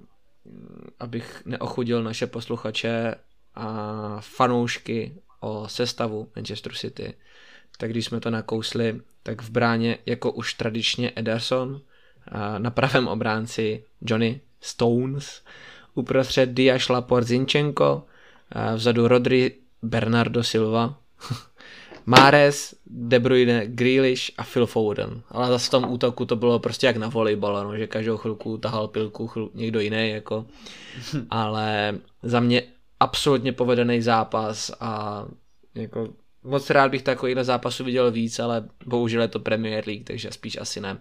abych neochudil naše posluchače a fanoušky o sestavu Manchester City, tak když jsme to nakousli, tak v bráně jako už tradičně Ederson, na pravém obránci Johnny Stones, uprostřed Diaz, Laporte, Zinchenko, vzadu Rodri, Bernardo Silva, Mahrez, De Bruyne, Grealish a Phil Foden. Ale zase v tom útoku to bylo prostě jak na volejbal, no, že každou chvilku tahal pilku chvíl, někdo jiný, jako. Ale za mě absolutně povedený zápas a jako moc rád bych takovýhle zápasu viděl víc, ale bohužel je to Premier League, takže spíš asi ne.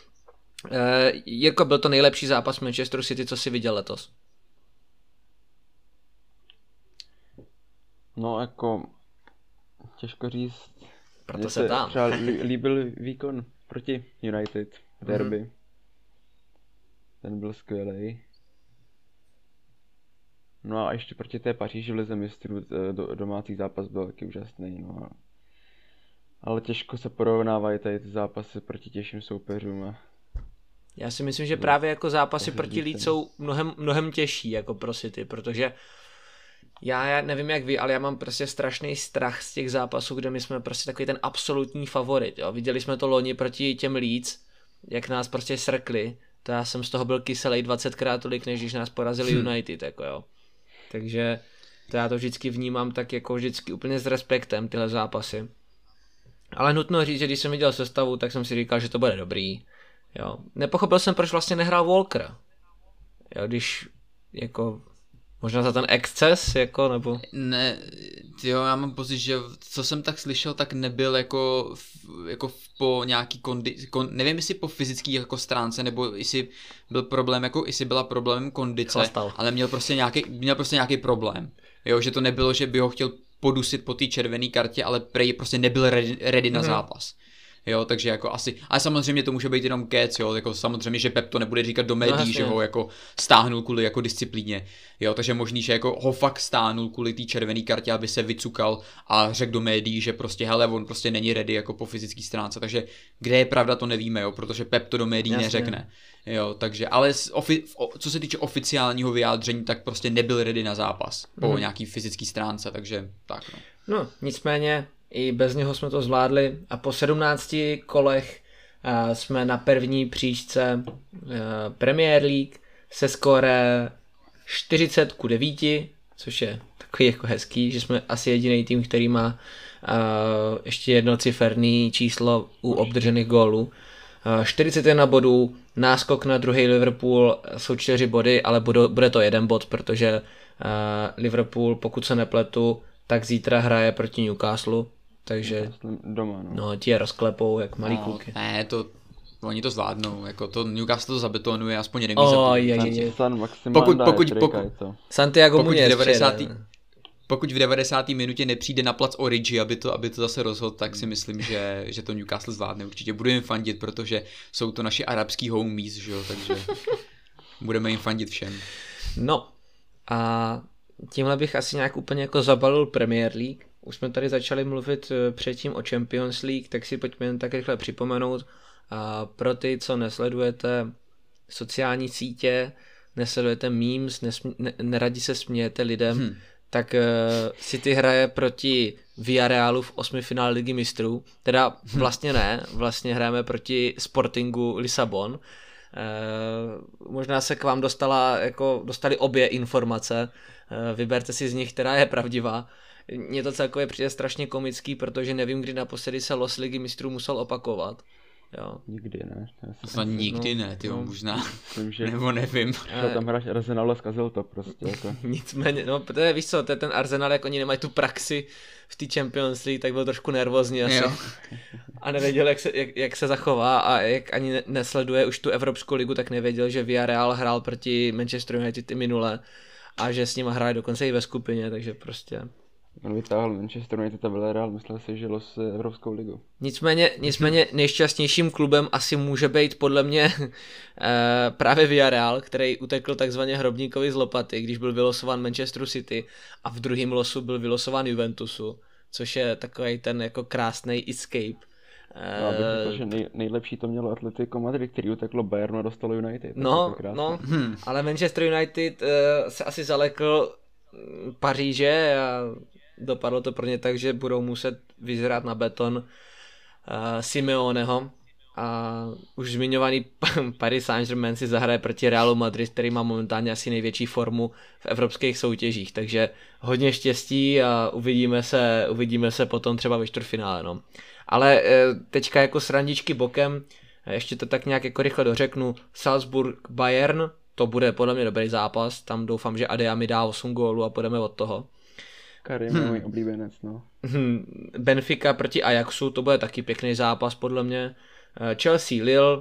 E, Jirko, byl to nejlepší zápas Manchester City, co jsi viděl letos? No jako... těžko říct. Proto se tam. Třeba líbil výkon proti United derby. Mm-hmm. Ten byl skvělý. No a ještě proti té Paříži v lize mistrů do, domácí zápas byl taky úžasný. No. Ale těžko se porovnávají tady ty zápasy proti těžším soupeřům. A... Já si myslím, že právě jako zápasy proti Leeds jsou mnohem, mnohem těžší jako pro City, protože Já, já nevím jak vy, ale já mám prostě strašný strach z těch zápasů, kde my jsme prostě takový ten absolutní favorit, jo. Viděli jsme to loni proti těm Leeds, jak nás prostě srkli, to já jsem z toho byl kyselej dvacetkrát tolik, než když nás porazili hmm. United, jako jo. Takže to já to vždycky vnímám tak jako vždycky úplně s respektem tyhle zápasy. Ale nutno říct, že když jsem viděl sestavu, tak jsem si říkal, že to bude dobrý, jo. Nepochopil jsem, proč vlastně nehrál Walker, jo, když jako... Možná za ten exces, jako, nebo? Ne, jo, já mám pocit, že co jsem tak slyšel, tak nebyl jako, jako po nějaký kondici, kon, nevím jestli po fyzický jako stránce, nebo jestli byl problém, jako jestli byla problémem kondice, Chlastal. Ale měl prostě nějaký, měl prostě nějaký problém. Jo, že to nebylo, že by ho chtěl podusit po té červené kartě, ale prej prostě nebyl ready, ready na mm-hmm. zápas. Jo, takže jako asi, ale samozřejmě to může být jenom kec, jo, jako samozřejmě, že Pep to nebude říkat do médií, no, že ho jako stáhnul kvůli jako disciplíně, jo, takže možný, že jako ho fakt stáhnul kvůli té červené kartě, aby se vycukal a řekl do médií, že prostě hele, on prostě není ready jako po fyzické stránce, takže kde je pravda, to nevíme, jo, protože Pep to do médií Jasně. neřekne, jo, takže, ale ofi- co se týče oficiálního vyjádření, tak prostě nebyl ready na zápas po hmm. nějaký fyzické stránce, takže tak, no. No, nicméně i bez něho jsme to zvládli a po sedmnácti kolech uh, jsme na první příčce uh, Premier League se skóre čtyřicet ku devíti, což je takový jako hezký, že jsme asi jediný tým, který má uh, ještě jednociferný číslo u obdržených gólů. Uh, čtyřicet jedna bodů, náskok na druhý Liverpool jsou čtyři body, ale bude, bude to jeden bod, protože uh, Liverpool, pokud se nepletu, tak zítra hraje proti Newcastle, takže doma, no. no ti je rozklepou jak malý no, kluky. Ne, to oni to zvládnou, jako to Newcastle to zabetonuje, aspoň jeden míč oh, za je, je, je. Pokud, pokud, pokud, Santiago Muñoz devadesátý pokud v devadesáté minutě nepřijde na plac Origi, aby to, aby to zase rozhodl, tak si myslím, že, že to Newcastle zvládne. Určitě budu jim fandit, protože jsou to naši arabský homies, že jo, takže budeme jim fandit všem. No a tímhle bych asi nějak úplně jako zabalil Premier League. Už jsme tady začali mluvit předtím o Champions League, tak si pojďme jen tak rychle připomenout. A pro ty, co nesledujete sociální sítě, nesledujete memes, nesmí, ne, neradi se smějete lidem, hmm. tak uh, City hraje proti Villarealu v osmifinále Ligy mistrů. Teda vlastně ne, vlastně hrajeme proti Sportingu Lisabon. Uh, možná se k vám dostala, jako, dostali obě informace, uh, vyberte si z nich, která je pravdivá. Mně to celkově přijde strašně komický, protože nevím, kdy naposledy se los Ligy mistrů musel opakovat. Jo. Nikdy ne. Snad nikdy no, ne, tyjo, no, možná, myslím, že nebo nevím. Šel tam hráč Arsenal a zkazil to prostě. Jako. Nicméně, no to je, víš co, to je ten Arsenal, jak oni nemají tu praxi v té Champions League, tak byl trošku nervózní asi. Jo. A nevěděl, jak se, jak, jak se zachová a jak ani nesleduje už tu Evropskou ligu, tak nevěděl, že Villarreal hrál proti Manchester United i minule a že s nimi hraje dokonce i ve skupině, takže prostě... On vytáhl Manchester United a Villarreal, myslel si, že los Evropskou ligu. Nicméně, nicméně nejšťastnějším klubem asi může být podle mě eh, právě Villarreal, který utekl takzvaně hrobníkovi z lopaty, když byl vylosován Manchesteru City a v druhém losu byl vylosován Juventusu, což je takový ten jako krásný escape. No, abych řekl, že nej, nejlepší to mělo Atletico Madrid, který uteklo Bayernu a dostalo United. No, no, hmm. ale Manchester United uh, se asi zalekl Paříže a dopadlo to pro ně tak, že budou muset vyzrát na beton uh, Simeoneho a už zmiňovaný Paris Saint-Germain si zahraje proti Realu Madrid, který má momentálně asi největší formu v evropských soutěžích, takže hodně štěstí a uvidíme se, uvidíme se potom třeba ve čtvrtfinále. No. Ale teďka jako srandičky bokem, ještě to tak nějak jako rychle dořeknu, Salzburg Bayern, to bude podle mě dobrý zápas, tam doufám, že Adea mi dá osm gólů a půjdeme od toho. Karim je hmm. můj oblíbenec, no. Benfica proti Ajaxu, to bude taky pěkný zápas podle mě. Chelsea Lille,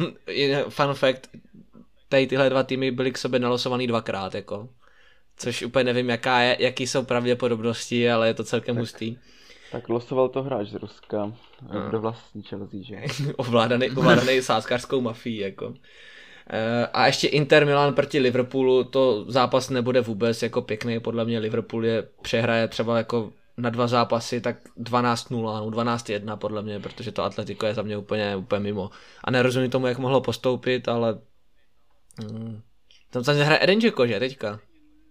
fun fact, tady tyhle dva týmy byly k sobě nalosovaný dvakrát, jako. Což úplně nevím, jaká je, jaký jsou pravděpodobnosti, ale je to celkem tak, hustý. Tak losoval to hráč z Ruska, kdo vlastní Chelsea, že? ovládaný, ovládaný sázkařskou mafií, jako. A ještě Inter Milan proti Liverpoolu, to zápas nebude vůbec jako pěkný, podle mě Liverpool je přehraje třeba jako na dva zápasy, tak dvanáct nula, no dvanáct jedna podle mě, protože to Atletico je za mě úplně, úplně mimo. A nerozumím tomu, jak mohlo postoupit, ale hmm. tam se hraje Eden Dzeko, že teďka?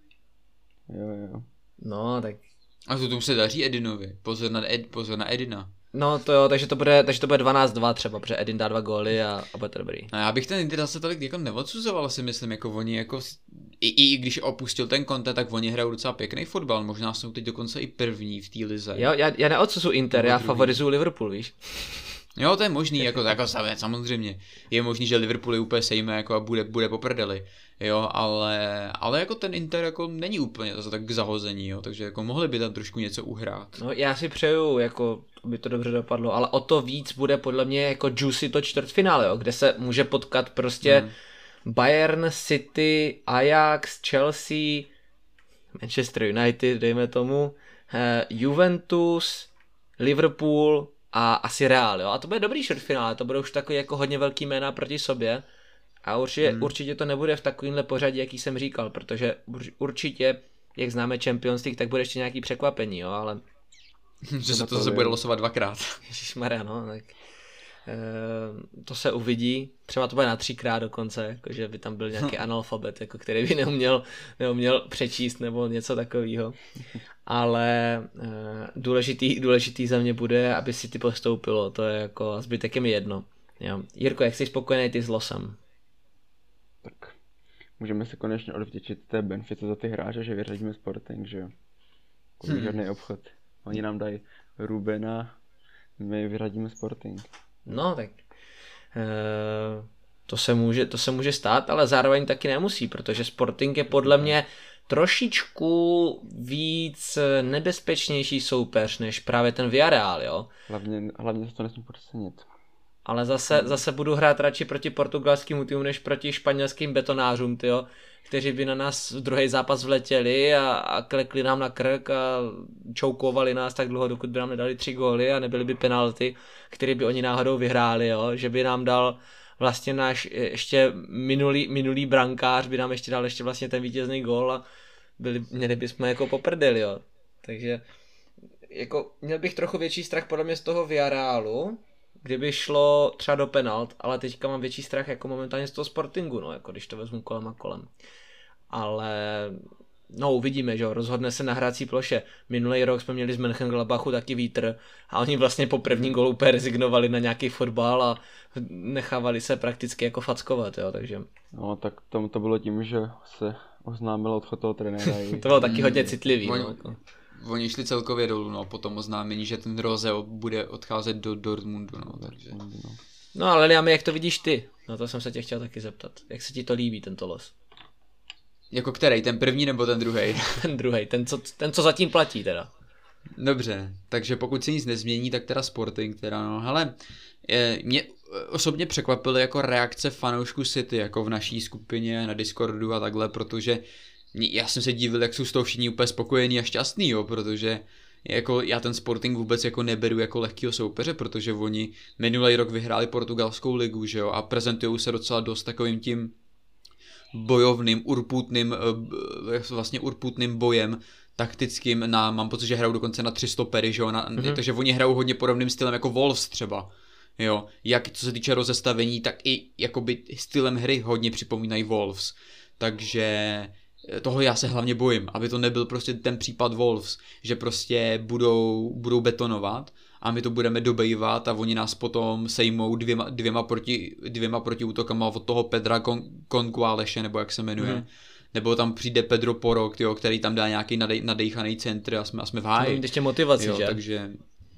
Jo, jo. No, tak... A to tomu se daří Edinovi, pozor na, Ed, pozor na Edina. No to jo, takže to bude, takže to bude dvanáct dva třeba, protože Edin dá dva góly a, a bude to dobrý. No já bych ten Inter zase tolik jako neodsuzoval, si myslím, jako oni jako, i, i když opustil ten Conte, tak oni hrajou docela pěkný fotbal, možná jsou teď dokonce i první v té lize. Jo, já, já neodsuzuji Inter, já favorizuju Liverpool, víš. Jo, to je možný, jako, jako samozřejmě, je možný, že Liverpool je úplně sejme jako a bude, bude po prdeli, jo, ale, ale jako ten Inter jako není úplně to tak k zahození, jo, takže jako mohli by tam trošku něco uhrát. No já si přeju, jako by to dobře dopadlo, ale o to víc bude podle mě jako juicy to čtvrtfinále, jo, kde se může potkat prostě hmm. Bayern, City, Ajax, Chelsea, Manchester United, dejme tomu, eh, Juventus, Liverpool a asi Real, jo, a to bude dobrý čtvrtfinále, to bude už takový jako hodně velký jména proti sobě a určitě, hmm. určitě to nebude v takovýmhle pořadí, jaký jsem říkal, protože určitě, jak známe Champions League, tak bude ještě nějaký překvapení, jo, ale... že se to zase bude losovat dvakrát. Ježišmarja, no, tak e, to se uvidí, třeba to bude na třikrát dokonce, jako, že by tam byl nějaký analfabet, jako, který by neuměl, neuměl přečíst nebo něco takového. Ale e, důležitý, důležitý za mě bude, aby si ty postoupilo, to je jako, zbytek je mi jedno. Jo. Jirko, jak jsi spokojený ty s losem? Tak můžeme se konečně odvděčit té Benfice za ty hráče, že vyřadíme Sporting, že jo. Hmm. Žádný obchod. Oni nám dají Rubena, my vyřadíme Sporting. No tak e, to, se může, to se může stát, ale zároveň taky nemusí, protože Sporting je podle mě trošičku víc nebezpečnější soupeř než právě ten Villarreal, jo. Hlavně, hlavně se to nesmí podcenit. ale zase, zase budu hrát radši proti portugalským týmu, než proti španělským betonářům, tyjo, kteří by na nás v druhý zápas vletěli a, a klekli nám na krk a čoukovali nás tak dlouho, dokud by nám nedali tři góly a nebyly by penalty, které by oni náhodou vyhráli, jo, že by nám dal vlastně náš ještě minulý, minulý brankář, by nám ještě dal ještě vlastně ten vítězný gól a byli, měli bychom jako poprdeli, jo, takže jako měl bych trochu větší strach podle mě z toho Villarealu, kdyby šlo třeba do penalt, ale teďka mám větší strach jako momentálně z toho Sportingu, no, jako když to vezmu kolem a kolem. Ale no uvidíme, že jo, rozhodne se na hrací ploše. Minulý rok jsme měli z Mönchengladbachu taky vítr a oni vlastně po prvním golu úplně rezignovali na nějaký fotbal a nechávali se prakticky jako fackovat, jo, takže. No tak tam to bylo tím, že se oznámil odchod toho trenéra. To bylo taky hodně citlivý, Oni, no, jako. Oni šli celkově dolů, no, po tom oznámení, že ten Rose bude odcházet do Dortmundu, no, takže. No ale Liame, jak to vidíš ty? No to jsem se tě chtěl taky zeptat. Jak se ti to líbí, tento los? Jako který, ten první nebo ten druhý? Ten druhý, ten co, ten co zatím platí teda. Dobře, takže pokud se nic nezmění, tak teda Sporting teda, no, hele, je, mě osobně překvapily jako reakce fanoušků City, jako v naší skupině na Discordu a takhle, protože já jsem se divil, jak jsou z toho všichni úplně spokojení a šťastný, jo, protože jako já ten Sporting vůbec jako neberu jako lehkýho soupeře, protože oni minulý rok vyhráli portugalskou ligu, že jo, a prezentujou se docela dost takovým tím bojovným, urputným, vlastně urputným bojem, taktickým, na, mám pocit, že hrajou dokonce na tři stopery, že jo, na, mm-hmm. takže oni hrajou hodně podobným stylem jako Wolves třeba, jo, jak co se týče rozestavení, tak i jakoby stylem hry hodně připomínají Wolves, takže toho já se hlavně bojím, aby to nebyl prostě ten případ Wolves, že prostě budou, budou betonovat a my to budeme dobejvat a oni nás potom sejmou dvěma, dvěma, proti, dvěma protiútokama od toho Pedra Konguáleše, nebo jak se jmenuje. Mm. Nebo tam přijde Pedro Porro, tyjo, který tam dá nějaký nadej, nadejchaný centr a jsme, a jsme v háji. Mít ještě motivaci, jo, že? Takže,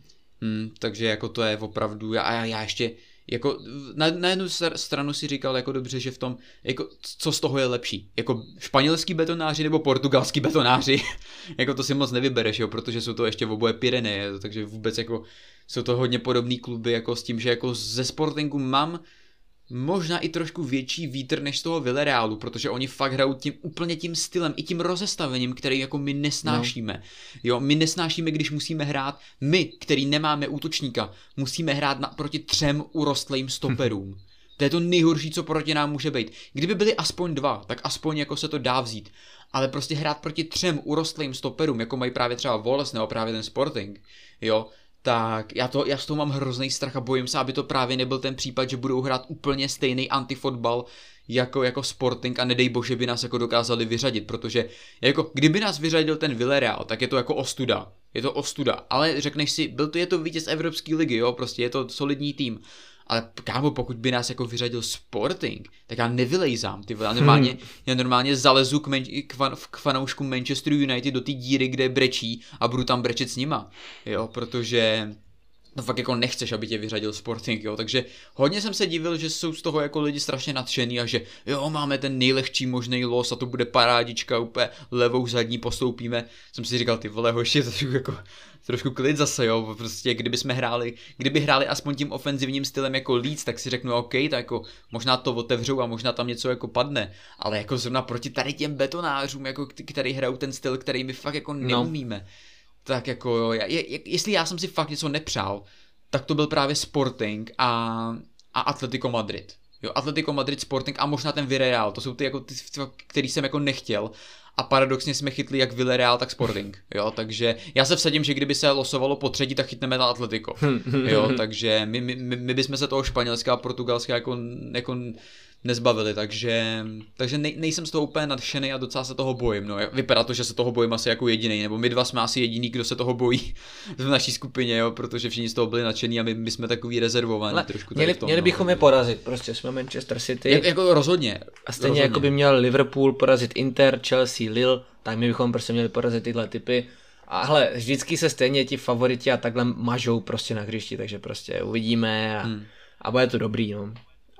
hm, takže jako to je opravdu, já, já, já ještě jako na, na jednu stranu si říkal jako dobře, že v tom, jako co z toho je lepší, jako španělský betonáři nebo portugalský betonáři, jako to si moc nevybereš, jo, protože jsou to ještě v oboje Pyreneje, takže vůbec jako jsou to hodně podobný kluby, jako s tím, že jako ze Sportingu mám možná i trošku větší vítr než z toho Villarealu, protože oni fakt hrajou tím úplně tím stylem i tím rozestavením, který jako my nesnášíme. No. Jo, my nesnášíme, když musíme hrát, my, který nemáme útočníka, musíme hrát na, proti třem urostlým stoperům. To je to nejhorší, co proti nám může být. Kdyby byli aspoň dva, tak aspoň jako se to dá vzít. Ale prostě hrát proti třem urostlým stoperům, jako mají právě třeba Wolves nebo právě ten Sporting, jo, tak já, to, já s toho mám hrozný strach a bojím se, aby to právě nebyl ten případ, že budou hrát úplně stejný antifotbal jako, jako Sporting a nedej bože by nás jako dokázali vyřadit, protože jako kdyby nás vyřadil ten Villarreal, tak je to jako ostuda, je to ostuda, ale řekneš si, byl to, je to vítěz Evropské ligy, jo, prostě je to solidní tým. Ale kámo, pokud by nás jako vyřadil Sporting, tak já nevylejzám, ty vole, já normálně, hmm. já normálně zalezu k, men, k, fan, k fanouškům Manchester United do té díry, kde brečí a budu tam brečet s nima, jo, protože no fakt jako nechceš, aby tě vyřadil Sporting, jo, takže hodně jsem se divil, že jsou z toho jako lidi strašně nadšený a že jo, máme ten nejlehčí možný los a to bude parádička, úplně levou zadní postoupíme, jsem si říkal, ty vole hoši, to je jako trošku klid zase, jo, prostě kdyby jsme hráli, kdyby hráli aspoň tím ofenzivním stylem jako Leeds, tak si řeknu, OK, tak jako možná to otevřou a možná tam něco jako padne, ale jako zrovna proti tady těm betonářům, jako který hrajou ten styl, který my fakt jako neumíme. No. Tak jako jo, je, je, jestli já jsem si fakt něco nepřál, tak to byl právě Sporting a, a Atletico Madrid. Jo, Atletico Madrid, Sporting a možná ten Villarreal, to jsou ty, jako, ty, který jsem jako nechtěl a paradoxně jsme chytli jak Villarreal, tak Sporting, jo, takže já se vsadím, že kdyby se losovalo po třetí, tak chytneme na Atletico, jo, takže my, my, my, my bychom se toho Španělska a Portugalska jako, jako nezbavili, takže, takže nej, nejsem z toho úplně nadšený a docela se toho bojím, no, vypadá to, že se toho bojím asi jako jedinej, nebo my dva jsme asi jediný, kdo se toho bojí v naší skupině, jo, protože všichni z toho byli nadšení a my, my jsme takový rezervovaní ale trošku. Měli, tom, měli bychom no, je porazit, prostě jsme Manchester City. Jak, jako rozhodně. A stejně rozhodně. Jako by měl Liverpool porazit Inter, Chelsea, Lille, tak my bychom prostě měli porazit tyhle typy. A hele, vždycky se stejně ti favoriti a takhle mažou prostě na hřišti, takže prostě uvidíme a, hmm. a bude to dobrý, no.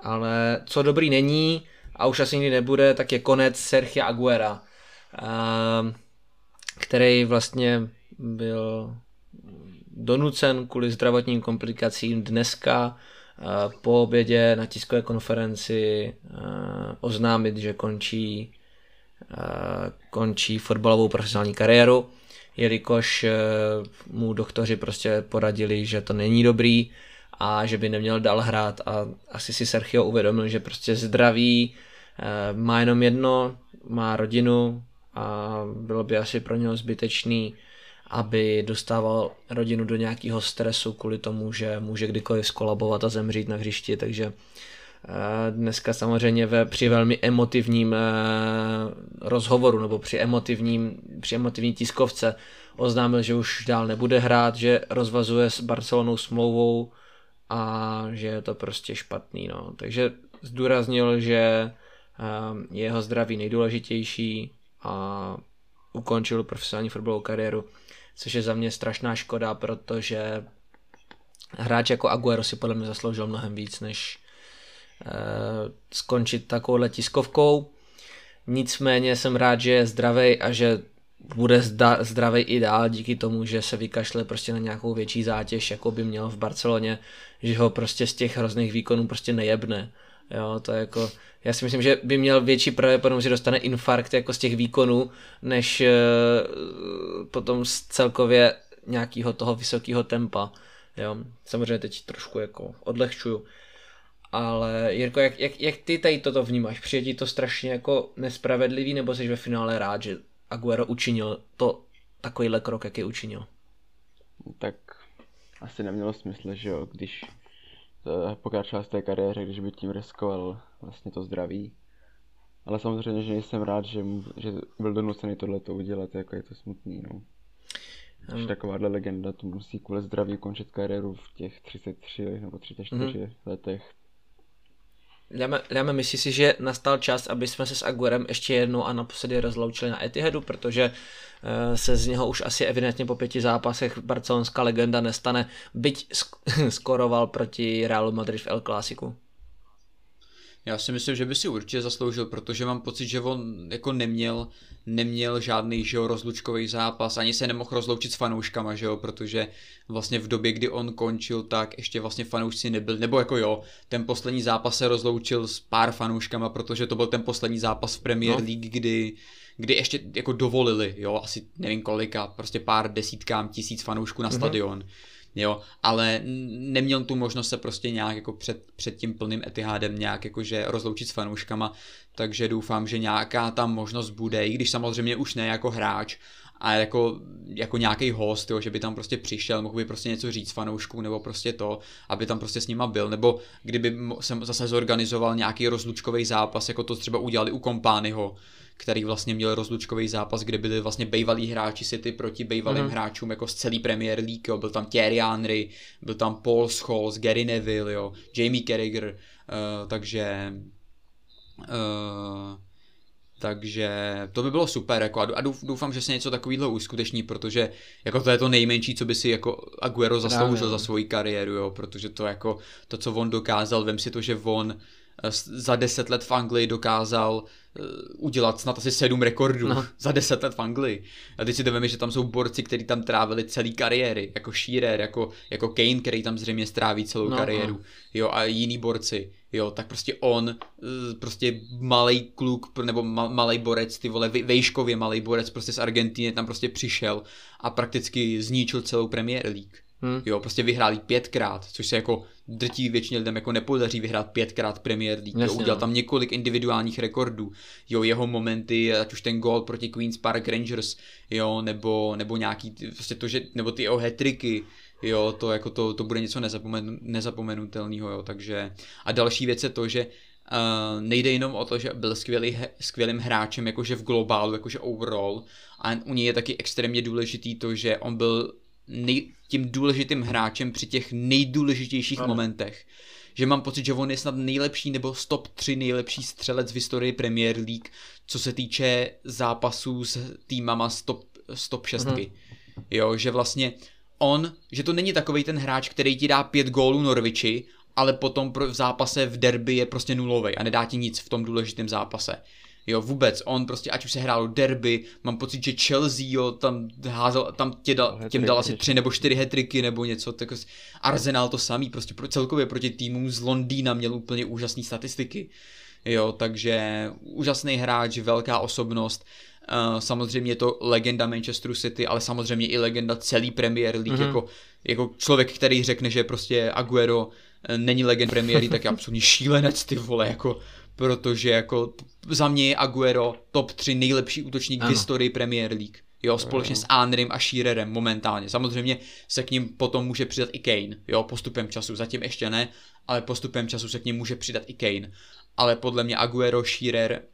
Ale co dobrý není a už asi nikdy nebude, tak je konec Sergia Aguera, který vlastně byl donucen kvůli zdravotním komplikacím dneska po obědě na tiskové konferenci oznámit, že končí, končí fotbalovou profesionální kariéru, jelikož mu doktoři prostě poradili, že to není dobrý a že by neměl dál hrát a asi si Sergio uvědomil, že prostě zdraví má jenom jedno, má rodinu a bylo by asi pro něho zbytečný, aby dostával rodinu do nějakého stresu kvůli tomu, že může kdykoliv skolabovat a zemřít na hřišti, takže dneska samozřejmě ve, při velmi emotivním rozhovoru nebo při emotivním, při emotivní tiskovce oznámil, že už dál nebude hrát, že rozvazuje s Barcelonou smlouvou a že je to prostě špatný. No. Takže zdůraznil, že jeho zdraví nejdůležitější a ukončil profesionální fotbalovou kariéru, což je za mě strašná škoda, protože hráč jako Agüero si podle mě zasloužil mnohem víc, než uh, skončit takovouhle tiskovkou. Nicméně jsem rád, že je zdravej a že bude zdravej i dál díky tomu, že se vykašle prostě na nějakou větší zátěž, jako by měl v Barceloně, že ho prostě z těch hrozných výkonů prostě nejebne. Jo, to je jako, já si myslím, že by měl větší pravděpodobnost, že dostane infarkt jako z těch výkonů, než uh, potom z celkově nějakého toho vysokého tempa. Jo, samozřejmě teď trošku jako odlehčuju. Ale Jirko, jak, jak, jak ty tady toto vnímáš? Přijde ti to strašně jako nespravedlivý, nebo jsi ve finále rád, že Agüero učinil to takovýhle krok, jaký učinil? Tak asi nemělo smysl, že jo, když pokračoval z té kariéře, když by tím riskoval vlastně to zdraví. Ale samozřejmě, že nejsem rád, že, že byl donucený tohleto udělat, jako je to smutný, no. Když takováhle legenda to musí kvůli zdraví končit kariéru v těch třicet tři nebo třicet čtyři mm-hmm. letech. Liame, myslíš si, že nastal čas, aby jsme se s Agüerem ještě jednou a naposledy rozloučili na Etihadu, protože uh, se z něho už asi evidentně po pěti zápasech barcelonská legenda nestane, byť sk- skoroval proti Realu Madrid v El Clásiku? Já si myslím, že by si určitě zasloužil, protože mám pocit, že on jako neměl, neměl žádný, že jo, rozlučkový zápas, ani se nemohl rozloučit s fanouškama, že jo, protože vlastně v době, kdy on končil, tak ještě vlastně fanoušci nebyl, nebo jako jo, ten poslední zápas se rozloučil s pár fanouškama, protože to byl ten poslední zápas v Premier no. League, kdy, kdy ještě jako dovolili, jo, asi nevím kolika, prostě pár desítkám tisíc fanoušků na mm-hmm. stadion. Jo, ale neměl tu možnost se prostě nějak jako před, před tím plným Etihadem nějak jakože rozloučit s fanouškama, takže doufám, že nějaká tam možnost bude, i když samozřejmě už ne jako hráč, a jako, jako nějaký host, jo, že by tam prostě přišel, mohl by prostě něco říct fanoušků, nebo prostě to, aby tam prostě s nima byl, nebo kdyby jsem zase zorganizoval nějaký rozlučkový zápas, jako to třeba udělali u Kompányho, který vlastně měl rozlučkový zápas, kde byli vlastně bejvalí hráči City proti bejvalým mm-hmm. hráčům jako z celý Premier League, jo. Byl tam Thierry Henry, byl tam Paul Scholes, Gary Neville, jo, Jamie Carragher, uh, takže uh, takže to by bylo super jako, a doufám, že se něco takového uskuteční, protože jako to je to nejmenší, co by si jako Agüero zasloužil za svoji kariéru, jo, protože to jako to, co on dokázal, vem si to, že on za deset let v Anglii dokázal udělat snad asi sedm rekordů no. za deset let v Anglii. A teď si jdeme, že tam jsou borci, kteří tam trávili celý kariéry, jako Shearer, jako, jako Kane, který tam zřejmě stráví celou no, kariéru, no. jo, a jiní borci, jo, tak prostě on, prostě malej kluk, nebo malej borec, ty vole, vejškově malej borec prostě z Argentiny tam prostě přišel a prakticky zničil celou Premier League. Hmm. Jo, prostě vyhráli pětkrát, což se jako drtí většině lidem jako nepodaří vyhrát pětkrát Premier League. Jasně, jo, udělal tam několik individuálních rekordů. Jo, jeho momenty, ať už ten gól proti Queen's Park Rangers, jo, nebo, nebo nějaký, prostě to, že, nebo ty jeho hat-tricky, jo, to jako to, to bude něco nezapomenu, nezapomenutelného, jo, takže a další věc je to, že Uh, nejde jenom o to, že byl skvělý, skvělým hráčem jakože v globálu, jakože overall, a u něj je taky extrémně důležitý to, že on byl nej, tím důležitým hráčem při těch nejdůležitějších ano. momentech. Že mám pocit, že on je snad nejlepší nebo z top tři nejlepší střelec v historii Premier League, co se týče zápasů s týmama z top, z top šestky. Mhm. Jo, že vlastně on, že to není takovej ten hráč, který ti dá pět gólů Norwichi, ale potom v zápase v derby je prostě nulovej a nedá ti nic v tom důležitém zápase. Jo, vůbec, on prostě, ať už se hrálo derby, mám pocit, že Chelsea, jo, tam házel, tam tě dal, těm dal asi tři nebo čtyři hat-tricky nebo něco, tak Arsenal to samý, prostě pro, celkově proti týmům z Londýna měl úplně úžasné statistiky. Jo, takže úžasný hráč, velká osobnost, uh, samozřejmě je to legenda Manchesteru City, ale samozřejmě i legenda celý Premier League, mm-hmm. jako, jako člověk, který řekne, že prostě Aguero není legend Premier League, tak je absolutně šílenec, ty vole, jako, protože jako za mě je Aguero top tři nejlepší útočník ano. v historii Premier League. Jo, společně s Henrym a Shearerem momentálně. Samozřejmě se k ním potom může přidat i Kane, jo, postupem času, zatím ještě ne, ale postupem času se k ním může přidat i Kane. Ale podle mě Aguero, Shearer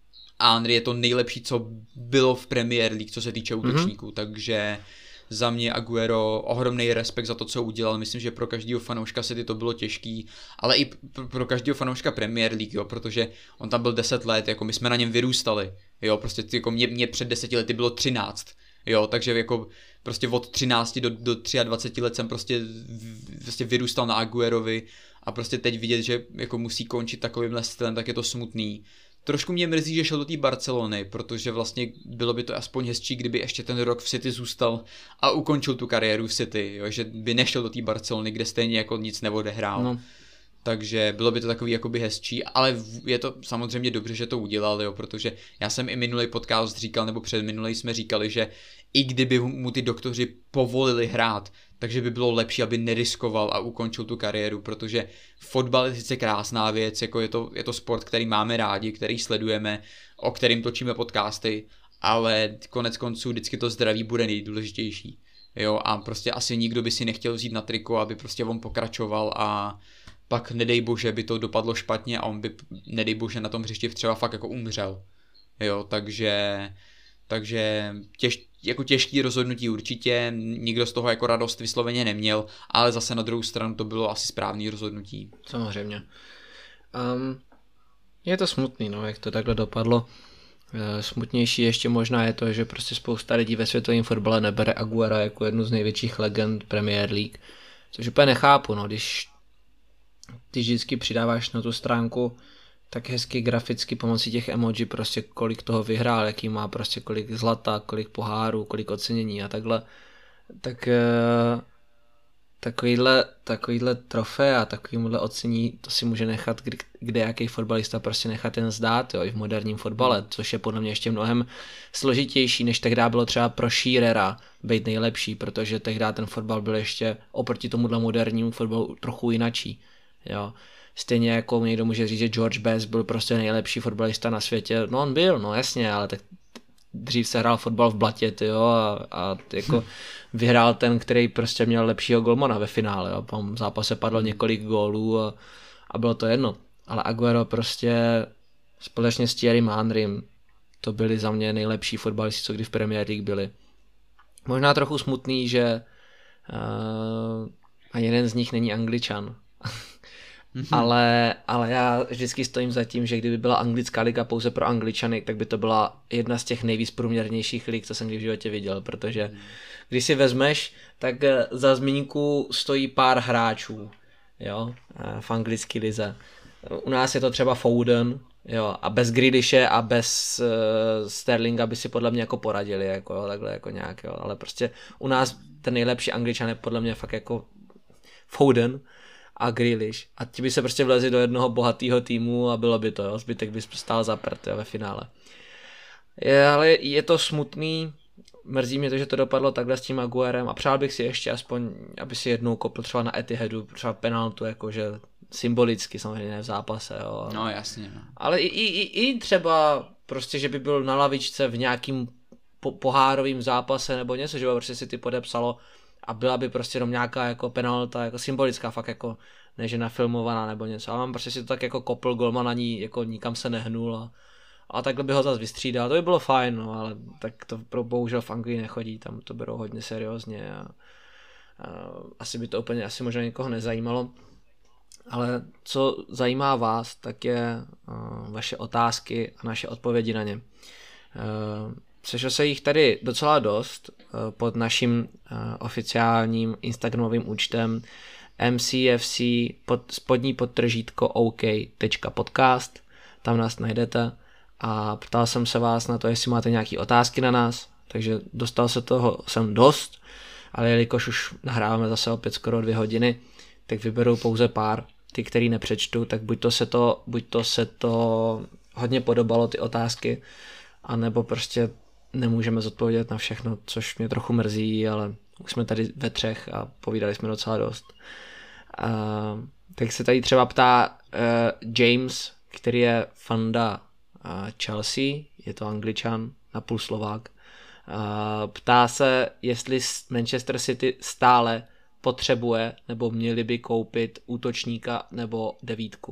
a Henry je to nejlepší, co bylo v Premier League, co se týče útočníků, mm-hmm. takže za mě Aguero ohromný respekt za to, co udělal. Myslím, že pro každého fanouška City to bylo těžký, ale i pro každého fanouška Premier League, jo, protože on tam byl deset let, jako my jsme na něm vyrůstali, jo, prostě jako mě, mě před deseti lety bylo třináct, jo, takže jako prostě od třinácti do, do dvaceti tři let jsem prostě, prostě vyrůstal na Aguerovi a prostě teď vidět, že jako musí končit takovýmhle stylem, tak je to smutný. Trošku mě mrzí, že šel do té Barcelony, protože vlastně bylo by to aspoň hezčí, kdyby ještě ten rok v City zůstal a ukončil tu kariéru v City, jo? Že by nešel do té Barcelony, kde stejně jako nic neodehrál. No. Takže bylo by to takový jakoby hezčí, ale je to samozřejmě dobře, že to udělal, jo? Protože já jsem i minulý podcast říkal, nebo před minulý jsme říkali, že i kdyby mu ty doktoři povolili hrát, takže by bylo lepší, aby neriskoval a ukončil tu kariéru, protože fotbal je sice krásná věc, jako je to, je to sport, který máme rádi, který sledujeme, o kterým točíme podcasty, ale konec konců vždycky to zdraví bude nejdůležitější. Jo, a prostě asi nikdo by si nechtěl vzít na triko, aby prostě on pokračoval a pak nedej bože by to dopadlo špatně a on by nedej bože na tom hřišti třeba fakt jako umřel. Jo, takže... Takže těž, jako těžký rozhodnutí určitě, nikdo z toho jako radost vysloveně neměl, ale zase na druhou stranu to bylo asi správný rozhodnutí. Samozřejmě. Um, je to smutný, no, jak to takhle dopadlo. E, smutnější ještě možná je to, že prostě spousta lidí ve světovém fotbale nebere Aguera jako jednu z největších legend Premier League, což úplně nechápu, no, když ty vždycky přidáváš na tu stránku tak hezky graficky pomocí těch emoji prostě kolik toho vyhrál, jaký má prostě kolik zlata, kolik pohárů, kolik ocenění a takhle, tak e, takovýhle, takovýhle trofé a takovýmhle ocení to si může nechat, kdy, kde jaký fotbalista prostě nechat jen zdát, jo, i v moderním fotbale, což je podle mě ještě mnohem složitější, než tehdy bylo třeba pro Shearera být nejlepší, protože tehdy ten fotbal byl ještě oproti tomuhle modernímu fotbalu trochu jinačí, jo. Stejně jako někdo může říct, že George Best byl prostě nejlepší fotbalista na světě. No on byl, no jasně, ale tak dřív se hrál fotbal v blatě, tyjo, a, a jako vyhrál ten, který prostě měl lepšího golmana ve finále. Jo. V zápase padlo několik gólů a, a bylo to jedno. Ale Aguero prostě společně s Thierrym Henrym to byli za mě nejlepší fotbalisti, co kdy v Premier League byli. Možná trochu smutný, že uh, ani jeden z nich není Angličan. Mm-hmm. Ale, ale já vždycky stojím za tím, že kdyby byla anglická liga pouze pro Angličany, tak by to byla jedna z těch nejvíc průměrnějších lig, co jsem kdy v životě viděl, protože mm. když si vezmeš, tak za zmínku stojí pár hráčů, jo, v anglické lize. U nás je to třeba Foden, jo, a bez Grealishe a bez uh, Sterlinga by si podle mě jako poradili, jako jo, takhle jako nějak, jo, ale prostě u nás ten nejlepší Angličan je podle mě fakt jako Foden a Grealish. A ti by se prostě vlezli do jednoho bohatého týmu a bylo by to, jo. Zbytek by stál za prd, jo, ve finále. Je, ale je to smutný, mrzí mě to, že to dopadlo takhle s tím Aguerem a přál bych si ještě aspoň, aby si jednou kopl třeba na Etihadu, třeba penaltu, jakože symbolicky, samozřejmě ne v zápase, jo. No jasně. No. Ale i, i, i třeba prostě, že by byl na lavičce v nějakým po, pohárovým zápase nebo něco, že by prostě si ty podepsalo a byla by prostě jenom nějaká jako penalta, jako symbolická, fakt jako než je nafilmovaná nebo něco. Ale mám prostě si to tak jako kopl, golman na ní jako nikam se nehnul a, a takhle by ho zase vystřídal. To by bylo fajn, no, ale tak to pro, bohužel v Anglii nechodí, tam to berou hodně seriózně a, a asi by to úplně, asi možná někoho nezajímalo. Ale co zajímá vás, tak je uh, vaše otázky a naše odpovědi na ně. Uh, Sešlo se jich tady docela dost uh, pod naším uh, oficiálním instagramovým účtem M C F C pod, spodní podtržítko OK tečka podcast. Tam nás najdete a ptal jsem se vás na to, jestli máte nějaké otázky na nás, takže dostal se toho sem dost, ale jelikož už nahráváme zase opět skoro dvě hodiny, tak vyberu pouze pár, ty, který nepřečtu, tak buď to se to, buď to se to hodně podobalo, ty otázky, anebo prostě nemůžeme zodpovědět na všechno, což mě trochu mrzí, ale už jsme tady ve třech a povídali jsme docela dost. Uh, tak se tady třeba ptá uh, James, který je fanda uh, Chelsea, je to Angličan, napůl Slovák. Uh, ptá se, jestli Manchester City stále potřebuje nebo měli by koupit útočníka nebo devítku.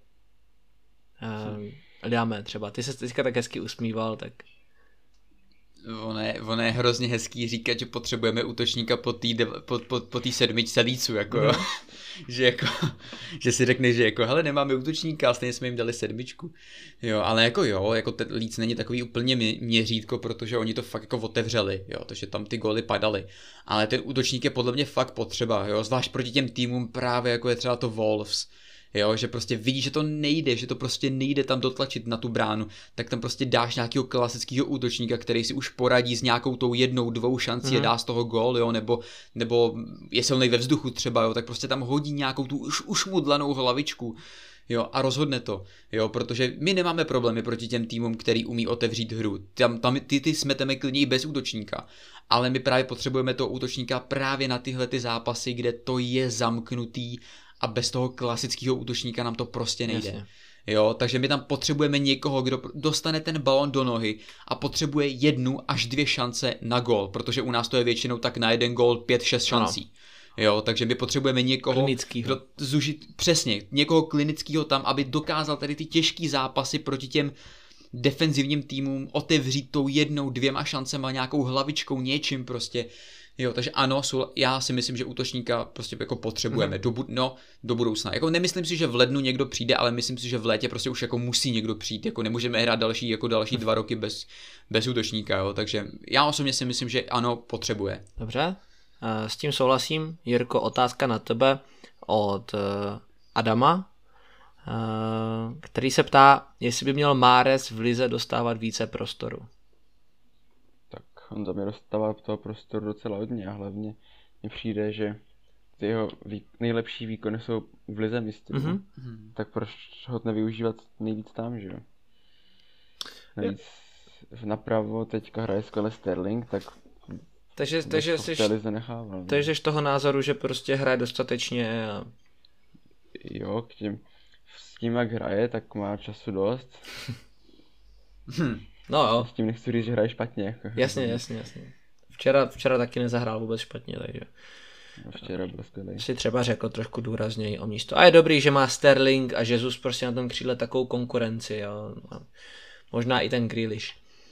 Uh, Dáme třeba, ty se teďka tak hezky usmíval, tak... Ono je, ono je hrozně hezký říkat, že potřebujeme útočníka po té po, po, po sedmičce líců, jako jo. že jako, že si řekneš, že jako, hele, nemáme útočníka, a stejně jsme jim dali sedmičku. Jo, ale jako jo, jako ten Leeds není takový úplně měřítko, protože oni to fakt jako otevřeli, jo, takže tam ty góly padaly. Ale ten útočník je podle mě fakt potřeba, jo, zvlášť proti těm týmům právě jako je třeba to Wolves. Jo, že prostě vidíš, že to nejde, že to prostě nejde tam dotlačit na tu bránu, tak tam prostě dáš nějakého klasického útočníka, který si už poradí s nějakou tou jednou, dvou šancí mm. a dá z toho gól, jo, nebo, nebo je silnej ve vzduchu třeba, jo, tak prostě tam hodí nějakou tu už, ušmudlanou hlavičku, jo, a rozhodne to, jo, protože my nemáme problémy proti těm týmům, který umí otevřít hru, tam, tam ty, ty smeteme klidně i bez útočníka, ale my právě potřebujeme toho útočníka právě na tyhle ty zápasy, kde to je zamknutý, a bez toho klasického útočníka nám to prostě nejde. Jasně. Jo, takže my tam potřebujeme někoho, kdo dostane ten balon do nohy a potřebuje jednu až dvě šance na gól, protože u nás to je většinou tak na jeden gól pět šest šancí. Ano. Jo, takže my potřebujeme někoho, klinickýho. Kdo zužit, přesně, někoho klinického tam, aby dokázal tady ty těžký zápasy proti těm defenzivním týmům otevřít tou jednou, dvěma šancema, nějakou hlavičkou, něčím prostě. Jo, takže ano, já si myslím, že útočníka prostě jako potřebujeme, mm. do, no, do budoucna. Jako nemyslím si, že v lednu někdo přijde, ale myslím si, že v létě prostě už jako musí někdo přijít, jako nemůžeme hrát další, jako další dva roky bez, bez útočníka, jo, takže já osobně si myslím, že ano, potřebuje. Dobře, s tím souhlasím. Jirko, otázka na tebe od Adama, který se ptá, jestli by měl Mahrez v lize dostávat více prostoru. On tam je dostává toho prostoru docela hodně a hlavně mně přijde, že ty jeho vý, nejlepší výkony jsou v lize mistrů, mm-hmm. tak proč ho nevyužívat nejvíc tam, že jo? Navíc napravo teďka hraje skvěle Sterling, tak takže, takže jsi, nechával. Takže jsi toho názoru, že prostě hraje dostatečně a... Jo, k tím, s tím jak hraje, tak má času dost. No jo. S tím nechci říct, že hraje špatně. Jako. Jasně, jasně, jasně. Včera, včera taky nezahrál vůbec špatně, takže... No, včera byl skvělý. Si třeba řekl trošku důrazněji o místo. A je dobrý, že má Sterling a Jesus prostě na tom křídle takovou konkurenci, jo. Možná i ten Grealish.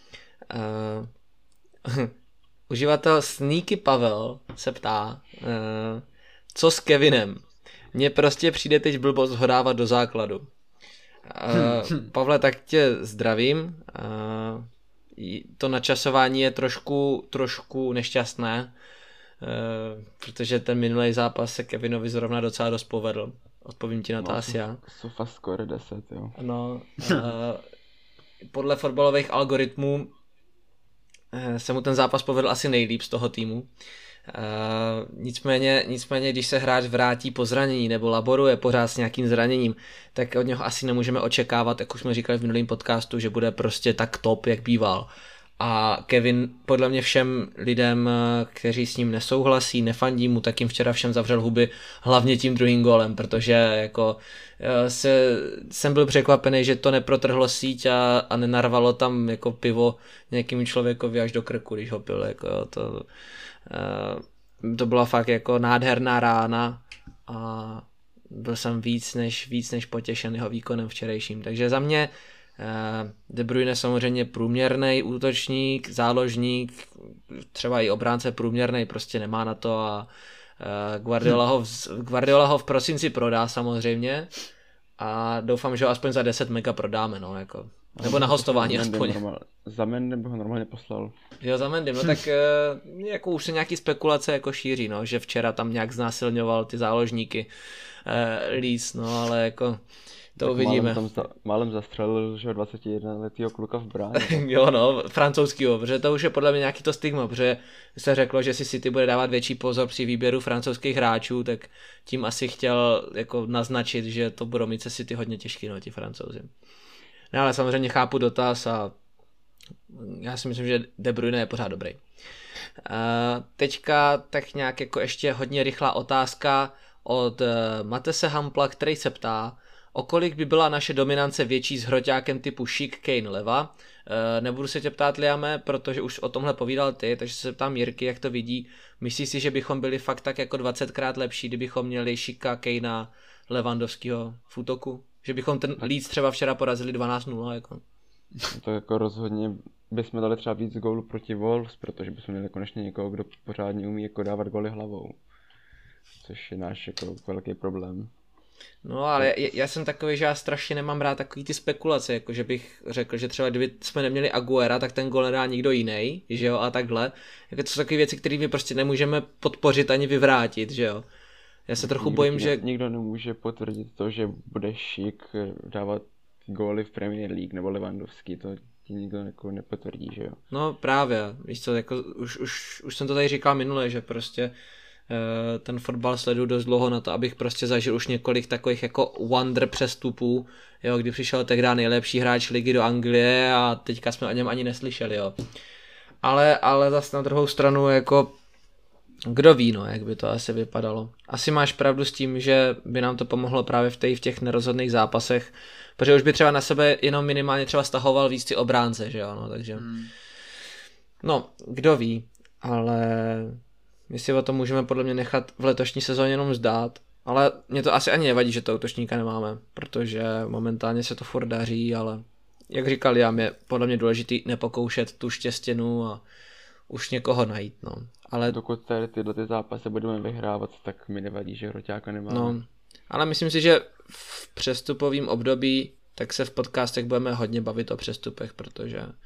Uh, uživatel Sneaky Pavel se ptá, uh, co s Kevinem? Mně prostě přijde teď blbost ho dávat do základu. Uh, Pavle, tak tě zdravím. Uh, to načasování je trošku, trošku nešťastné, uh, protože ten minulý zápas se Kevinovi zrovna docela dost povedl. Odpovím ti na to no, asi já. Sofa skoro deset, jo. No, uh, podle fotbalových algoritmů uh, se mu ten zápas povedl asi nejlíp z toho týmu. Uh, nicméně, nicméně, když se hráč vrátí po zranění nebo laboruje pořád s nějakým zraněním, tak od něho asi nemůžeme očekávat, jak už jsme říkali v minulém podcastu, že bude prostě tak top, jak býval. A Kevin podle mě všem lidem, kteří s ním nesouhlasí, nefandí mu, tak jim včera všem zavřel huby, hlavně tím druhým gólem, protože jako se, jsem byl překvapený, že to neprotrhlo síť a, a nenarvalo tam jako pivo nějakým člověkovi až do krku, když ho pil, jako jo, to... Uh, to byla fakt jako nádherná rána a byl jsem víc než, víc než potěšen jeho výkonem včerejším. Takže za mě uh, De Bruyne samozřejmě průměrný útočník, záložník, třeba i obránce průměrný, prostě nemá na to a uh, Guardiola, ho v, Guardiola ho v prosinci prodá samozřejmě a doufám, že ho aspoň za deset mega prodáme, no, jako. Nebo na hostování aspoň. Normál, za Mendem bych ho normálně poslal. Jo, za Mendem, no tak jako už se nějaký spekulace jako šíří, no, že včera tam nějak znásilňoval ty záložníky uh, Leeds, no ale jako To uvidíme. Málem, tam za, málem zastřelil, že dvacetijednoletýho kluka v bráně. Jo no, francouzskýho, protože to už je podle mě nějaký to stigma, protože se řeklo, že si City bude dávat větší pozor při výběru francouzských hráčů, tak tím asi chtěl jako naznačit, že to budou mít se City hodně těžký, no, ti Francouzi. No ale samozřejmě chápu dotaz a já si myslím, že De Bruyne je pořád dobrý. Uh, teďka tak nějak jako ještě hodně rychlá otázka od uh, Matese Hampla, který se ptá, o kolik by byla naše dominance větší s hroťákem typu Schick, Kane, Leva. Uh, nebudu se tě ptát, Liame, protože už o tomhle povídal ty, takže se ptám Jirky, jak to vidí. Myslíš si, že bychom byli fakt tak jako dvacetkrát lepší, kdybychom měli Schicka, Kanea, Lewandowského v útoku? Že bychom ten Leeds třeba včera porazili dvanáct nula, jako? To jako rozhodně bychom dali třeba víc gólů proti Wolves, protože bychom měli konečně někoho, kdo pořádně umí jako dávat góly hlavou. Což je náš jako velký problém. No ale já, já jsem takový, že já strašně nemám rád takový ty spekulace, jako že bych řekl, že třeba kdyby jsme neměli Aguera, tak ten gól nedá nikdo jiný, že jo, a takhle. Jako to jsou takové věci, které my prostě nemůžeme podpořit ani vyvrátit, že jo. Já se trochu nikdo, bojím, že... Nikdo nemůže potvrdit to, že bude Schick dávat góly v Premier League nebo Lewandowski, to ti nikdo jako nepotvrdí, že jo. No právě, víš co, jako už, už, už jsem to tady říkal minule, že prostě uh, ten fotbal sleduju dost dlouho na to, abych prostě zažil už několik takových jako wonder přestupů, jo, kdy přišel tehdy nejlepší hráč ligy do Anglie a teďka jsme o něm ani neslyšeli, jo. Ale, ale zase na druhou stranu jako kdo ví, no, jak by to asi vypadalo. Asi máš pravdu s tím, že by nám to pomohlo právě v, tej, v těch nerozhodných zápasech, protože už by třeba na sebe jenom minimálně třeba stahoval víc ty obránce, že jo, no, takže hmm. no, kdo ví, ale my si o tom můžeme podle mě nechat v letošní sezóně jenom zdát, ale mě to asi ani nevadí, že to útočníka nemáme, protože momentálně se to furt daří, ale jak říkal já, je podle mě důležitý nepokoušet tu štěstěnu a už někoho najít, no. Ale dokud tady tyhle ty zápasy budeme vyhrávat, tak mi nevadí, že hroťáka nemáme. No, ale myslím si, že v přestupovém období tak se v podcastech budeme hodně bavit o přestupech, protože uh,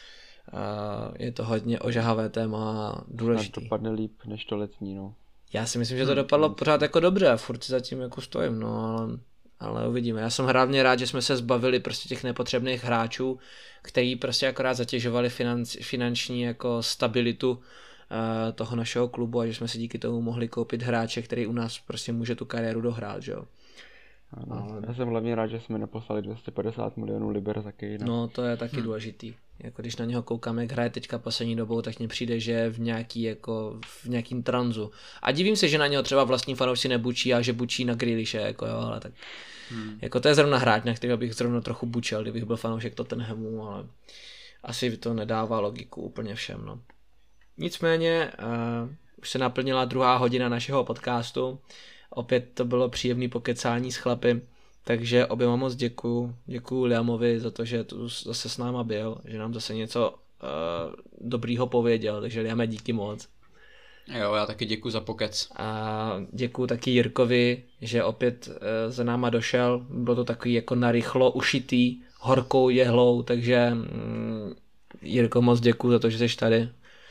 je to hodně ožahavé téma a důležitý. To dopadne líp než to letní, no. Já si myslím, že to dopadlo hmm. pořád jako dobře a furt si zatím jako stojím, no, ale, ale uvidíme. Já jsem hlavně rád, že jsme se zbavili prostě těch nepotřebných hráčů, který prostě akorát zatěžovali financ, finanční jako stabilitu toho našeho klubu a že jsme si díky tomu mohli koupit hráče, který u nás prostě může tu kariéru dohrát, že jo. Ano, já jsem hlavně rád, že jsme neposlali dvě stě padesát milionů liber za Kanea. No to je taky hmm. důležitý. Jako když na něho koukám, jak hraje teďka poslední dobou, tak mně přijde, že je v nějaký jako v nějakým tranzu. A divím se, že na něho třeba vlastní fanoušci nebučí a že bučí na Grealishe, jako jo, ale tak hmm. jako to je zrovna hráč, na kterého bych zrovna trochu bučel, kdybych byl fanoušek Tottenhamu, ale asi to nedává logiku úplně všem, no. Nicméně uh, už se naplnila druhá hodina našeho podcastu. Opět to bylo příjemné pokecání s chlapy, takže oběma moc děkuju. Děkuju Liamovi za to, že tu zase s náma byl, že nám zase něco uh, dobrýho pověděl, takže Liame, díky moc. Jo, já taky děkuju za pokec. A děkuju taky Jirkovi, že opět uh, za náma došel. Bylo to takový jako narychlo ušitý, horkou jehlou, takže um, Jirko, moc děkuju za to, že jsi tady.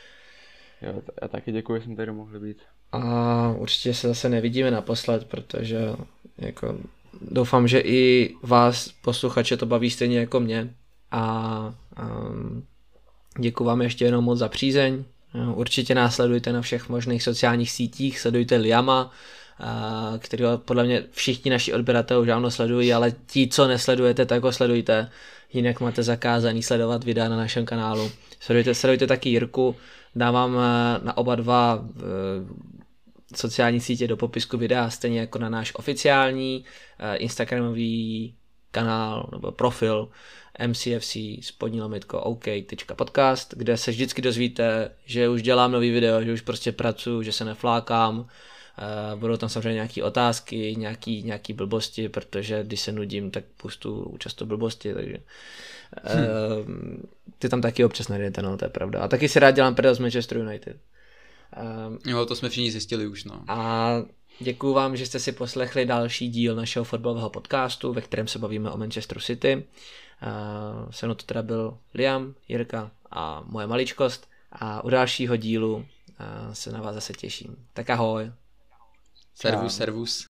Jo, já taky děkuji, že jsme tady mohli být. A určitě se zase nevidíme naposled, protože jako doufám, že i vás, posluchače, to baví stejně jako mě. A um, děkuji vám ještě jenom moc za přízeň. Určitě nás sledujte na všech možných sociálních sítích, sledujte Liama, kterého podle mě všichni naši odběratelé už dávno sledují, ale ti, co nesledujete, tak ho sledujte. Jinak máte zakázaný sledovat videa na našem kanálu. Sledujte, sledujte taky Jirku. Dávám na oba dva sociální sítě do popisku videa, stejně jako na náš oficiální instagramový kanál nebo profil M C F C spodní lomitko OK tečka podcast, kde se vždycky dozvíte, že už dělám nový video, že už prostě pracuji, že se neflákám. Budou tam samozřejmě nějaké otázky, nějaký, nějaký blbosti, protože když se nudím, tak pustu často blbosti, takže hmm. ty tam taky občas najdete, no, to je pravda. A taky si rád dělám prdel z Manchester United. Um, jo, to jsme všichni zjistili už, no. A děkuju vám, že jste si poslechli další díl našeho fotbalového podcastu, ve kterém se bavíme o Manchesteru City. Uh, se mnou to teda byl Liam, Jirka a moje maličkost a u dalšího dílu uh, se na vás zase těším. Tak ahoj. Servus, servus.